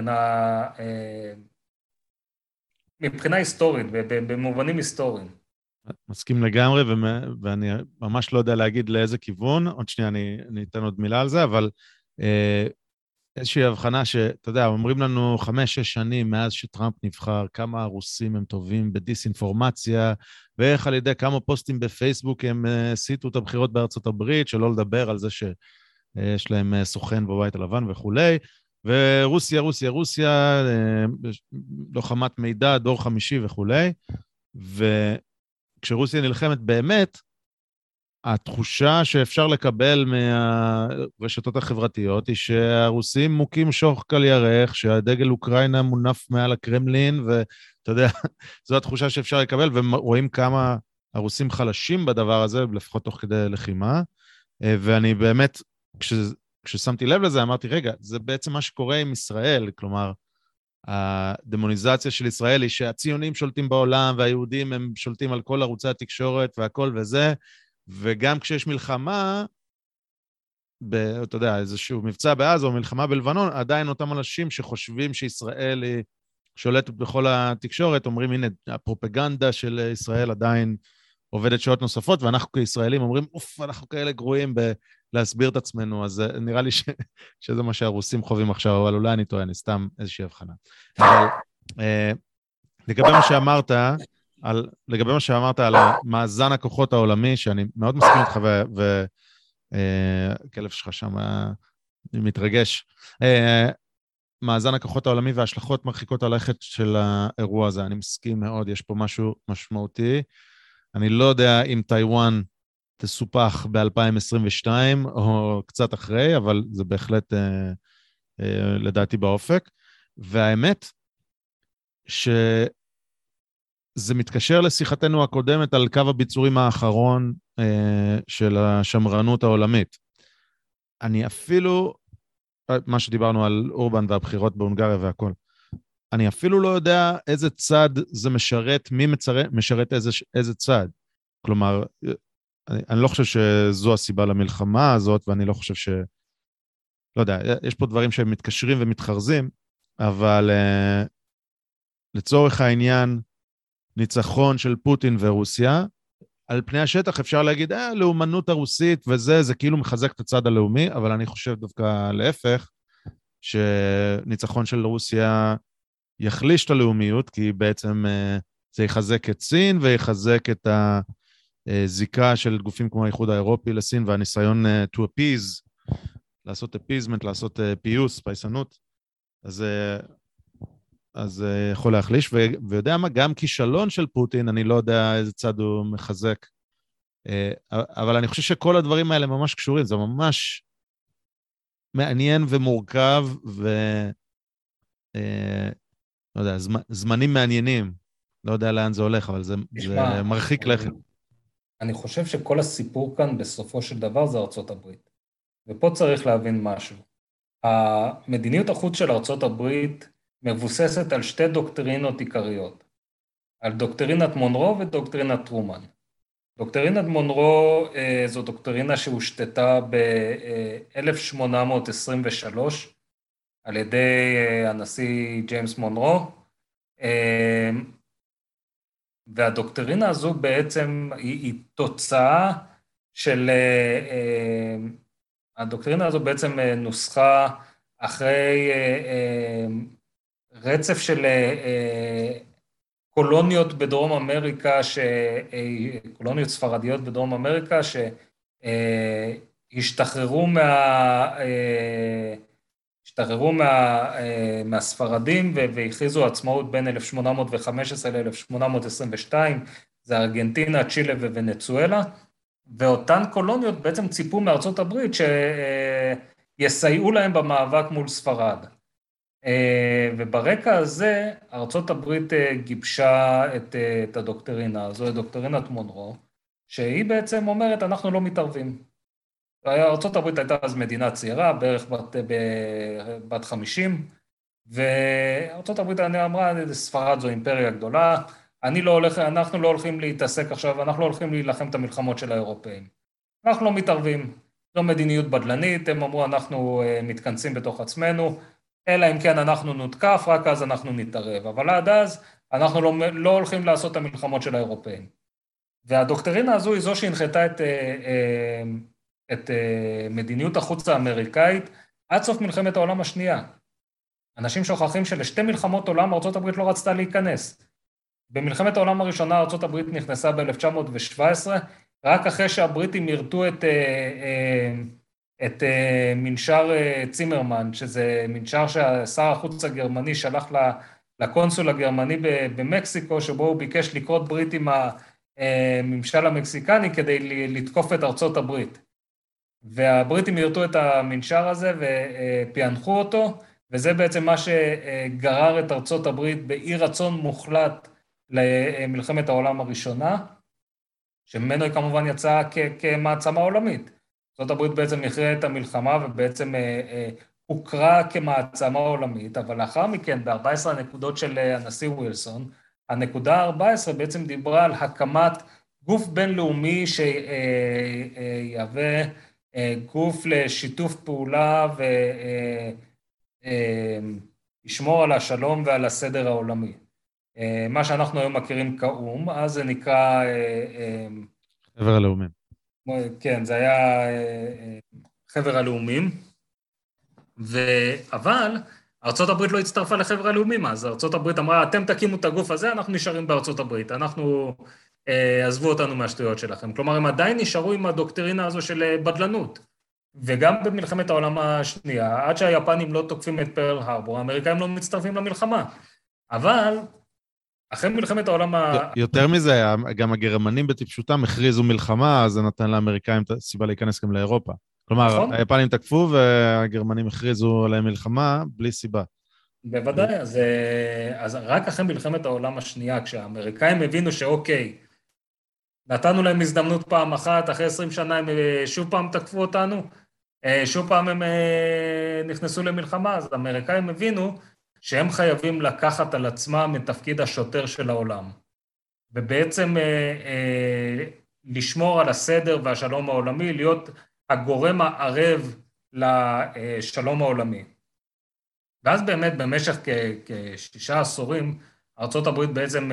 מבחינה היסטורית, במובנים היסטוריים. מסכים לגמרי, ואני ממש לא יודע להגיד לאיזה כיוון, עוד שנייה אני אתן עוד מילה על זה, אבל איזושהי הבחנה שאתה יודע, אומרים לנו 5-6 שנים מאז שטראמפ נבחר, כמה הרוסים הם טובים בדיסאינפורמציה, ואיך על ידי כמה פוסטים בפייסבוק הם סיטו את הבחירות בארצות הברית, שלא לדבר על זה שיש להם סוכן בבית הלבן וכולי, ורוסיה, לוחמת מידע, דור 5 וכולי, וכשרוסיה נלחמת באמת, התחושה שאפשר לקבל מהרשתות החברתיות היא שהרוסים מוקים שוך על ירח, שהדגל אוקראינה מונף מעל הקרמלין, ואתה יודע, זו התחושה שאפשר לקבל, ורואים כמה הרוסים חלשים בדבר הזה, לפחות תוך כדי לחימה, ואני באמת, כששמתי לב לזה, אמרתי, רגע, זה בעצם מה שקורה עם ישראל, כלומר, הדמוניזציה של ישראל היא שהציונים שולטים בעולם, והיהודים הם שולטים על כל ערוצי התקשורת והכל וזה, וגם כשיש מלחמה, אתה יודע, איזשהו מבצע בעזה או מלחמה בלבנון, עדיין אותם אנשים שחושבים שישראל היא שולטת בכל התקשורת, אומרים, הנה, הפרופגנדה של ישראל עדיין עובדת שעות נוספות, ואנחנו כישראלים אומרים, אוף, אנחנו כאלה גרועים להסביר את עצמנו, אז נראה לי שזה מה שהרוסים חווים עכשיו, אבל אולי אני טועה, אני סתם איזושהי הבחנה. אבל לגבי מה שאמרת על מאזן הכוחות העולמי, שאני מאוד מסכים איתך, וכלב שלך שם מתרגש, מאזן הכוחות העולמי וההשלכות מרחיקות הלכת של האירוע הזה, אני מסכים מאוד, יש פה משהו משמעותי, אני לא יודע אם טיואן תסופח ב-2022 או קצת אחרי, אבל זה בהחלט לדעתי באופק, והאמת שזה מתקשר לשיחתנו הקודמת על קו הביצורים האחרון של השמרנות העולמית. אני אפילו, מה שדיברנו על אורבן והבחירות בהונגריה והכל, אני אפילו לא יודע איזה צד זה משרת, מי משרת איזה צד. כלומר, אני לא חושב שזו הסיבה למלחמה הזאת, ואני לא חושב לא יודע, יש פה דברים שהם מתקשרים ומתחרזים, אבל לצורך העניין, ניצחון של פוטין ורוסיה, על פני השטח אפשר להגיד, לאומנות הרוסית וזה, זה כאילו מחזק את הצד הלאומי, אבל אני חושב דווקא להפך, שניצחון של רוסיה יחליש את הלאומיות, כי בעצם זה יחזק את סין, ויחזק את הזיקה של גופים כמו האיחוד האירופי לסין, והניסיון to appease, לעשות appeasement, לעשות פיוס, פייסנות, אז יכול להחליש, ויודע מה, גם כישלון של פוטין, אני לא יודע איזה צד הוא מחזק, אבל אני חושב שכל הדברים האלה ממש קשורים, זה ממש מעניין ומורכב, לא יודע, זמנים מעניינים, לא יודע לאן זה הולך, אבל זה מרחיק לכת. אני חושב שכל הסיפור כאן בסופו של דבר זה ארצות הברית, ופה צריך להבין משהו. המדיניות החוץ של ארצות הברית מבוססת על 2 דוקטרינות עיקריות, על דוקטרינת מונרו ודוקטרינת טרומן. דוקטרינת מונרו זו דוקטרינה שהושתתה ב-1823 על ידי הנשיא ג'יימס מונרו, והדוקטרינה הזו בעצם היא תוצאה של, הדוקטרינה הזו בעצם נוסחה אחרי רצף של קולוניות בדרום אמריקה, קולוניות ספרדיות בדרום אמריקה, שהשתחררו השתחררו מהספרדים והכריזו עצמאות בין 1815 ל-1822, זה ארגנטינה, צ'ילה וונצואלה, ואותן קולוניות בעצם ציפו מארצות הברית שיסייעו להם במאבק מול ספרד. וברקע הזה ארצות הברית גיבשה את הדוקטרינה הזו, את דוקטרינת מונרו, שהיא בעצם אומרת אנחנו לא מתערבים. ארצות הברית הייתה אז מדינה צעירה, בערך בת 50, וארצות הברית אמרה, ספרד זו אימפריה גדולה, אנחנו לא הולכים להתעסק עכשיו, אנחנו לא הולכים להילחם את המלחמות של האירופאים. אנחנו לא מתערבים, זו מדיניות בדלנית, הם אמרו אנחנו מתכנסים בתוך עצמנו, אלא אם כן אנחנו נותקף, רק אז אנחנו נתערב, אבל עד אז אנחנו לא הולכים לעשות את המלחמות של האירופאים. והדוקטרינה הזו היא זו שהנחתה את מדיניות החוץ האמריקאית עד סוף מלחמת העולם השנייה. אנשים שוכחים שלשתי מלחמות עולם ארצות הברית לא רצתה להיכנס. במלחמת העולם הראשונה ארצות הברית נכנסה ב-1917, רק אחרי שהבריטים ירתו את מנשר צימרמן, שזה מנשר שהשר החוץ הגרמני שלח לקונסול הגרמני במקסיקו, שבו הוא ביקש לקרות ברית עם הממשל המקסיקני כדי לתקוף את ארצות הברית. והבריטים ירתו את המנשר הזה ופענחו אותו, וזה בעצם מה שגרר את ארצות הברית באי רצון מוחלט למלחמת העולם הראשונה, שממנו היא כמובן יצאה כמעצמה עולמית. ארצות הברית בעצם הכריעה את המלחמה ובעצם הוכרה כמעצמה עולמית, אבל לאחר מכן, ב-14 הנקודות של הנשיא ווילסון, הנקודה ה-14 בעצם דיברה על הקמת גוף בינלאומי שיהווה גוף לשיתוף פעולה וישמור על השלום ועל הסדר העולמי. מה שאנחנו היום מכירים כאום, אז זה נקרא... חבר הלאומים. כן, זה היה חבר הלאומים, אבל ארצות הברית לא הצטרפה לחבר הלאומים, אז ארצות הברית אמרה, אתם תקימו את הגוף הזה, אנחנו נשארים בארצות הברית, עזבו אותנו מהשטויות שלכם. כלומר, הם עדיין נשארו עם הדוקטרינה הזו של בדלנות. וגם במלחמת העולם השנייה, עד שהיפנים לא תוקפים את פרל הרבור, האמריקאים לא מצטרפים למלחמה. אבל אחרי מלחמת העולם יותר מזה, גם הגרמנים בטיפשותם הכריזו מלחמה, אז זה נתן לאמריקאים את הסיבה להיכנס גם לאירופה. כלומר, נכון? היפנים תקפו והגרמנים הכריזו עליהם מלחמה בלי סיבה. בוודאי, אז רק אחרי מלחמת העולם השנייה, כשהאמריקאים הבינו שאוקיי, נתנו להם הזדמנות פעם אחת, אחרי 20 שנה הם שוב פעם תקפו אותנו, שוב פעם הם נכנסו למלחמה, אז האמריקאים הבינו שהם חייבים לקחת על עצמם את תפקיד השוטר של העולם, ובעצם לשמור על הסדר והשלום העולמי, להיות הגורם הערב לשלום העולמי. ואז באמת במשך כ6 עשורים, ארצות הברית בעצם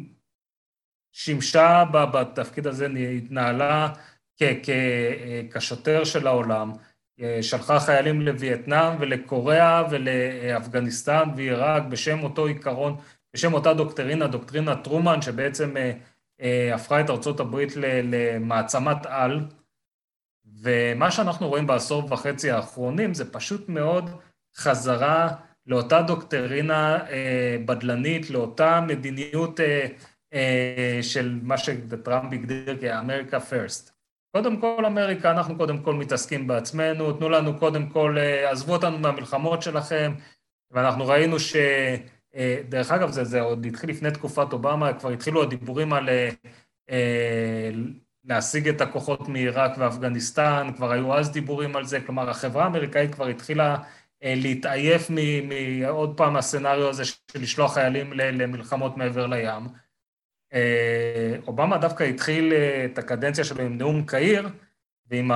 שימשה בתפקיד הזה, התנהלה כשוטר של העולם, שלחה חיילים לווייטנאם ולקוריאה ולאפגניסטן ועיראק בשם אותו עיקרון, בשם אותה דוקטרינה, דוקטרינת טרומן, שבעצם הפכה את ארצות הברית למעצמת על, ומה שאנחנו רואים בעשור וחצי האחרונים זה פשוט מאוד חזרה לאותה דוקטרינה בדלנית, לאותה מדיניות של מה שטראמפ הגדיר כאמריקה פרסט. קודם כל אמריקה, אנחנו קודם כל מתעסקים בעצמנו, תנו לנו קודם כל, עזבו אותנו מהמלחמות שלכם, ואנחנו ראינו דרך אגב זה עוד התחיל לפני תקופת אובמה, כבר התחילו הדיבורים על להשיג את הכוחות מעיראק ואפגניסטן, כבר היו אז דיבורים על זה, כלומר החברה האמריקאית כבר התחילה להתעייף מעוד פעם הסצנריו הזה של לשלוח חיילים למלחמות מעבר לים. אובמה דווקא התחיל את הקדנציה שלו עם נאום קהיר, ועם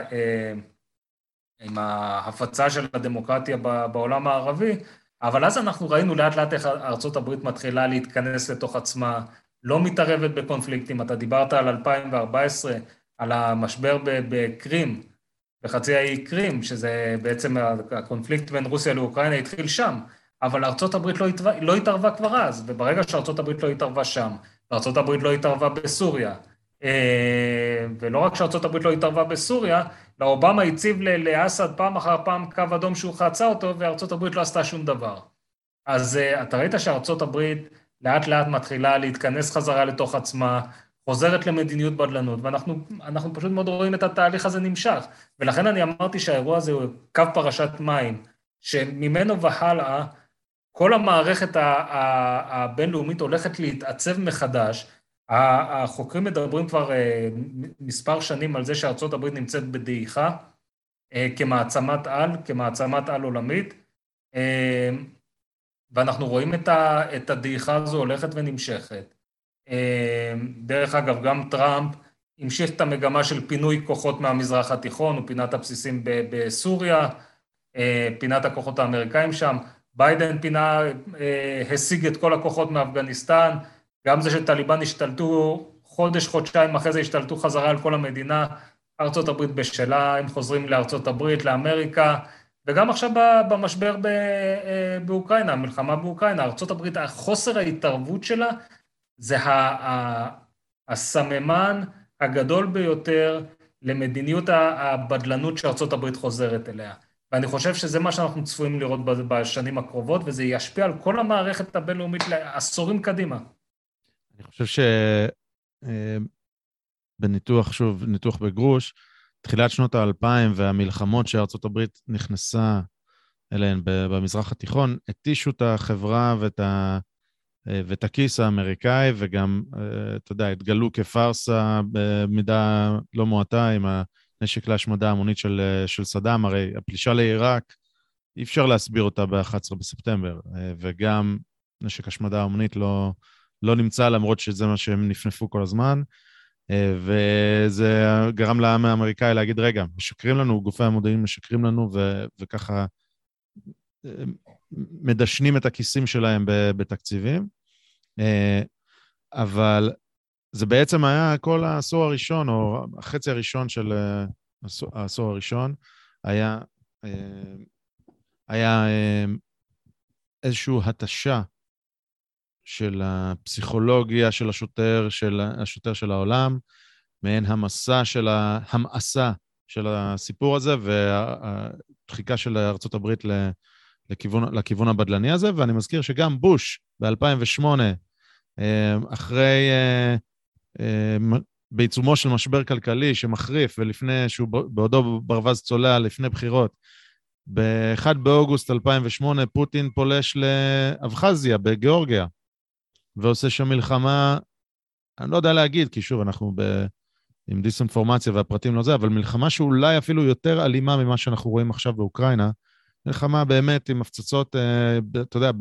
ההפצה של הדמוקרטיה בעולם הערבי, אבל אז אנחנו ראינו לאט לאט איך ארצות הברית מתחילה להתכנס לתוך עצמה, לא מתערבת בקונפליקטים. אתה דיברת על 2014, על המשבר בקרים, בחצי האי קרים, שזה בעצם הקונפליקט בין רוסיה לאוקראינה התחיל שם, אבל ארצות הברית לא התערבה כבר אז, וברגע שארצות הברית לא התערבה שם, ארצות הברית לא התערבה בסוריה, ולא רק שארצות הברית לא התערבה בסוריה, אלא אובמה הציב לאסד פעם אחר פעם קו אדום שהוא חצה אותו, וארצות הברית לא עשתה שום דבר. אז אתה ראית שארצות הברית לאט לאט מתחילה להתכנס חזרה לתוך עצמה, חוזרת למדיניות בדלנות, ואנחנו פשוט מאוד רואים את התהליך הזה נמשך. ולכן אני אמרתי שהאירוע הזה הוא קו פרשת מים, שממנו והלאה, כל המערכת הבינלאומית הולכת להתעצב מחדש. החוקרים מדברים כבר מספר שנים על זה שארצות הברית נמצאת בדעיכה, כמעצמת על עולמית, ואנחנו רואים את הדעיכה הזו הולכת ונמשכת. דרך אגב, גם טראמפ המשיך את המגמה של פינוי כוחות מהמזרח התיכון, הוא פינת הבסיסים בסוריה, פינת הכוחות האמריקאים שם, ביידן השיג את כל הכוחות מאפגניסטן, גם זה שטליבן השתלטו חודשיים אחרי זה השתלטו חזרה על כל המדינה, ארצות הברית בשלה, הם חוזרים לארצות הברית, לאמריקה, וגם עכשיו במשבר באוקראינה, המלחמה באוקראינה, ארצות הברית, חוסר ההתערבות שלה, זה הסממן הגדול ביותר למדיניות הבדלנות שארצות הברית חוזרת אליה. ואני חושב שזה מה שאנחנו צפויים לראות בשנים הקרובות, וזה ישפיע על כל המערכת הבינלאומית לעשורים קדימה. אני חושב שבניתוח, שוב, ניתוח בגרוש, תחילת שנות ה-2000 והמלחמות שארצות הברית נכנסה אליהן במזרח התיכון, התישו את החברה ואת הכיס האמריקאי, וגם, אתה יודע, התגלו כפרסה במידה לא מועטה עם הנשק להשמדה המונית של סדאם, הרי הפלישה לעיראק, אי אפשר להסביר אותה ב-11 בספטמבר, וגם נשק השמדה המונית לא נמצא, למרות שזה מה שהם נפנפו כל הזמן, וזה גרם לעם האמריקאי להגיד, רגע, משקרים לנו, גופי המודיעין משקרים לנו, וככה מדשנים את הכיסים שלהם בתקציבים, אבל זה בעצם היה כל העשור הראשון, או החצי הראשון של העשור הראשון, היה איזושהי התשה של הפסיכולוגיה של השוטר של העולם, מעין המסע של הסיפור הזה, והדחיקה של ארצות הברית לכיוון הבדלני הזה, ואני מזכיר שגם בוש ב-2008, אחרי, בעיצומו של משבר כלכלי שמחריף, ולפני שהוא בעודו ברווז צולע לפני בחירות, ב-1 באוגוסט 2008 פוטין פולש לאבחזיה בגיאורגיה, ועושה שם מלחמה, אני לא יודע להגיד, כי שוב אנחנו עם דיסאינפורמציה והפרטים לא זה, אבל מלחמה שאולי אפילו יותר אלימה ממה שאנחנו רואים עכשיו באוקראינה, מלחמה באמת עם הפצצות, אתה יודע,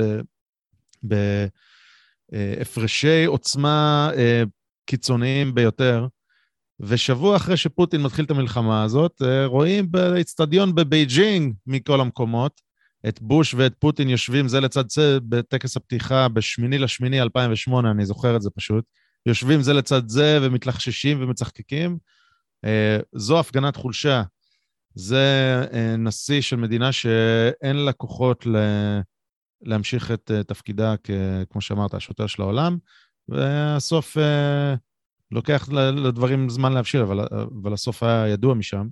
בהפרשי עוצמה קיצוניים ביותר, ושבוע אחרי שפוטין מתחיל את המלחמה הזאת, רואים באצטדיון בבייג'ינג מכל המקומות, את בוש ואת פוטין יושבים זה לצד זה בטקס הפתיחה ב8/8/2008, אני זוכר את זה פשוט, יושבים זה לצד זה ומתלחששים ומצחקקים, זו הפגנת חולשה, זה נשיא של מדינה שאין לה כוחות להמשיך את תפקידה, כמו שאמרת, השוטר של העולם, והסוף לוקח לדברים זמן להבשיל, אבל הסוף היה ידוע משם.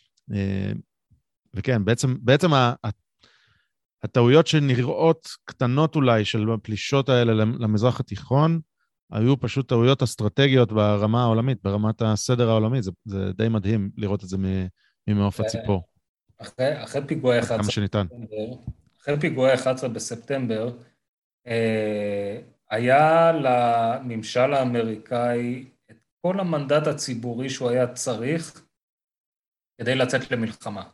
וכן, בעצם הטעויות שנראות קטנות אולי של הפלישות האלה למזרח התיכון, היו פשוט טעויות אסטרטגיות ברמה העולמית, ברמת הסדר העולמית, זה די מדהים לראות את זה ממעוף הציפור. אחרי פיגועי 11 בספטמבר, היה לממשל האמריקאי את כל המנדט הציבורי שהוא היה צריך כדי לצאת למלחמה.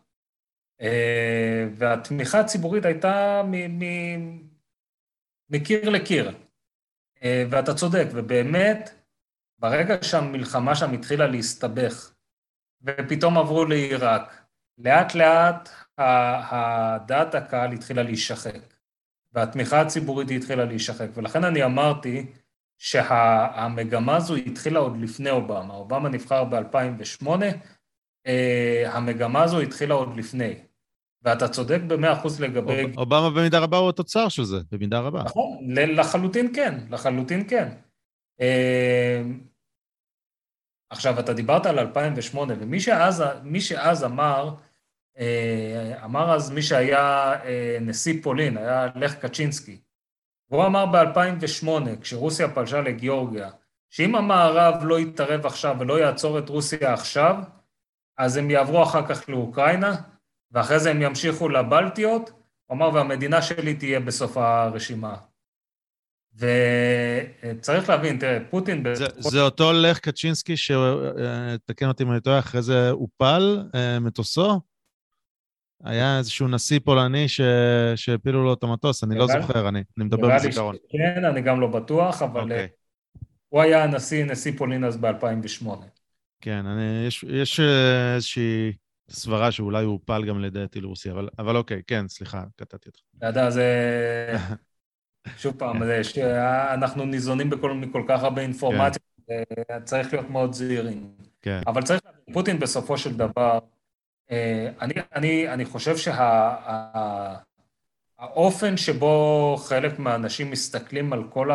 והתמיכה הציבורית הייתה מקיר לקיר. ואתה צודק, ובאמת, ברגע שהמלחמה שם התחילה להסתבך, ופתאום עברו לעיראק, לאט לאט דעת הקהל התחילה להישחק, והתמיכה הציבורית התחילה להישחק, ולכן אני אמרתי שהמגמה הזו התחילה עוד לפני אובמה. אובמה נבחר ב-2008, המגמה הזו התחילה עוד לפני. ואתה צודק ב100% לגבי... אובמה במידה רבה הוא התוצר של זה, במידה רבה. נכון, לחלוטין כן, לחלוטין כן. עכשיו, אתה דיברת על 2008, ומי שאז אמר אז מי שהיה נשיא פולין, היה לך קצ'ינסקי, והוא אמר ב-2008, כשרוסיה פלשה לגיאורגיה, שאם המערב לא יתערב עכשיו ולא יעצור את רוסיה עכשיו, אז הם יעברו אחר כך לאוקראינה, ואחרי זה הם ימשיכו לבלטיות, הוא אמר, והמדינה שלי תהיה בסוף הרשימה. וצריך להבין, תראה, פוטין... זה אותו לך קצ'ינסקי, שתקן אותי אם אני טועה, אחרי זה הופל מטוסו? היה איזשהו נשיא פולני שהפילו לו את המטוס, אני לא זוכר, אני מדבר בזיכרון. כן, אני גם לא בטוח, אבל הוא היה נשיא פולין אז ב-2008. כן, יש איזושהי סברה שאולי הוא הופל גם לדעתי לרוסיה, אבל אוקיי, כן, סליחה, קטעתי אותך. אתה יודע, זה... שוב פעם, אנחנו ניזונים מכל כך הרבה אינפורמציה, צריך להיות מאוד זהירים. אבל צריך להבין, פוטין בסופו של דבר, אני חושב שהאופן שבו חלק מהאנשים מסתכלים על כל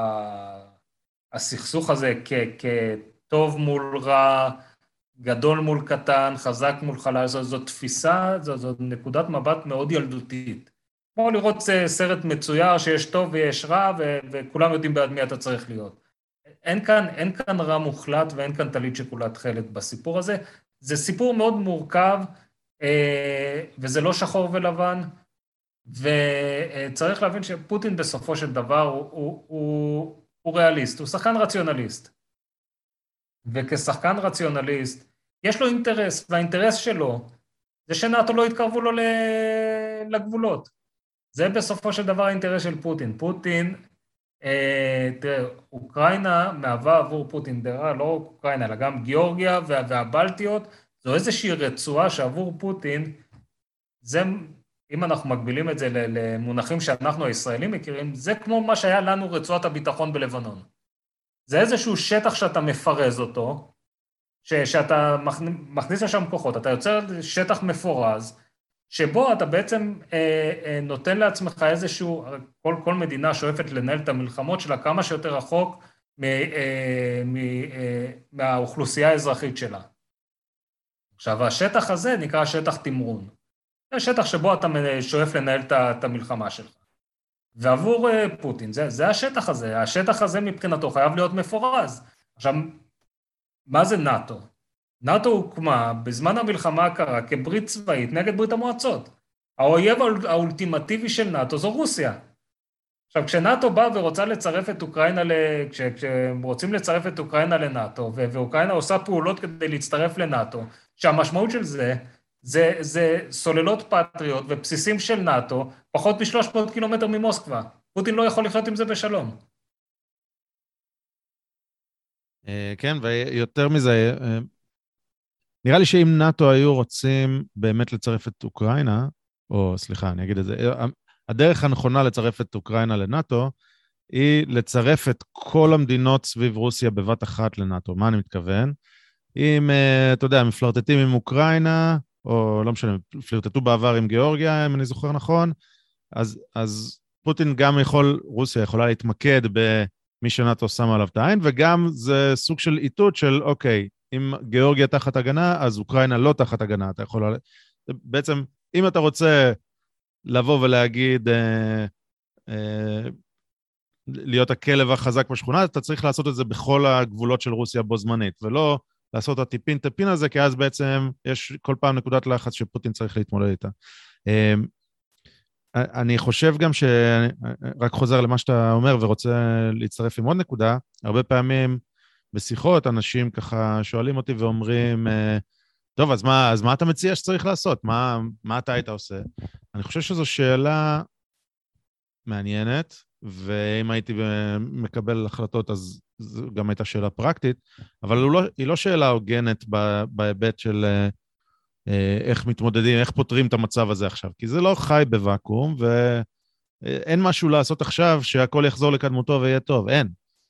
הסכסוך הזה כטוב מול רע, גדול מול קטן, חזק מול חלש, זו תפיסה, זו נקודת מבט מאוד ילדותית. כמו לראות סרט מצויר שיש טוב ויש רע, וכולם יודעים בעד מי אתה צריך להיות. אין כאן רע מוחלט ואין כאן טלית שכולה תכלת בסיפור הזה. זה סיפור מאוד מורכב, וזה לא שחור ולבן, וצריך להבין שפוטין בסופו של דבר הוא ריאליסט, הוא שחקן רציונליסט. וכשחקן רציונליסט, יש לו אינטרס, והאינטרס שלו זה שנאטו לא יתקרבו לו לגבולות. זה בסופו של דבר האינטרס של פוטין. פוטין, תראה, אוקראינה מהווה עבור פוטין, לא אוקראינה, אלא גם גיאורגיה והבלטיות, זו איזושהי רצועה שעבור פוטין, זה, אם אנחנו מקבילים את זה למונחים שאנחנו הישראלים מכירים, זה כמו מה שהיה לנו רצועת הביטחון בלבנון. זה איזשהו שטח שאתה מפרז אותו, שאתה מכניס לשם כוחות, אתה יוצר שטח מפורז, שבו אתה בעצם נותן לעצמך איזשהו, כל מדינה שואפת לנהל את המלחמות שלה כמה שיותר רחוק מהאוכלוסייה האזרחית שלה. עכשיו, השטח הזה נקרא שטח תמרון. זה שטח שבו אתה שואף לנהל את המלחמה שלך. ועבור פוטין, זה השטח הזה. השטח הזה מבחינתו חייב להיות מפורז. עכשיו, מה זה נאטו? נאטו הוקמה בזמן המלחמה הקרה כברית צבאית נגד ברית המועצות. האויב האולטימטיבי של נאטו זו רוסיה. עכשיו, כשנאטו בא ורוצה לצרף את אוקראינה, כשהם רוצים לצרף את אוקראינה לנאטו, ואוקראינה עושה פעולות כדי להצטרף לנאטו, שהמשמעות של זה סוללות פטריות ובסיסים של נאטו, פחות מ-300 קילומטר ממוסקבה. פוטין לא יכול לחיות עם זה בשלום. כן, ויותר מזה, נראה לי שאם נאטו היו רוצים באמת לצרף את אוקראינה, או סליחה, אני אגיד את זה, הדרך הנכונה לצרף את אוקראינה לנאטו, היא לצרף את כל המדינות סביב רוסיה בבת אחת לנאטו. מה אני מתכוון? אם, אתה יודע, מפלרטטים עם אוקראינה, או לא משנה, פלרטטו בעבר עם גיאורגיה, אם אני זוכר נכון, אז פוטין גם רוסיה יכולה להתמקד במי שנאטו שם עליו את העין, וגם זה סוג של איתות של, אוקיי, אם גיאורגיה תחת הגנה, אז אוקראינה לא תחת הגנה. אתה יכול... בעצם, אם אתה רוצה לבוא ולהגיד, להיות הכלב החזק בשכונה, אתה צריך לעשות את זה בכל הגבולות של רוסיה בו זמנית, ולא לעשות את הטיפין הזה, כי אז בעצם יש כל פעם נקודת לחץ שפוטין צריך להתמודד איתה. אני חושב גם רק חוזר למה שאתה אומר ורוצה להצטרף עם עוד נקודה, הרבה פעמים בשיחות אנשים ככה שואלים אותי ואומרים, טוב, אז מה אתה מציע שצריך לעשות? מה אתה היית עושה? אני חושב שזו שאלה מעניינת, ואם הייתי מקבל החלטות, אז זו גם הייתה שאלה פרקטית, אבל היא לא שאלה הוגנת בהיבט של איך מתמודדים, איך פותרים את המצב הזה עכשיו, כי זה לא חי בוואקום, ואין משהו לעשות עכשיו שהכל יחזור לקדמותו ויהיה טוב, אין.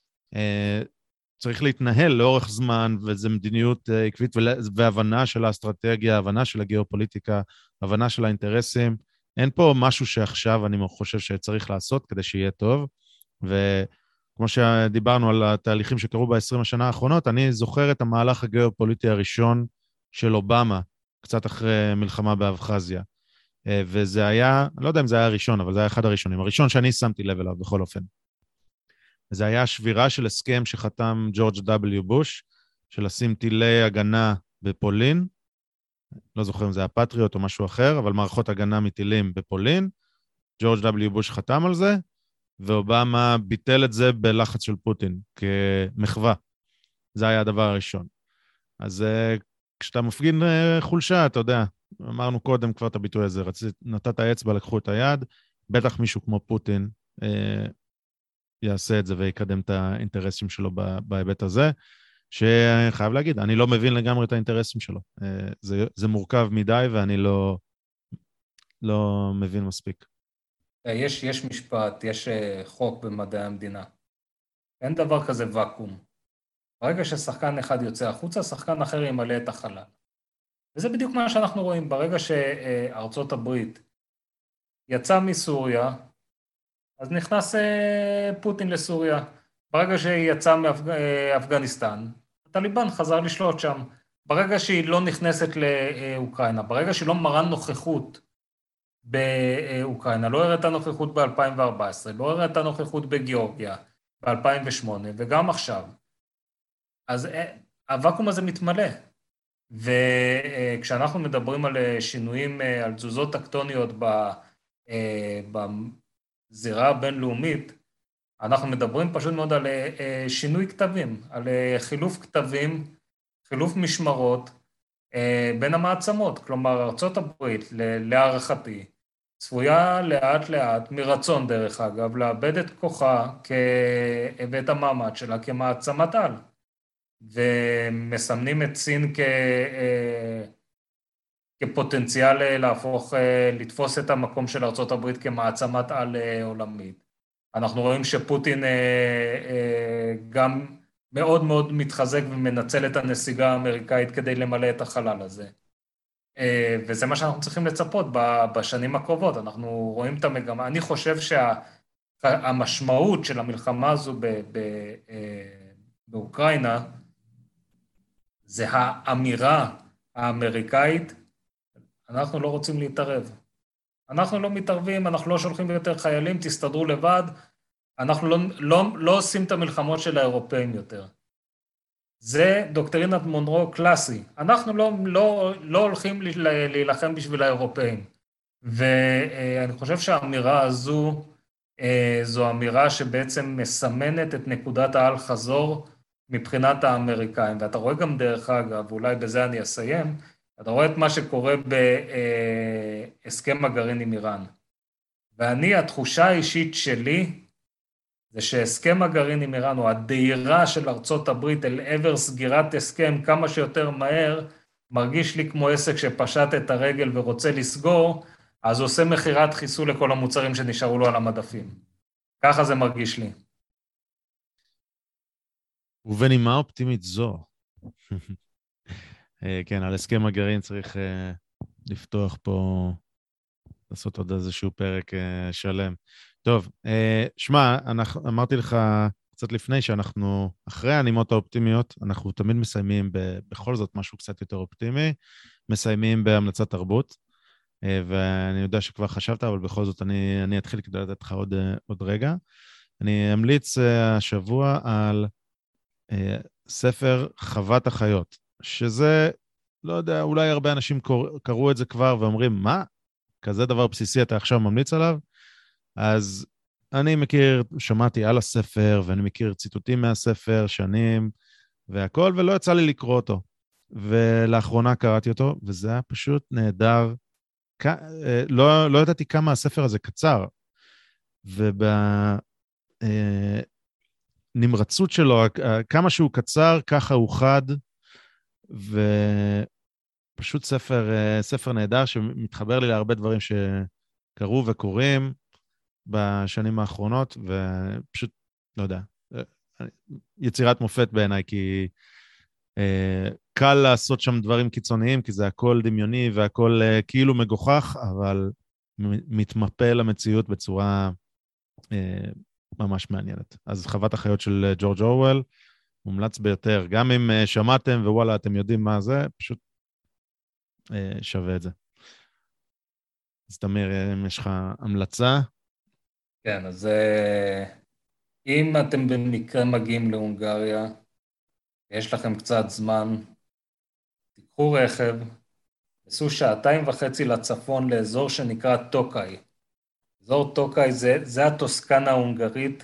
צריך להתנהל לאורך זמן, וזו מדיניות עקבית, והבנה של האסטרטגיה, הבנה של הגיאופוליטיקה, הבנה של האינטרסים. אין פה משהו שעכשיו אני חושב שצריך לעשות כדי שיהיה טוב, וכמו כמו שדיברנו על התהליכים שקרו ב-20 השנה האחרונות, אני זוכר את המהלך הגיאופוליטי הראשון של אובמה, קצת אחרי מלחמה באבחזיה. וזה היה, אני לא יודע אם זה היה הראשון, אבל זה היה אחד הראשונים. הראשון שאני שמתי לב אליו בכל אופן. זה היה שבירה של הסכם שחתם ג'ורג' W. בוש, של לשים טילי הגנה בפולין, לא זוכר אם זה היה פטריוט או משהו אחר, אבל מערכות הגנה מטילים בפולין, ג'ורג' W. בוש חתם על זה, ואובמה ביטל את זה בלחץ של פוטין, כמחווה. זה היה הדבר הראשון. אז כשאתה מפגין חולשה, אתה יודע, אמרנו קודם כבר את הביטוי הזה, נתת האצבע, לקחו את היד, בטח מישהו כמו פוטין יעשה את זה ויקדם את האינטרסים שלו בהיבט הזה, שחייב להגיד, אני לא מבין לגמרי את האינטרסים שלו. זה מורכב מדי ואני לא מבין מספיק. יש משפט, יש חוק במדעי המדינה. אין דבר כזה וקום. ברגע ששחקן אחד יוצא החוצה, שחקן אחר ימלא את החלל. וזה בדיוק מה שאנחנו רואים. ברגע שארצות הברית יצא מסוריה, אז נכנס פוטין לסוריה. ברגע שיצא מאפגניסטן, הטליבן חזר לשלוט שם. ברגע שהיא לא נכנסת לאוקראינה, ברגע שהיא לא מראה נוכחות באוקראינה, לא הראתה נוכחות ב-2014, לא הראתה נוכחות בגיאורגיה ב-2008, וגם עכשיו. אז הוואקום הזה מתמלא. וכשאנחנו מדברים על שינויים, על תזוזות טקטוניות בזירה הבינלאומית, אנחנו מדברים פשוט מאוד על שינוי כתבים, על חילוף כתבים, חילוף משמרות בין המעצמות. כלומר, ארצות הברית, להערכתי, צפויה לאט לאט, מרצון דרך אגב, לאבד את כוחה ואת המעמד שלה כמעצמת על. ומסמנים את סין כפוטנציאל להפוך, לתפוס את המקום של ארצות הברית כמעצמת על עולמית. אנחנו רואים שפוטין גם מאוד מאוד מתחזק ומנצל את הנסיגה האמריקאית כדי למלא את החלל הזה. וזה מה שאנחנו צריכים לצפות בשנים הקרובות. אנחנו רואים את המגמה. אני חושב שהמשמעות של המלחמה הזו באוקראינה, זה האמירה האמריקאית, אנחנו לא רוצים להתערב. אנחנו לא מתערבים, אנחנו לא שולחים יותר חיילים, תסתדרו לבד, אנחנו לא עושים את המלחמות של האירופאים יותר. זה דוקטרינת מונרו קלאסי. אנחנו לא הולכים להילחם בשביל האירופאים. ואני חושב שהאמירה הזו, זו אמירה שבעצם מסמנת את נקודת העל חזור מבחינת האמריקאים. ואתה רואה גם דרך אגב, ואולי בזה אני אסיים, אתה רואה את מה שקורה בהסכם הגרעין עם איראן. ואני, התחושה האישית שלי, זה שהסכם הגרעין עם איראן, או הדהירה של ארצות הברית אל עבר סגירת הסכם כמה שיותר מהר, מרגיש לי כמו עסק שפשט את הרגל ורוצה לסגור, אז עושה מחירת חיסול לכל המוצרים שנשארו לו על המדפים. ככה זה מרגיש לי. ובנימה אופטימית זו. כן, על הסכם הגרעין צריך לפתוח פה, לעשות עוד איזשהו פרק שלם. טוב, שמע, אמרתי לך קצת לפני שאנחנו, אחרי הנימות האופטימיות, אנחנו תמיד מסיימים בכל זאת משהו קצת יותר אופטימי, מסיימים בהמלצת תרבות, ואני יודע שכבר חשבת, אבל בכל זאת אני אתחיל כדי לתת לך עוד רגע. אני אמליץ השבוע על ספר חוות החיות, שזה, לא יודע, אולי הרבה אנשים קראו את זה כבר ואומרים, מה? כזה דבר בסיסי אתה עכשיו ממליץ עליו? אז אני מכיר, שמעתי על הספר, ואני מכיר ציטוטים מהספר, שנים, והכל, ולא יצא לי לקרוא אותו. ולאחרונה קראתי אותו, וזה היה פשוט נהדר. לא ידעתי כמה הספר הזה קצר, ובנמרצות שלו, כמה שהוא קצר, ככה הוא חד, ופשוט ספר נהדר שמתחבר לי להרבה דברים שקרו וקורים בשנים האחרונות, ופשוט, לא יודע, יצירת מופת בעיניי, כי קל לעשות שם דברים קיצוניים, כי זה הכל דמיוני והכל כאילו מגוחך, אבל מתמפה למציאות בצורה ממש מעניינת. אז חוות החיות של ג'ורג' אורוול, מומלץ ביותר. גם אם שמעתם ווואלה, אתם יודעים מה זה, פשוט שווה את זה. אז תמיר, אם יש לך המלצה? כן, אז אם אתם במקרה מגיעים להונגריה, יש לכם קצת זמן, תיקחו רכב, עשו 2.5 לצפון לאזור שנקרא טוקאי. אזור טוקאי זה הטוסקנה ההונגרית.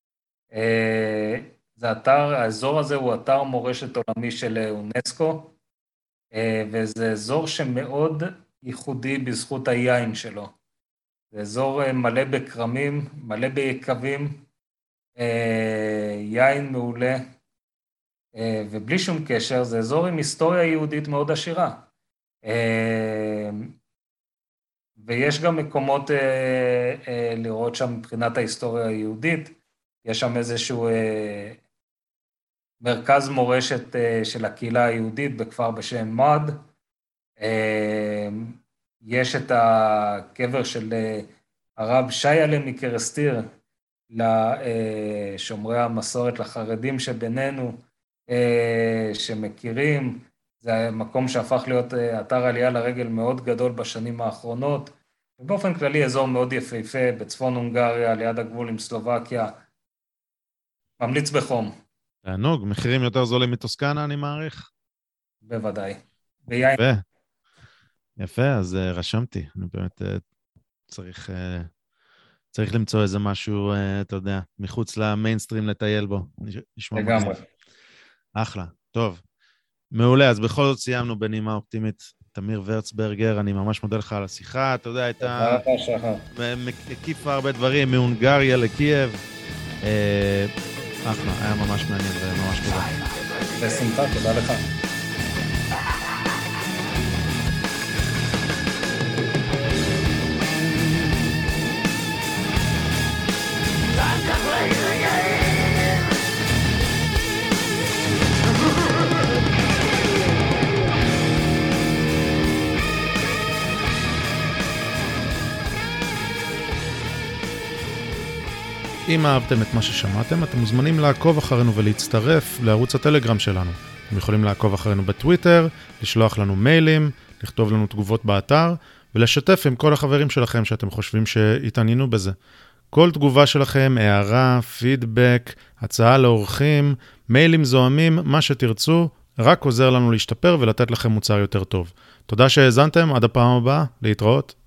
האזור הזה הוא אתר מורשת עולמי של אונסקו, וזה אזור שמאוד ייחודי בזכות היין שלו. זה אזור מלא בקרמים, מלא ביקבים, יין מעולה, ובלי שום קשר, זה אזור עם היסטוריה יהודית מאוד עשירה. ויש גם מקומות לראות שם מבחינת ההיסטוריה היהודית, יש שם איזשהו מרכז מורשת של הקהילה היהודית בכפר בשם מד, יש את הקבר של הרב שיילה מקרסטיר לשומרי המסורת לחרדים שבינינו שמכירים, זה מקום שהפך להיות אתר עלייה לרגל מאוד גדול בשנים האחרונות, ובאופן כללי אזור מאוד יפהפה בצפון הונגריה, ליד הגבול עם סלובקיה, ממליץ בחום. תענוג, מחירים יותר זולים מטוסקנה, אני מעריך. בוודאי. יפה. יפה, אז רשמתי. אני באמת צריך למצוא איזה משהו, אתה יודע, מחוץ למיינסטרים לטייל בו. לגמרי. אחלה, טוב. מעולה, אז בכל זאת סיימנו בנימה אופטימית. תמיר ורצברגר, אני ממש מודה לך על השיחה. אתה יודע, הייתה... הקיפה הרבה דברים, מהונגריה לקייב. אחלה, היה ממש מעניין וממש תודה. בשמחה, תודה לך. אם אהבתם את מה ששמעתם, אתם מוזמנים לעקוב אחרינו ולהצטרף לערוץ הטלגרם שלנו. אתם יכולים לעקוב אחרינו בטוויטר, לשלוח לנו מיילים, לכתוב לנו תגובות באתר, ולשתף עם כל החברים שלכם שאתם חושבים שהתעניינו בזה. כל תגובה שלכם, הערה, פידבק, הצעה לאורחים, מיילים זוהמים, מה שתרצו, רק עוזר לנו להשתפר ולתת לכם מוצר יותר טוב. תודה שהאזנתם, עד הפעם הבאה, להתראות.